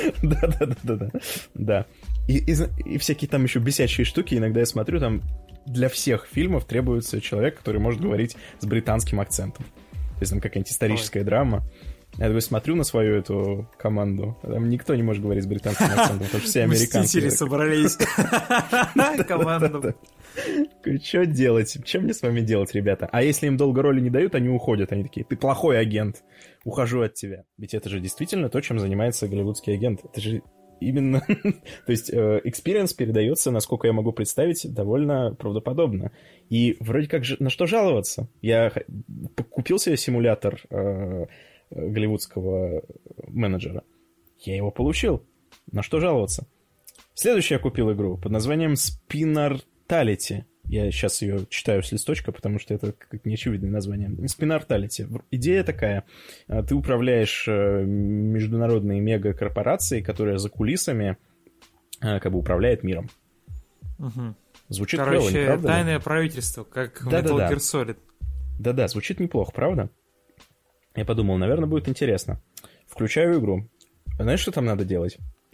Да. И всякие там еще бесячие штуки. Иногда я смотрю, там для всех фильмов требуется человек, который может говорить с британским акцентом. То есть там какая-нибудь историческая драма. Я такой смотрю на свою эту команду, там никто не может говорить с британским акцентом, потому что все американцы. Мстители собрались. Команда. Что делать? Что мне с вами делать, ребята? А если им долго роли не дают, они уходят. Они такие: ты плохой агент, ухожу от тебя. Ведь это же действительно то, чем занимается голливудский агент. Это же именно... То есть experience передается, насколько я могу представить, довольно правдоподобно. И вроде как же на что жаловаться? Я купил себе симулятор голливудского менеджера. Я его получил. На что жаловаться? Следующую я купил игру под названием Spinartality. Я сейчас ее читаю с листочка, потому что это как неочевидное название. Spinartality. Идея такая. Ты управляешь международной мегакорпорацией, которая за кулисами как бы управляет миром. Угу. Звучит клево, не правда? Тайное правительство, как в Metal Gear Solid. Да-да, звучит неплохо, правда? Я подумал, наверное, будет интересно. Включаю игру. Знаешь, что там надо делать?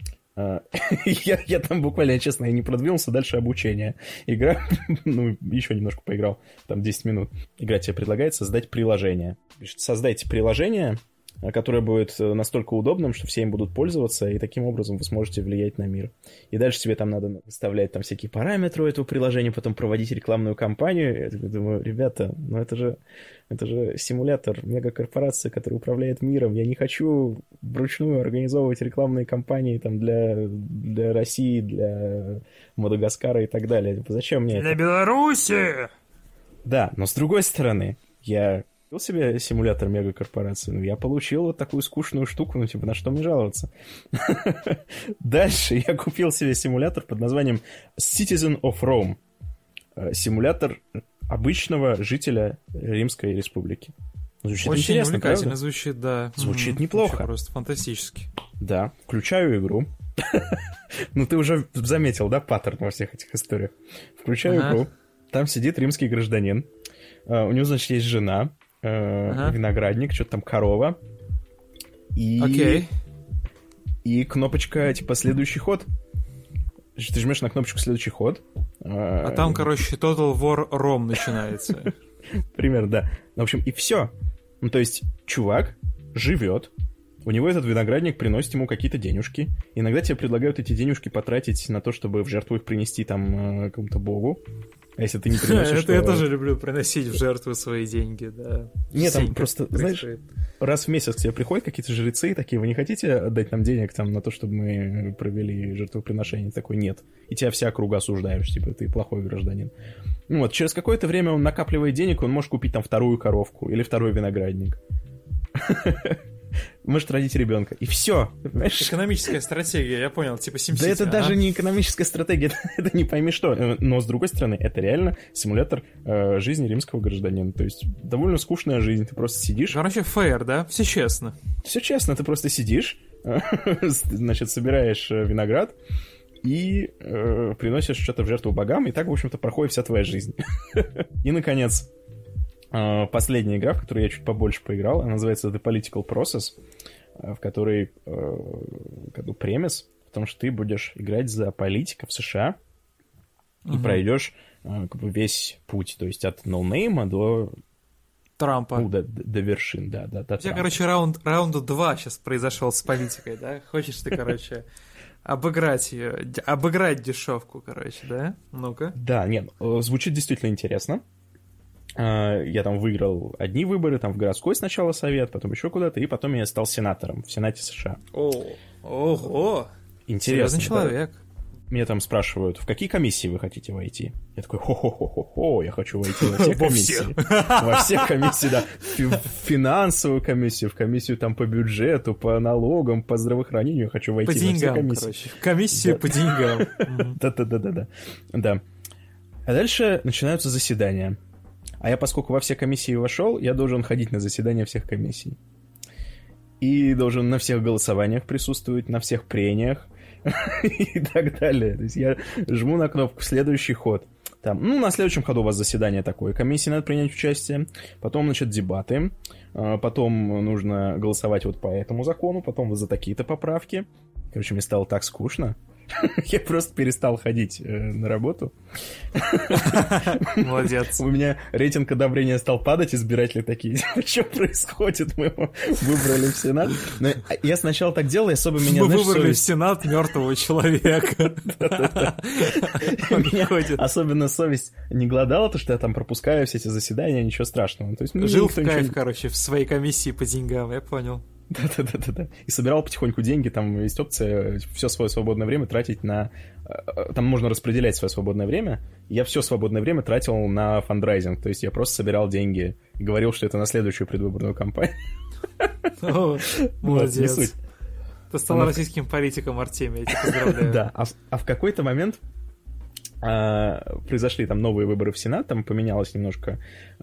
Я там буквально, честно, не продвинулся дальше обучения. Игра, ну, еще немножко поиграл, там 10 минут. Игра тебе предлагает создать приложение. Создайте приложение, которое будет настолько удобным, что все им будут пользоваться, и таким образом вы сможете влиять на мир. И дальше тебе там надо выставлять там всякие параметры у этого приложения, потом проводить рекламную кампанию. Я думаю, ребята, ну это же симулятор мегакорпорации, которая управляет миром. Я не хочу вручную организовывать рекламные кампании там для России, для Мадагаскара и так далее. Зачем мне это? Для Беларуси! Да, но с другой стороны, я купил себе симулятор мегакорпорации, но я получил вот такую скучную штуку, ну типа на что мне жаловаться? Дальше я купил себе симулятор под названием Citizen of Rome. Симулятор обычного жителя Римской Республики. Звучит очень интересно, увлекательно, правда? Звучит, да. Звучит неплохо. Просто фантастически. Да, включаю игру. Ну ты уже заметил, да, паттерн во всех этих историях. Включаю игру. Там сидит римский гражданин. У него, значит, есть жена, виноградник, что-то там корова. И кнопочка, типа, следующий ход. Ты жмешь на кнопочку следующий ход, А там, короче, Total War Rome начинается. Примерно, да. В общем, и все. Ну, то есть, чувак живет, у него этот виноградник приносит ему какие-то денежки. Иногда тебе предлагают эти денежки потратить на то, чтобы в жертву их принести там какому-то богу. А если ты не приносишь, это я тоже люблю приносить в жертву свои деньги, да. Нет, там просто, знаешь, раз в месяц к тебе приходят какие-то жрецы такие, вы не хотите отдать нам денег там на то, чтобы мы провели жертвоприношение? Такой, нет. И тебя вся округа осуждаешь, типа, ты плохой гражданин. Ну вот, через какое-то время он накапливает денег, он может купить там вторую коровку или второй виноградник. Может родить ребенка. И все. Экономическая стратегия, я понял, типа SimCity. Да это даже не экономическая стратегия, это не пойми что. Но, с другой стороны, это реально симулятор жизни римского гражданина. То есть довольно скучная жизнь. Ты просто сидишь... Короче, фэйр, да? Все честно. Все честно. Ты просто сидишь, значит, собираешь виноград и приносишь что-то в жертву богам, и так, в общем-то, проходит вся твоя жизнь. И, наконец... Последняя игра, в которую я чуть побольше поиграл, она называется The Political Process, в которой премис в том, что ты будешь играть за политика в США и пройдешь весь путь, то есть от ноунейма до Трампа. До вершин, да. У тебя, короче, раунда 2 сейчас произошел с политикой, да? Хочешь ты, короче, обыграть ее, обыграть дешевку, короче, да? Ну-ка. Да, нет, звучит действительно интересно. Я там выиграл одни выборы, там в городской сначала совет, потом еще куда-то, и потом я стал сенатором в Сенате США. Ого! Интересно. Серьезный человек. Меня там спрашивают, в какие комиссии вы хотите войти? Я такой, хо-хо-хо-хо-хо, я хочу войти во все комиссии. Во все комиссии, да. В финансовую комиссию, в комиссию там по бюджету, по налогам, по здравоохранению я хочу войти во все комиссии. По деньгам, короче. Комиссию по деньгам. Да. А дальше начинаются заседания. А я, поскольку во все комиссии вошел, я должен ходить на заседания всех комиссий. И должен на всех голосованиях присутствовать, на всех прениях и так далее. То есть я жму на кнопку «Следующий ход». Там, на следующем ходу у вас заседание такое. Комиссии надо принять участие. Потом, значит, дебаты. Потом нужно голосовать вот по этому закону. Потом вот за такие-то поправки. Короче, мне стало так скучно. Я просто перестал ходить на работу. Молодец. У меня рейтинг одобрения стал падать, избиратели такие, что происходит? Мы его выбрали в Сенат. Но я сначала так делал, и особо меня... Мы выбрали в Сенат мертвого человека. Особенно совесть не голодала, то что я там пропускаю все эти заседания, ничего страшного. Жил в кайф, короче, в своей комиссии по деньгам, я понял. Да. И собирал потихоньку деньги, там есть опция все свое свободное время тратить на... Там можно распределять свое свободное время. Я все свободное время тратил на фандрайзинг, то есть я просто собирал деньги и говорил, что это на следующую предвыборную кампанию. Молодец. Ты стал российским политиком, Артемий, я тебя поздравляю. Да, а в какой-то момент произошли там новые выборы в Сенат, там поменялась немножко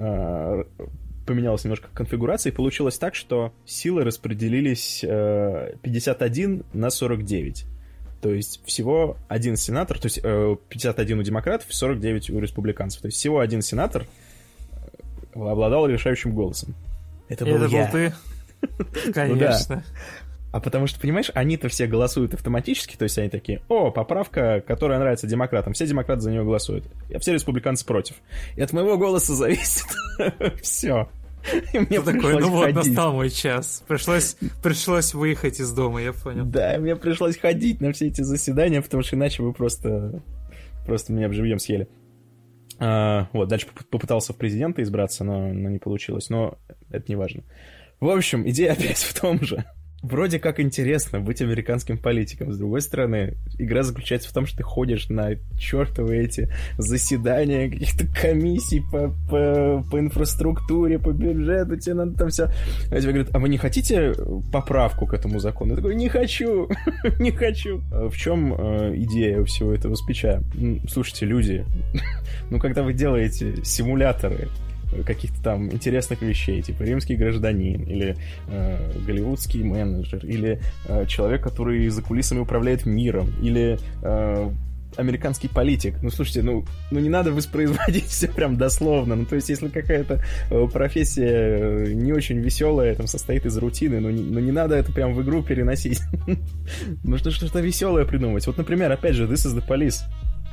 конфигурация, и получилось так, что силы распределились 51 на 49. То есть всего один сенатор, то есть 51 у демократов, 49 у республиканцев. То есть всего один сенатор обладал решающим голосом. Это был ты? Конечно. А потому что, понимаешь, они-то все голосуют автоматически, то есть они такие, поправка, которая нравится демократам, все демократы за нее голосуют, а все республиканцы против. И от моего голоса зависит все. И мне такой, вот, настал мой час. Пришлось выехать из дома, я понял. Да, мне пришлось ходить на все эти заседания, потому что иначе вы просто меня живьем съели. Вот, дальше попытался в президенты избраться, но не получилось, но это не важно. В общем, идея опять в том же. Вроде как интересно быть американским политиком. С другой стороны, игра заключается в том, что ты ходишь на чертовы эти заседания каких-то комиссий по инфраструктуре, по бюджету, тебе надо там все... А тебе говорят, а вы не хотите поправку к этому закону? Я такой, не хочу, не хочу. В чем идея всего этого спича? Слушайте, люди, когда вы делаете симуляторы каких-то там интересных вещей, типа римский гражданин, или голливудский менеджер, или человек, который за кулисами управляет миром, или американский политик. Слушайте, не надо воспроизводить все прям дословно. То есть, если какая-то профессия не очень веселая, там состоит из рутины, не надо это прям в игру переносить. Нужно что-то веселое придумать. Вот, например, опять же, This is the Police.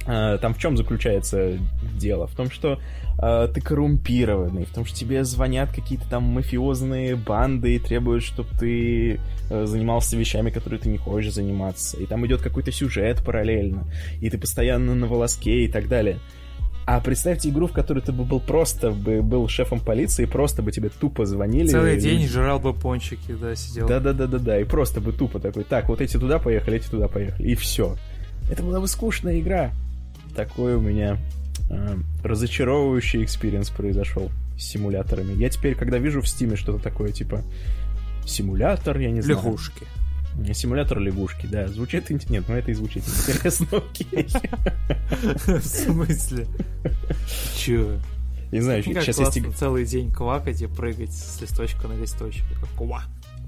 Там в чем заключается дело? В том, что ты коррумпированный, в том, что тебе звонят какие-то там мафиозные банды и требуют, чтобы ты занимался вещами, которые ты не хочешь заниматься. И там идет какой-то сюжет параллельно, и ты постоянно на волоске и так далее. А представьте игру, в которой ты бы был шефом полиции, и просто бы тебе тупо звонили. Целый день жрал бы пончики, да, сидел. Да, и просто бы тупо такой, так, вот эти туда поехали, и все. Это была бы скучная игра. Такой у меня разочаровывающий экспириенс произошел с симуляторами. Я теперь, когда вижу в Стиме что-то такое, типа симулятор, я не знаю. Лягушки. Симулятор лягушки, да. Звучит интересно. Нет, это и звучит интересно, окей. В смысле? Чё? Не знаю, сейчас есть... целый день квакать и прыгать с листочка на листочек. Ква.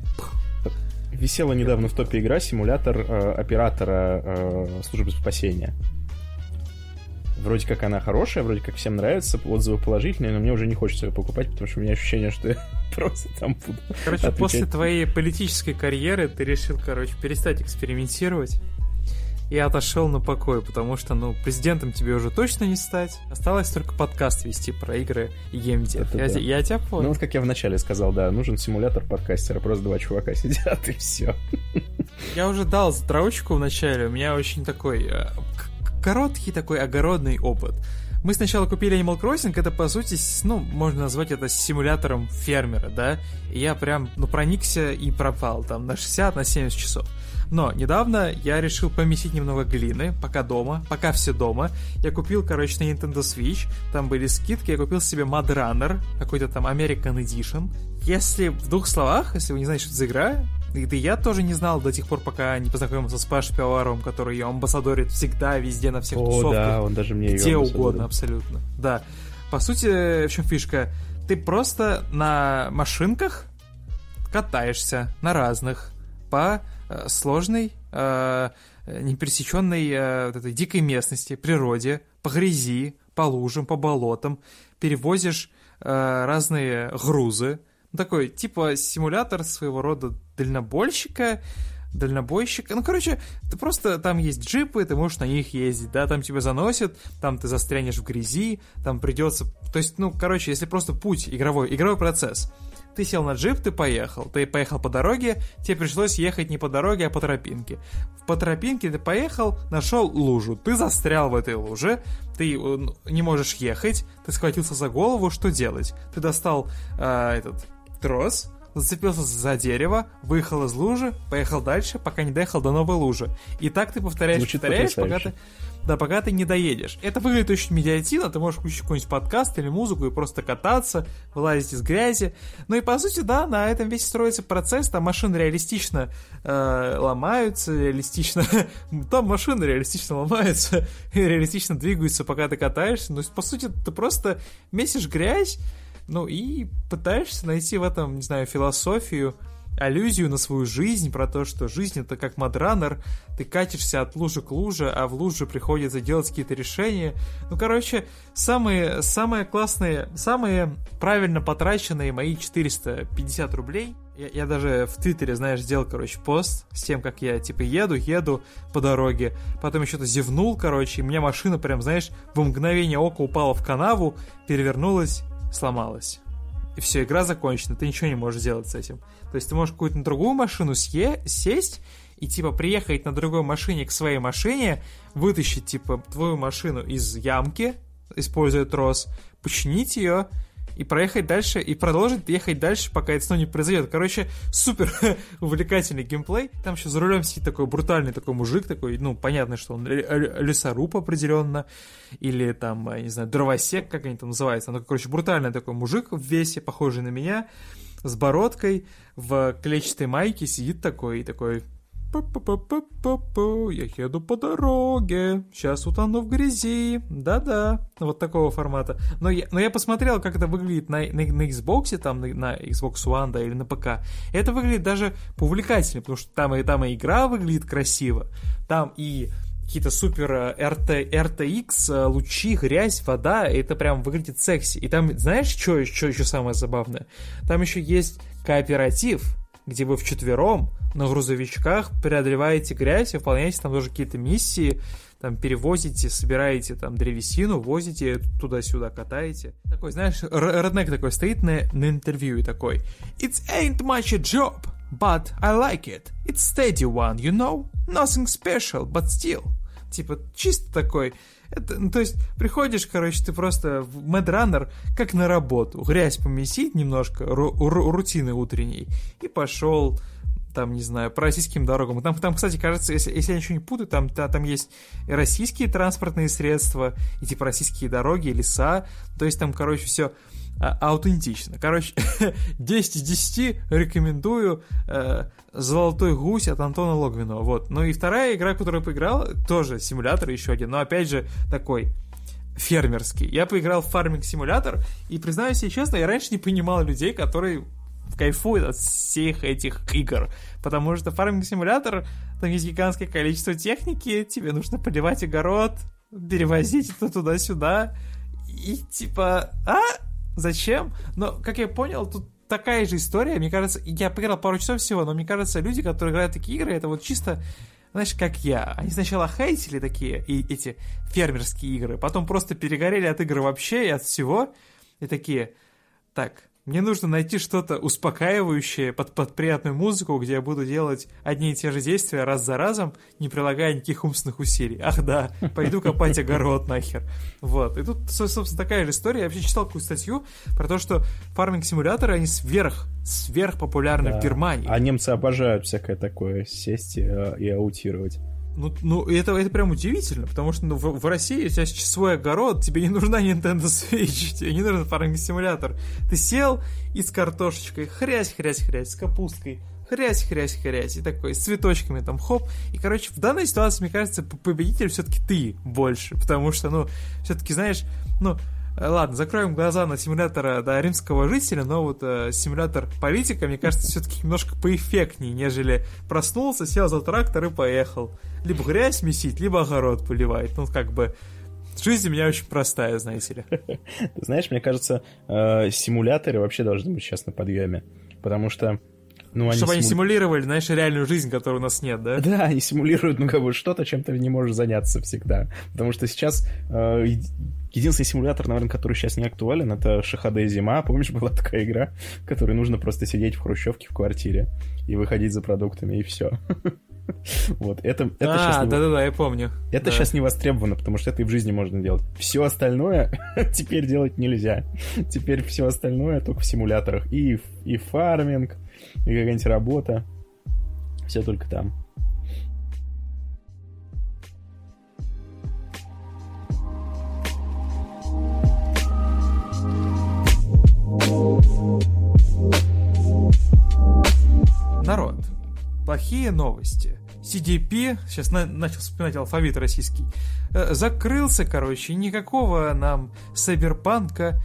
Висела недавно в топе игра симулятор оператора службы спасения. Вроде как она хорошая, вроде как всем нравится, отзывы положительные, но мне уже не хочется ее покупать, потому что у меня ощущение, что я просто там буду отвечать. После твоей политической карьеры ты решил, перестать экспериментировать и отошел на покой, потому что, президентом тебе уже точно не стать. Осталось только подкаст вести про игры и геймдев. Я тебя понял. Вот как я вначале сказал, да, нужен симулятор подкастера, просто два чувака сидят и все. Я уже дал затравочку в начале, у меня очень такой... короткий такой огородный опыт. Мы сначала купили Animal Crossing, это по сути, можно назвать это симулятором фермера, да? И я прям, проникся и пропал там на 60, на 70 часов. Но недавно я решил поместить немного глины, пока все дома. Я купил, на Nintendo Switch, там были скидки, я купил себе Mud Runner, какой-то там American Edition. Если в двух словах, если вы не знаете, что это за игра, и я тоже не знал до тех пор, пока не познакомился с Пашей Пивоваровым, который ее амбассадорит всегда, везде, на всех тусовках. Да, он даже мне ее где угодно, абсолютно. Да. По сути, в чем фишка? Ты просто на машинках катаешься, на разных, по сложной, непересеченной этой дикой местности, природе, по грязи, по лужам, по болотам, перевозишь разные грузы. Такой, типа, симулятор своего рода дальнобойщика. Ты просто, там есть джипы, ты можешь на них ездить, да, там тебя заносят, там ты застрянешь в грязи, там придется... То есть, если просто путь, игровой процесс. Ты сел на джип, ты поехал по дороге, тебе пришлось ехать не по дороге, а по тропинке. По тропинке ты поехал, нашел лужу, ты застрял в этой луже, ты не можешь ехать, ты схватился за голову, что делать? Ты достал трос, зацепился за дерево, выехал из лужи, поехал дальше, пока не доехал до новой лужи. И так ты повторяешь, пока ты не доедешь. Это выглядит очень медиативно, ты можешь включить какой-нибудь подкаст или музыку и просто кататься, вылазить из грязи. И по сути, да, на этом весь строится процесс, там машины реалистично ломаются, там машины реалистично ломаются и реалистично двигаются, пока ты катаешься. По сути, ты просто месишь грязь, и пытаешься найти в этом, не знаю, философию, аллюзию на свою жизнь, про то, что жизнь — это как мадраннер, ты катишься от лужи к луже, а в луже приходится делать какие-то решения. Самые классные, самые правильно потраченные мои 450 рублей. Я даже в Твиттере, сделал, пост с тем, как я, еду по дороге, потом еще-то зевнул, и мне машина прям, в мгновение ока упала в канаву, перевернулась, сломалась. И все, игра закончена, ты ничего не можешь сделать с этим. То есть ты можешь какую-то на другую машину сесть и, приехать на другой машине к своей машине, вытащить, твою машину из ямки, используя трос, починить ее и проехать дальше, и продолжить ехать дальше, пока это снова не произойдет. Супер увлекательный геймплей. Там еще за рулем сидит такой брутальный такой мужик, такой, понятно, что он лесоруб определенно, или там, я не знаю, дровосек, как они там называются. Брутальный такой мужик в весе, похожий на меня, с бородкой, в клетчатой майке сидит такой, я еду по дороге, сейчас утону в грязи, да-да, вот такого формата. Но я посмотрел, как это выглядит на Xbox, там, на Xbox One, да, или на ПК. Это выглядит даже поувлекательнее, потому что там и игра выглядит красиво, там и какие-то супер RTX, лучи, грязь, вода, и это прям выглядит секси. И там, знаешь, что еще самое забавное? Там еще есть кооператив, где вы вчетвером на грузовичках преодолеваете грязь, выполняете там тоже какие-то миссии, там перевозите, собираете там древесину, возите туда-сюда, катаете. Такой, знаешь, реднек такой стоит на интервью и такой: It ain't much a job, but I like it. It's steady one, you know? Nothing special, but still. Типа, чисто такой. Это, ну, то есть, приходишь, короче, ты просто в Mad Runner как на работу. Грязь помесить немножко, рутины утренней, и пошел, там, не знаю, по российским дорогам. Там, кстати, кажется, если я ничего не путаю, там есть и российские транспортные средства, и типа российские дороги, леса. То есть там, короче, все аутентично. Короче, 10 из 10 рекомендую. «Золотой гусь» от Антона Логвинова. Вот. Ну и вторая игра, которую я поиграл, тоже симулятор еще один, но опять же такой фермерский. Я поиграл в Farming Simulator, и, признаюсь себе честно, я раньше не понимал людей, которые кайфуют от всех этих игр. Потому что Farming Simulator, там есть гигантское количество техники, тебе нужно поливать огород, перевозить это туда-сюда, и типа, зачем? Но, как я понял, тут такая же история. Мне кажется, я поиграл пару часов всего, но мне кажется, люди, которые играют в такие игры, это вот чисто, знаешь, как я. Они сначала хейтили такие эти фермерские игры, потом просто перегорели от игр вообще и от всего, и такие: так, мне нужно найти что-то успокаивающее под приятную музыку, где я буду делать одни и те же действия раз за разом, не прилагая никаких умственных усилий. Ах да, пойду копать огород нахер. Вот. И тут, собственно, такая же история. Я вообще читал какую-то статью про то, что фарминг-симуляторы, они сверхпопулярны в Германии. А немцы обожают всякое такое сесть и аутировать. Ну это прям удивительно, потому что в России у тебя свой огород, тебе не нужна Nintendo Switch, тебе не нужен фарминг-симулятор. Ты сел и с картошечкой хрясь-хрясь-хрясь, с капусткой хрясь-хрясь-хрясь, и такой, с цветочками там хоп. И, короче, в данной ситуации, мне кажется, победитель все-таки ты больше, потому что, все-таки, знаешь, ладно, закроем глаза на симулятора римского жителя, но вот симулятор политика, мне кажется, все-таки немножко поэффектнее, нежели проснулся, сел за трактор и поехал. Либо грязь месить, либо огород поливать. Как бы жизнь у меня очень простая, знаете ли. Ты знаешь, мне кажется, симуляторы вообще должны быть сейчас на подъеме, потому что чтобы они симулировали, знаешь, реальную жизнь, которой у нас нет, да? Да, они симулируют, что-то, чем ты не можешь заняться всегда. Потому что сейчас единственный симулятор, наверное, который сейчас не актуален, это ШХД Зима. Помнишь, была такая игра, в которой нужно просто сидеть в хрущевке в квартире и выходить за продуктами, и все. Вот, это сейчас... Да, я помню. Это сейчас не востребовано, потому что это и в жизни можно делать. Все остальное теперь делать нельзя. Теперь все остальное только в симуляторах. И фарминг, и какая-нибудь работа. Все только там. Народ, плохие новости. CDP, сейчас начал вспоминать алфавит российский, закрылся, короче, никакого нам сайберпанка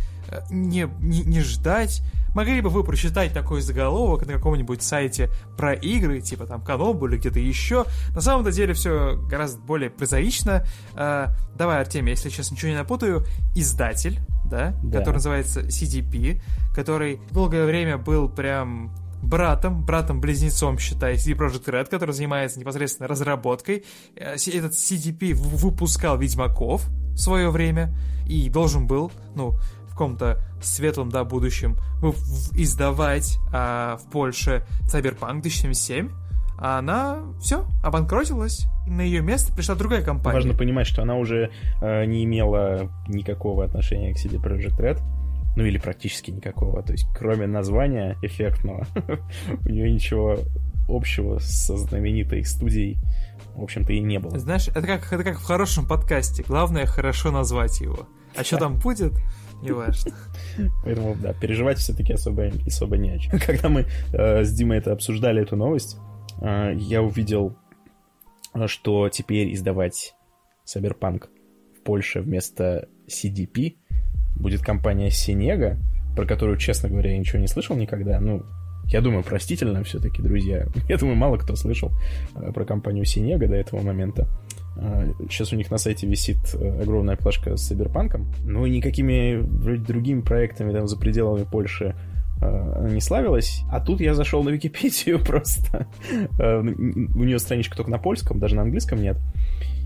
не ждать. Могли бы вы прочитать такой заголовок на каком-нибудь сайте про игры, типа там Канобу или где-то еще. На самом-то деле все гораздо более прозаично. Давай, Артемий, если сейчас ничего не напутаю, издатель, да, который называется CDP, который долгое время был прям братом-близнецом, считай, CD Projekt Red, который занимается непосредственно разработкой. Этот CDP выпускал Ведьмаков в свое время и должен был, в каком-то светлом, будущем издавать в Польше Cyberpunk 2077, а она все, обанкротилась. На ее место пришла другая компания. Важно понимать, что она уже не имела никакого отношения к CD Projekt Red. Или практически никакого. То есть, кроме названия эффектного, у нее ничего общего со знаменитой студией, в общем-то, и не было. Знаешь, это как в хорошем подкасте. Главное, хорошо назвать его. А что там будет, неважно. Поэтому, переживать все-таки особо не о чем. Когда мы с Димой обсуждали эту новость, я увидел, что теперь издавать Cyberpunk в Польше вместо CDP будет компания Синега, про которую, честно говоря, я ничего не слышал никогда. Я думаю, простительно все-таки, друзья. Я думаю, мало кто слышал про компанию Синега до этого момента. Сейчас у них на сайте висит огромная плашка с Cyberpunk'ом. И никакими другими проектами там за пределами Польши она не славилась. А тут я зашел на Википедию просто. У нее страничка только на польском, даже на английском нет.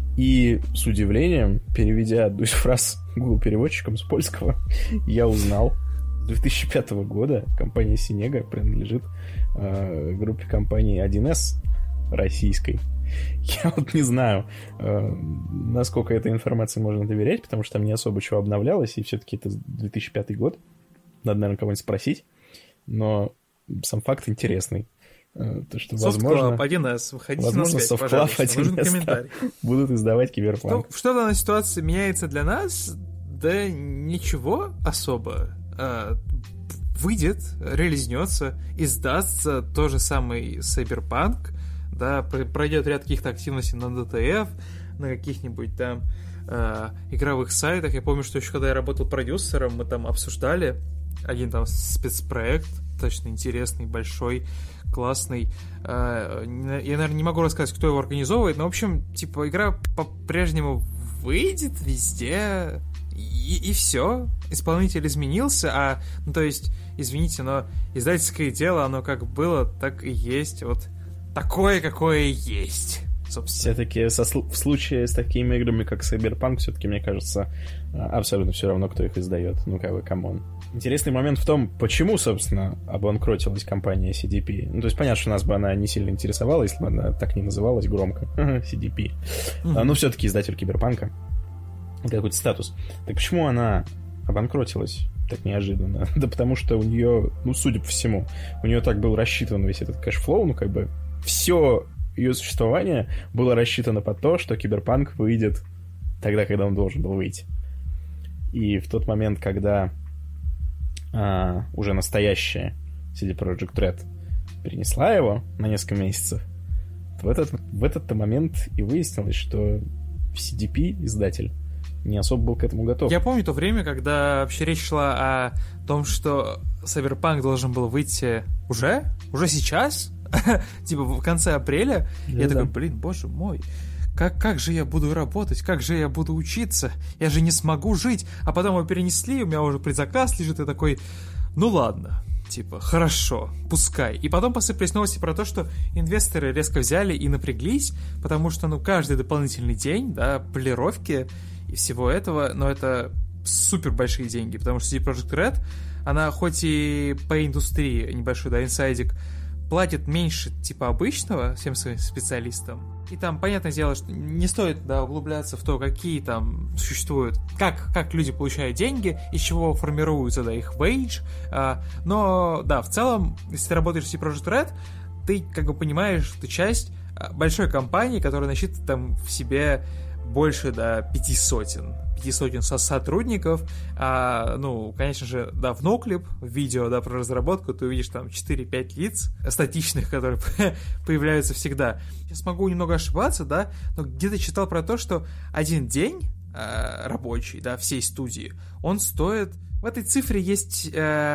И с удивлением, переведя одну из фраз Google переводчиком с польского, я узнал, с 2005 года компания Синега принадлежит группе компании 1С российской. Я вот не знаю, насколько этой информации можно доверять, потому что там не особо чего обновлялось, и все-таки это 2005 год. Надо, наверное, кого-нибудь спросить. Но сам факт интересный. То, что, возможно, 1С, выходите возможно, на связь, Softclub пожалуйста, нужен комментарий. Будут издавать Киберпанк. Что в данной ситуации меняется для нас? Да ничего особо. Выйдет, релизнется, издастся тот же самый Cyberpunk, да, пройдет ряд каких-то активностей на DTF, на каких-нибудь там игровых сайтах. Я помню, что еще когда я работал продюсером, мы там обсуждали один там спецпроект, достаточно интересный, большой, классный. Я, наверное, не могу рассказать, кто его организовывает, но, в общем, типа, игра по-прежнему выйдет везде, и все. Исполнитель изменился, ну, то есть, извините, но издательское дело, оно как было, так и есть. Вот такое, какое есть. Собственно. Все-таки в случае с такими играми, как Cyberpunk, все-таки, мне кажется, абсолютно все равно, кто их издает. Ну, как бы, камон. Интересный момент в том, почему, собственно, обанкротилась компания CDP. Ну, то есть, понятно, что нас бы она не сильно интересовала, если бы она так не называлась громко. CDP. Но все-таки издатель Киберпанка. Какой-то статус. Так почему она обанкротилась так неожиданно? Да потому что у нее, ну, судя по всему, у нее так был рассчитан весь этот кэшфлоу, ну, как бы, все ее существование было рассчитано под то, что Киберпанк выйдет тогда, когда он должен был выйти. И в тот момент, когда уже настоящая CD Projekt Red перенесла его на несколько месяцев, в этот момент и выяснилось, что CDP, издатель, не особо был к этому готов. Я помню то время, когда вообще речь шла о том, что Cyberpunk должен был выйти уже сейчас, типа в конце апреля. Я такой, блин, боже мой, как же я буду работать, как же я буду учиться, я же не смогу жить. А потом его перенесли, у меня уже предзаказ лежит, и такой, ну ладно, типа, хорошо, пускай. И потом посыпались новости про то, что инвесторы резко взяли и напряглись, потому что, ну, каждый дополнительный день, да, полировки и всего этого, но это супер большие деньги, потому что CD Projekt Red, она хоть и по индустрии небольшой, да, инсайдик, платит меньше, типа, обычного всем своим специалистам. И там, понятное дело, что не стоит, да, углубляться в то, какие там существуют, как люди получают деньги, из чего формируется, да, их wage. Но, да, в целом, если ты работаешь в CD Projekt Red, ты, как бы, понимаешь, что ты часть большой компании, которая насчитывает там в себе больше, да, 500 сотрудников. Ну, конечно же, да, в ноклип, в видео, да, про разработку ты увидишь там 4-5 лиц статичных, которые появляются всегда. Сейчас могу немного ошибаться, да, но где-то читал про то, что один день рабочий, да, всей студии, он стоит... В этой цифре есть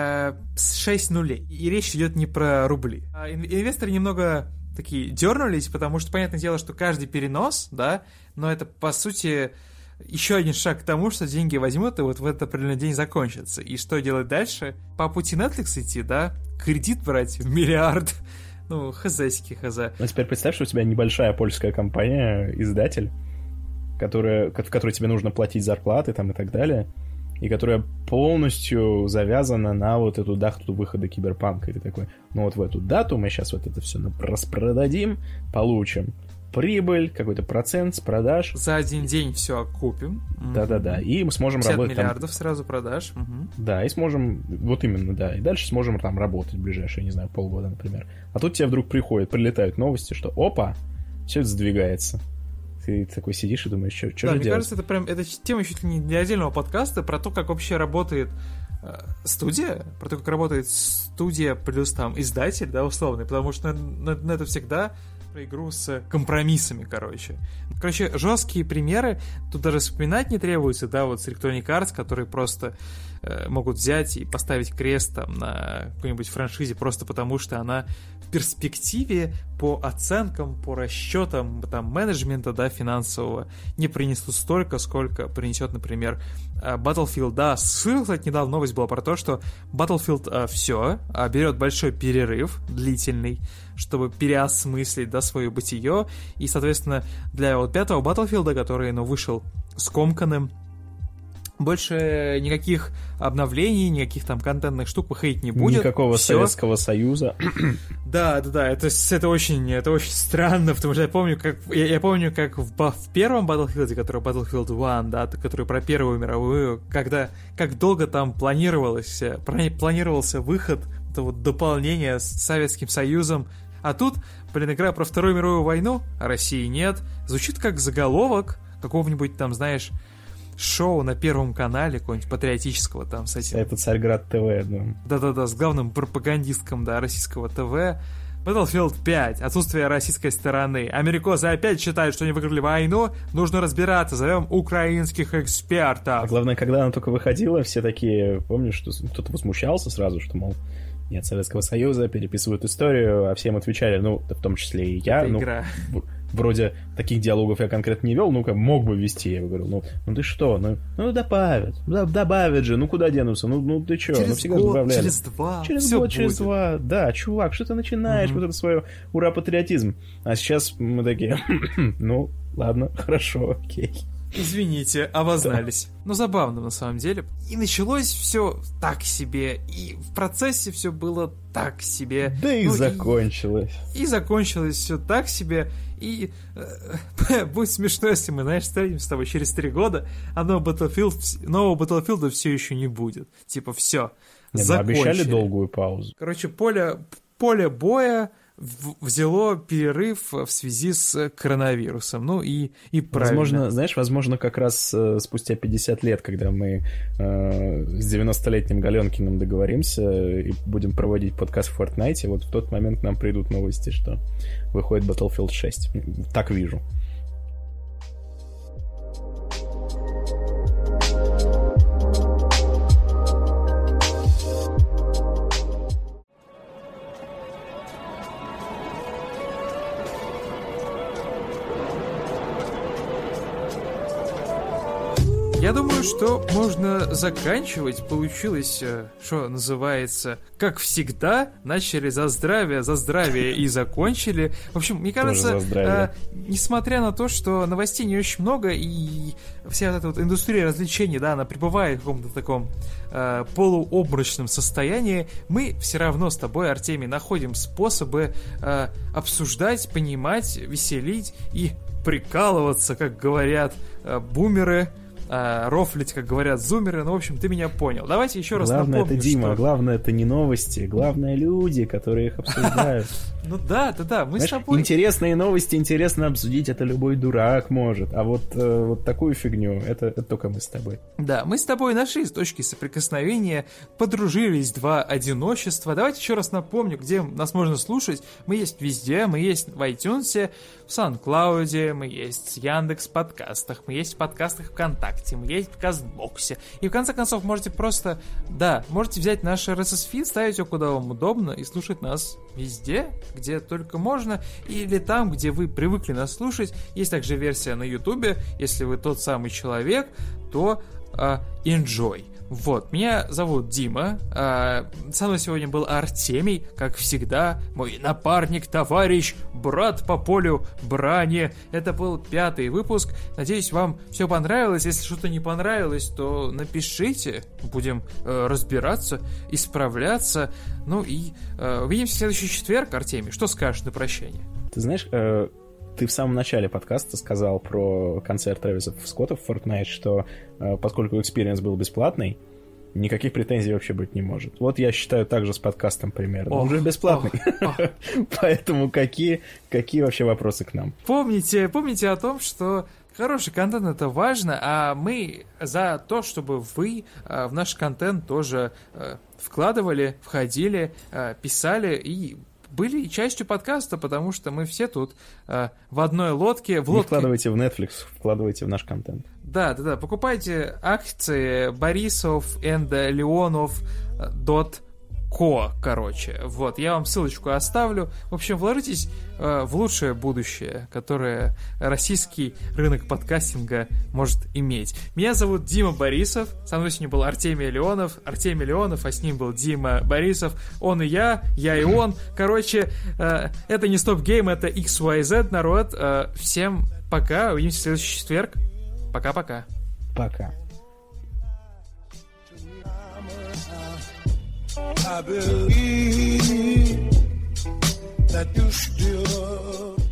6 нулей, и речь идет не про рубли. Инвесторы немного такие дернулись, потому что, понятное дело, что каждый перенос, да, но это, по сути, еще один шаг к тому, что деньги возьмут, и вот в этот определенный день закончится. И что делать дальше? По пути Netflix идти, да? Кредит брать в миллиард. Ну, хз. А теперь представь, что у тебя небольшая польская компания, издатель, в которой тебе нужно платить зарплаты там и так далее, и которая полностью завязана на вот эту дату выхода Киберпанка. И ты такой, ну вот в эту дату мы сейчас вот это все распродадим, получим прибыль, какой-то процент с продаж. За один день все окупим. Да-да-да. И мы сможем 50 работать. миллиардов там... сразу продаж. Да, и сможем, вот именно, да. И дальше сможем там работать в ближайшие, не знаю, полгода, например. А тут тебе вдруг прилетают новости, что опа, все это сдвигается. Ты такой сидишь и думаешь, что же делать? Мне кажется, это тема чуть ли не для отдельного подкаста про то, как вообще работает студия, про то, как работает студия плюс там издатель, да, условный, потому что это всегда про игру с компромиссами, короче. Жесткие примеры, тут даже вспоминать не требуется, да, вот с Electronic Arts, которые просто могут взять и поставить крест там на какой-нибудь франшизе просто потому, что она в перспективе по оценкам, по расчетам там менеджмента, да, финансового не принесут столько, сколько принесет, например, Battlefield. Да, кстати, недавно новость была про то, что Battlefield все берет большой перерыв длительный, чтобы переосмыслить, да, свое бытие, и, соответственно, для вот 5-го Battlefield, который, вышел скомканным, больше никаких обновлений, никаких там контентных штук выходить не будет. Никакого Всё. Советского Союза. Да, это очень странно, потому что я помню, как в первом Battlefield, который Battlefield 1, да, который про Первую мировую, как долго там планировался выход этого дополнения с Советским Союзом, а тут, игра про Вторую мировую войну, а России нет, звучит как заголовок какого-нибудь там, знаешь, шоу на Первом канале, какого-нибудь патриотического там с этим. Это Царьград ТВ, да. Да-да-да, с главным пропагандистком, да, российского ТВ. Battlefield 5. Отсутствие российской стороны. Америкосы опять считают, что они выиграли войну. Нужно разбираться. Зовем украинских экспертов. А главное, когда она только выходила, все такие, помнишь, что кто-то возмущался сразу, что, мол, нет Советского Союза, переписывают историю, а всем отвечали, в том числе и я. Это игра. Вроде таких диалогов я конкретно не вел, мог бы вести. Я говорю, ты что, добавят же, куда денутся, ты чё, через всегда год, добавляли. через два, через всё год, через будет. два, да, чувак, что ты начинаешь, вот это свое ура-патриотизм. А сейчас мы такие, ладно, хорошо, окей. Извините, обознались. Забавно на самом деле. И началось все так себе, и в процессе все было так себе. Да и закончилось. И закончилось все так себе. И будет смешно, если мы, встретимся с тобой через 3 года, а нового Battlefield все еще не будет. Типа, все, закончили. Обещали долгую паузу. Короче, поле боя взяло перерыв в связи с коронавирусом. И правильно. Возможно, как раз спустя 50 лет, когда мы с 90-летним Галенкиным договоримся и будем проводить подкаст в Fortnite, вот в тот момент к нам придут новости, что выходит Battlefield 6. Так вижу. Я думаю, что можно заканчивать. Получилось, что называется, как всегда, начали за здравие и закончили. В общем, мне кажется, несмотря на то, что новостей не очень много, и вся эта вот индустрия развлечений, да, она пребывает в каком-то таком полуобморочном состоянии, мы все равно с тобой, Артемий, находим способы обсуждать, понимать, веселить и прикалываться, как говорят бумеры, рофлить, как говорят зумеры. В общем, ты меня понял. Давайте еще раз напомню, главное это Дима, главное это не новости, главное люди, которые их обсуждают. Да, мы с тобой... Интересные новости интересно обсудить, это любой дурак может, а вот такую фигню, это только мы с тобой. Да, мы с тобой нашли точки соприкосновения, подружились, два одиночества. Давайте еще раз напомню, где нас можно слушать. Мы есть везде, мы есть в iTunes, в SoundCloud, мы есть в Яндекс.Подкастах, мы есть в подкастах ВКонтакте, мы есть в Кастбоксе. И в конце концов можете просто, можете взять наш RSS-фид, ставить его куда вам удобно и слушать нас везде, где только можно, или там, где вы привыкли нас слушать. Есть также версия на Ютубе. Если вы тот самый человек, то enjoy. Вот, меня зовут Дима, со мной сегодня был Артемий, как всегда, мой напарник, товарищ, брат по полю брани. Это был 5-й выпуск, надеюсь, вам все понравилось. Если что-то не понравилось, то напишите, будем разбираться, исправляться. Увидимся в следующий четверг, Артемий. Что скажешь на прощание? Ты знаешь, ты в самом начале подкаста сказал про концерт Трэвиса Скотта в Fortnite, что поскольку экспириенс был бесплатный, никаких претензий вообще быть не может. Вот я считаю так же с подкастом примерно. Он же бесплатный. Поэтому какие вообще вопросы к нам? Помните о том, что хороший контент — это важно, а мы за то, чтобы вы в наш контент тоже вкладывали, входили, писали и были частью подкаста, потому что мы все тут в одной лодке. Не вкладывайте в Netflix, вкладывайте в наш контент. Да, покупайте акции Борисов and Leonov.co, короче. Вот, я вам ссылочку оставлю. В общем, вложитесь в лучшее будущее, которое российский рынок подкастинга может иметь. Меня зовут Дима Борисов, со мной сегодня был Артемий Леонов, а с ним был Дима Борисов. Он и я и он. Короче, это не стоп-гейм, это XYZ, народ. Всем пока, увидимся в следующий четверг. Пока-пока. Пока. I believe that you still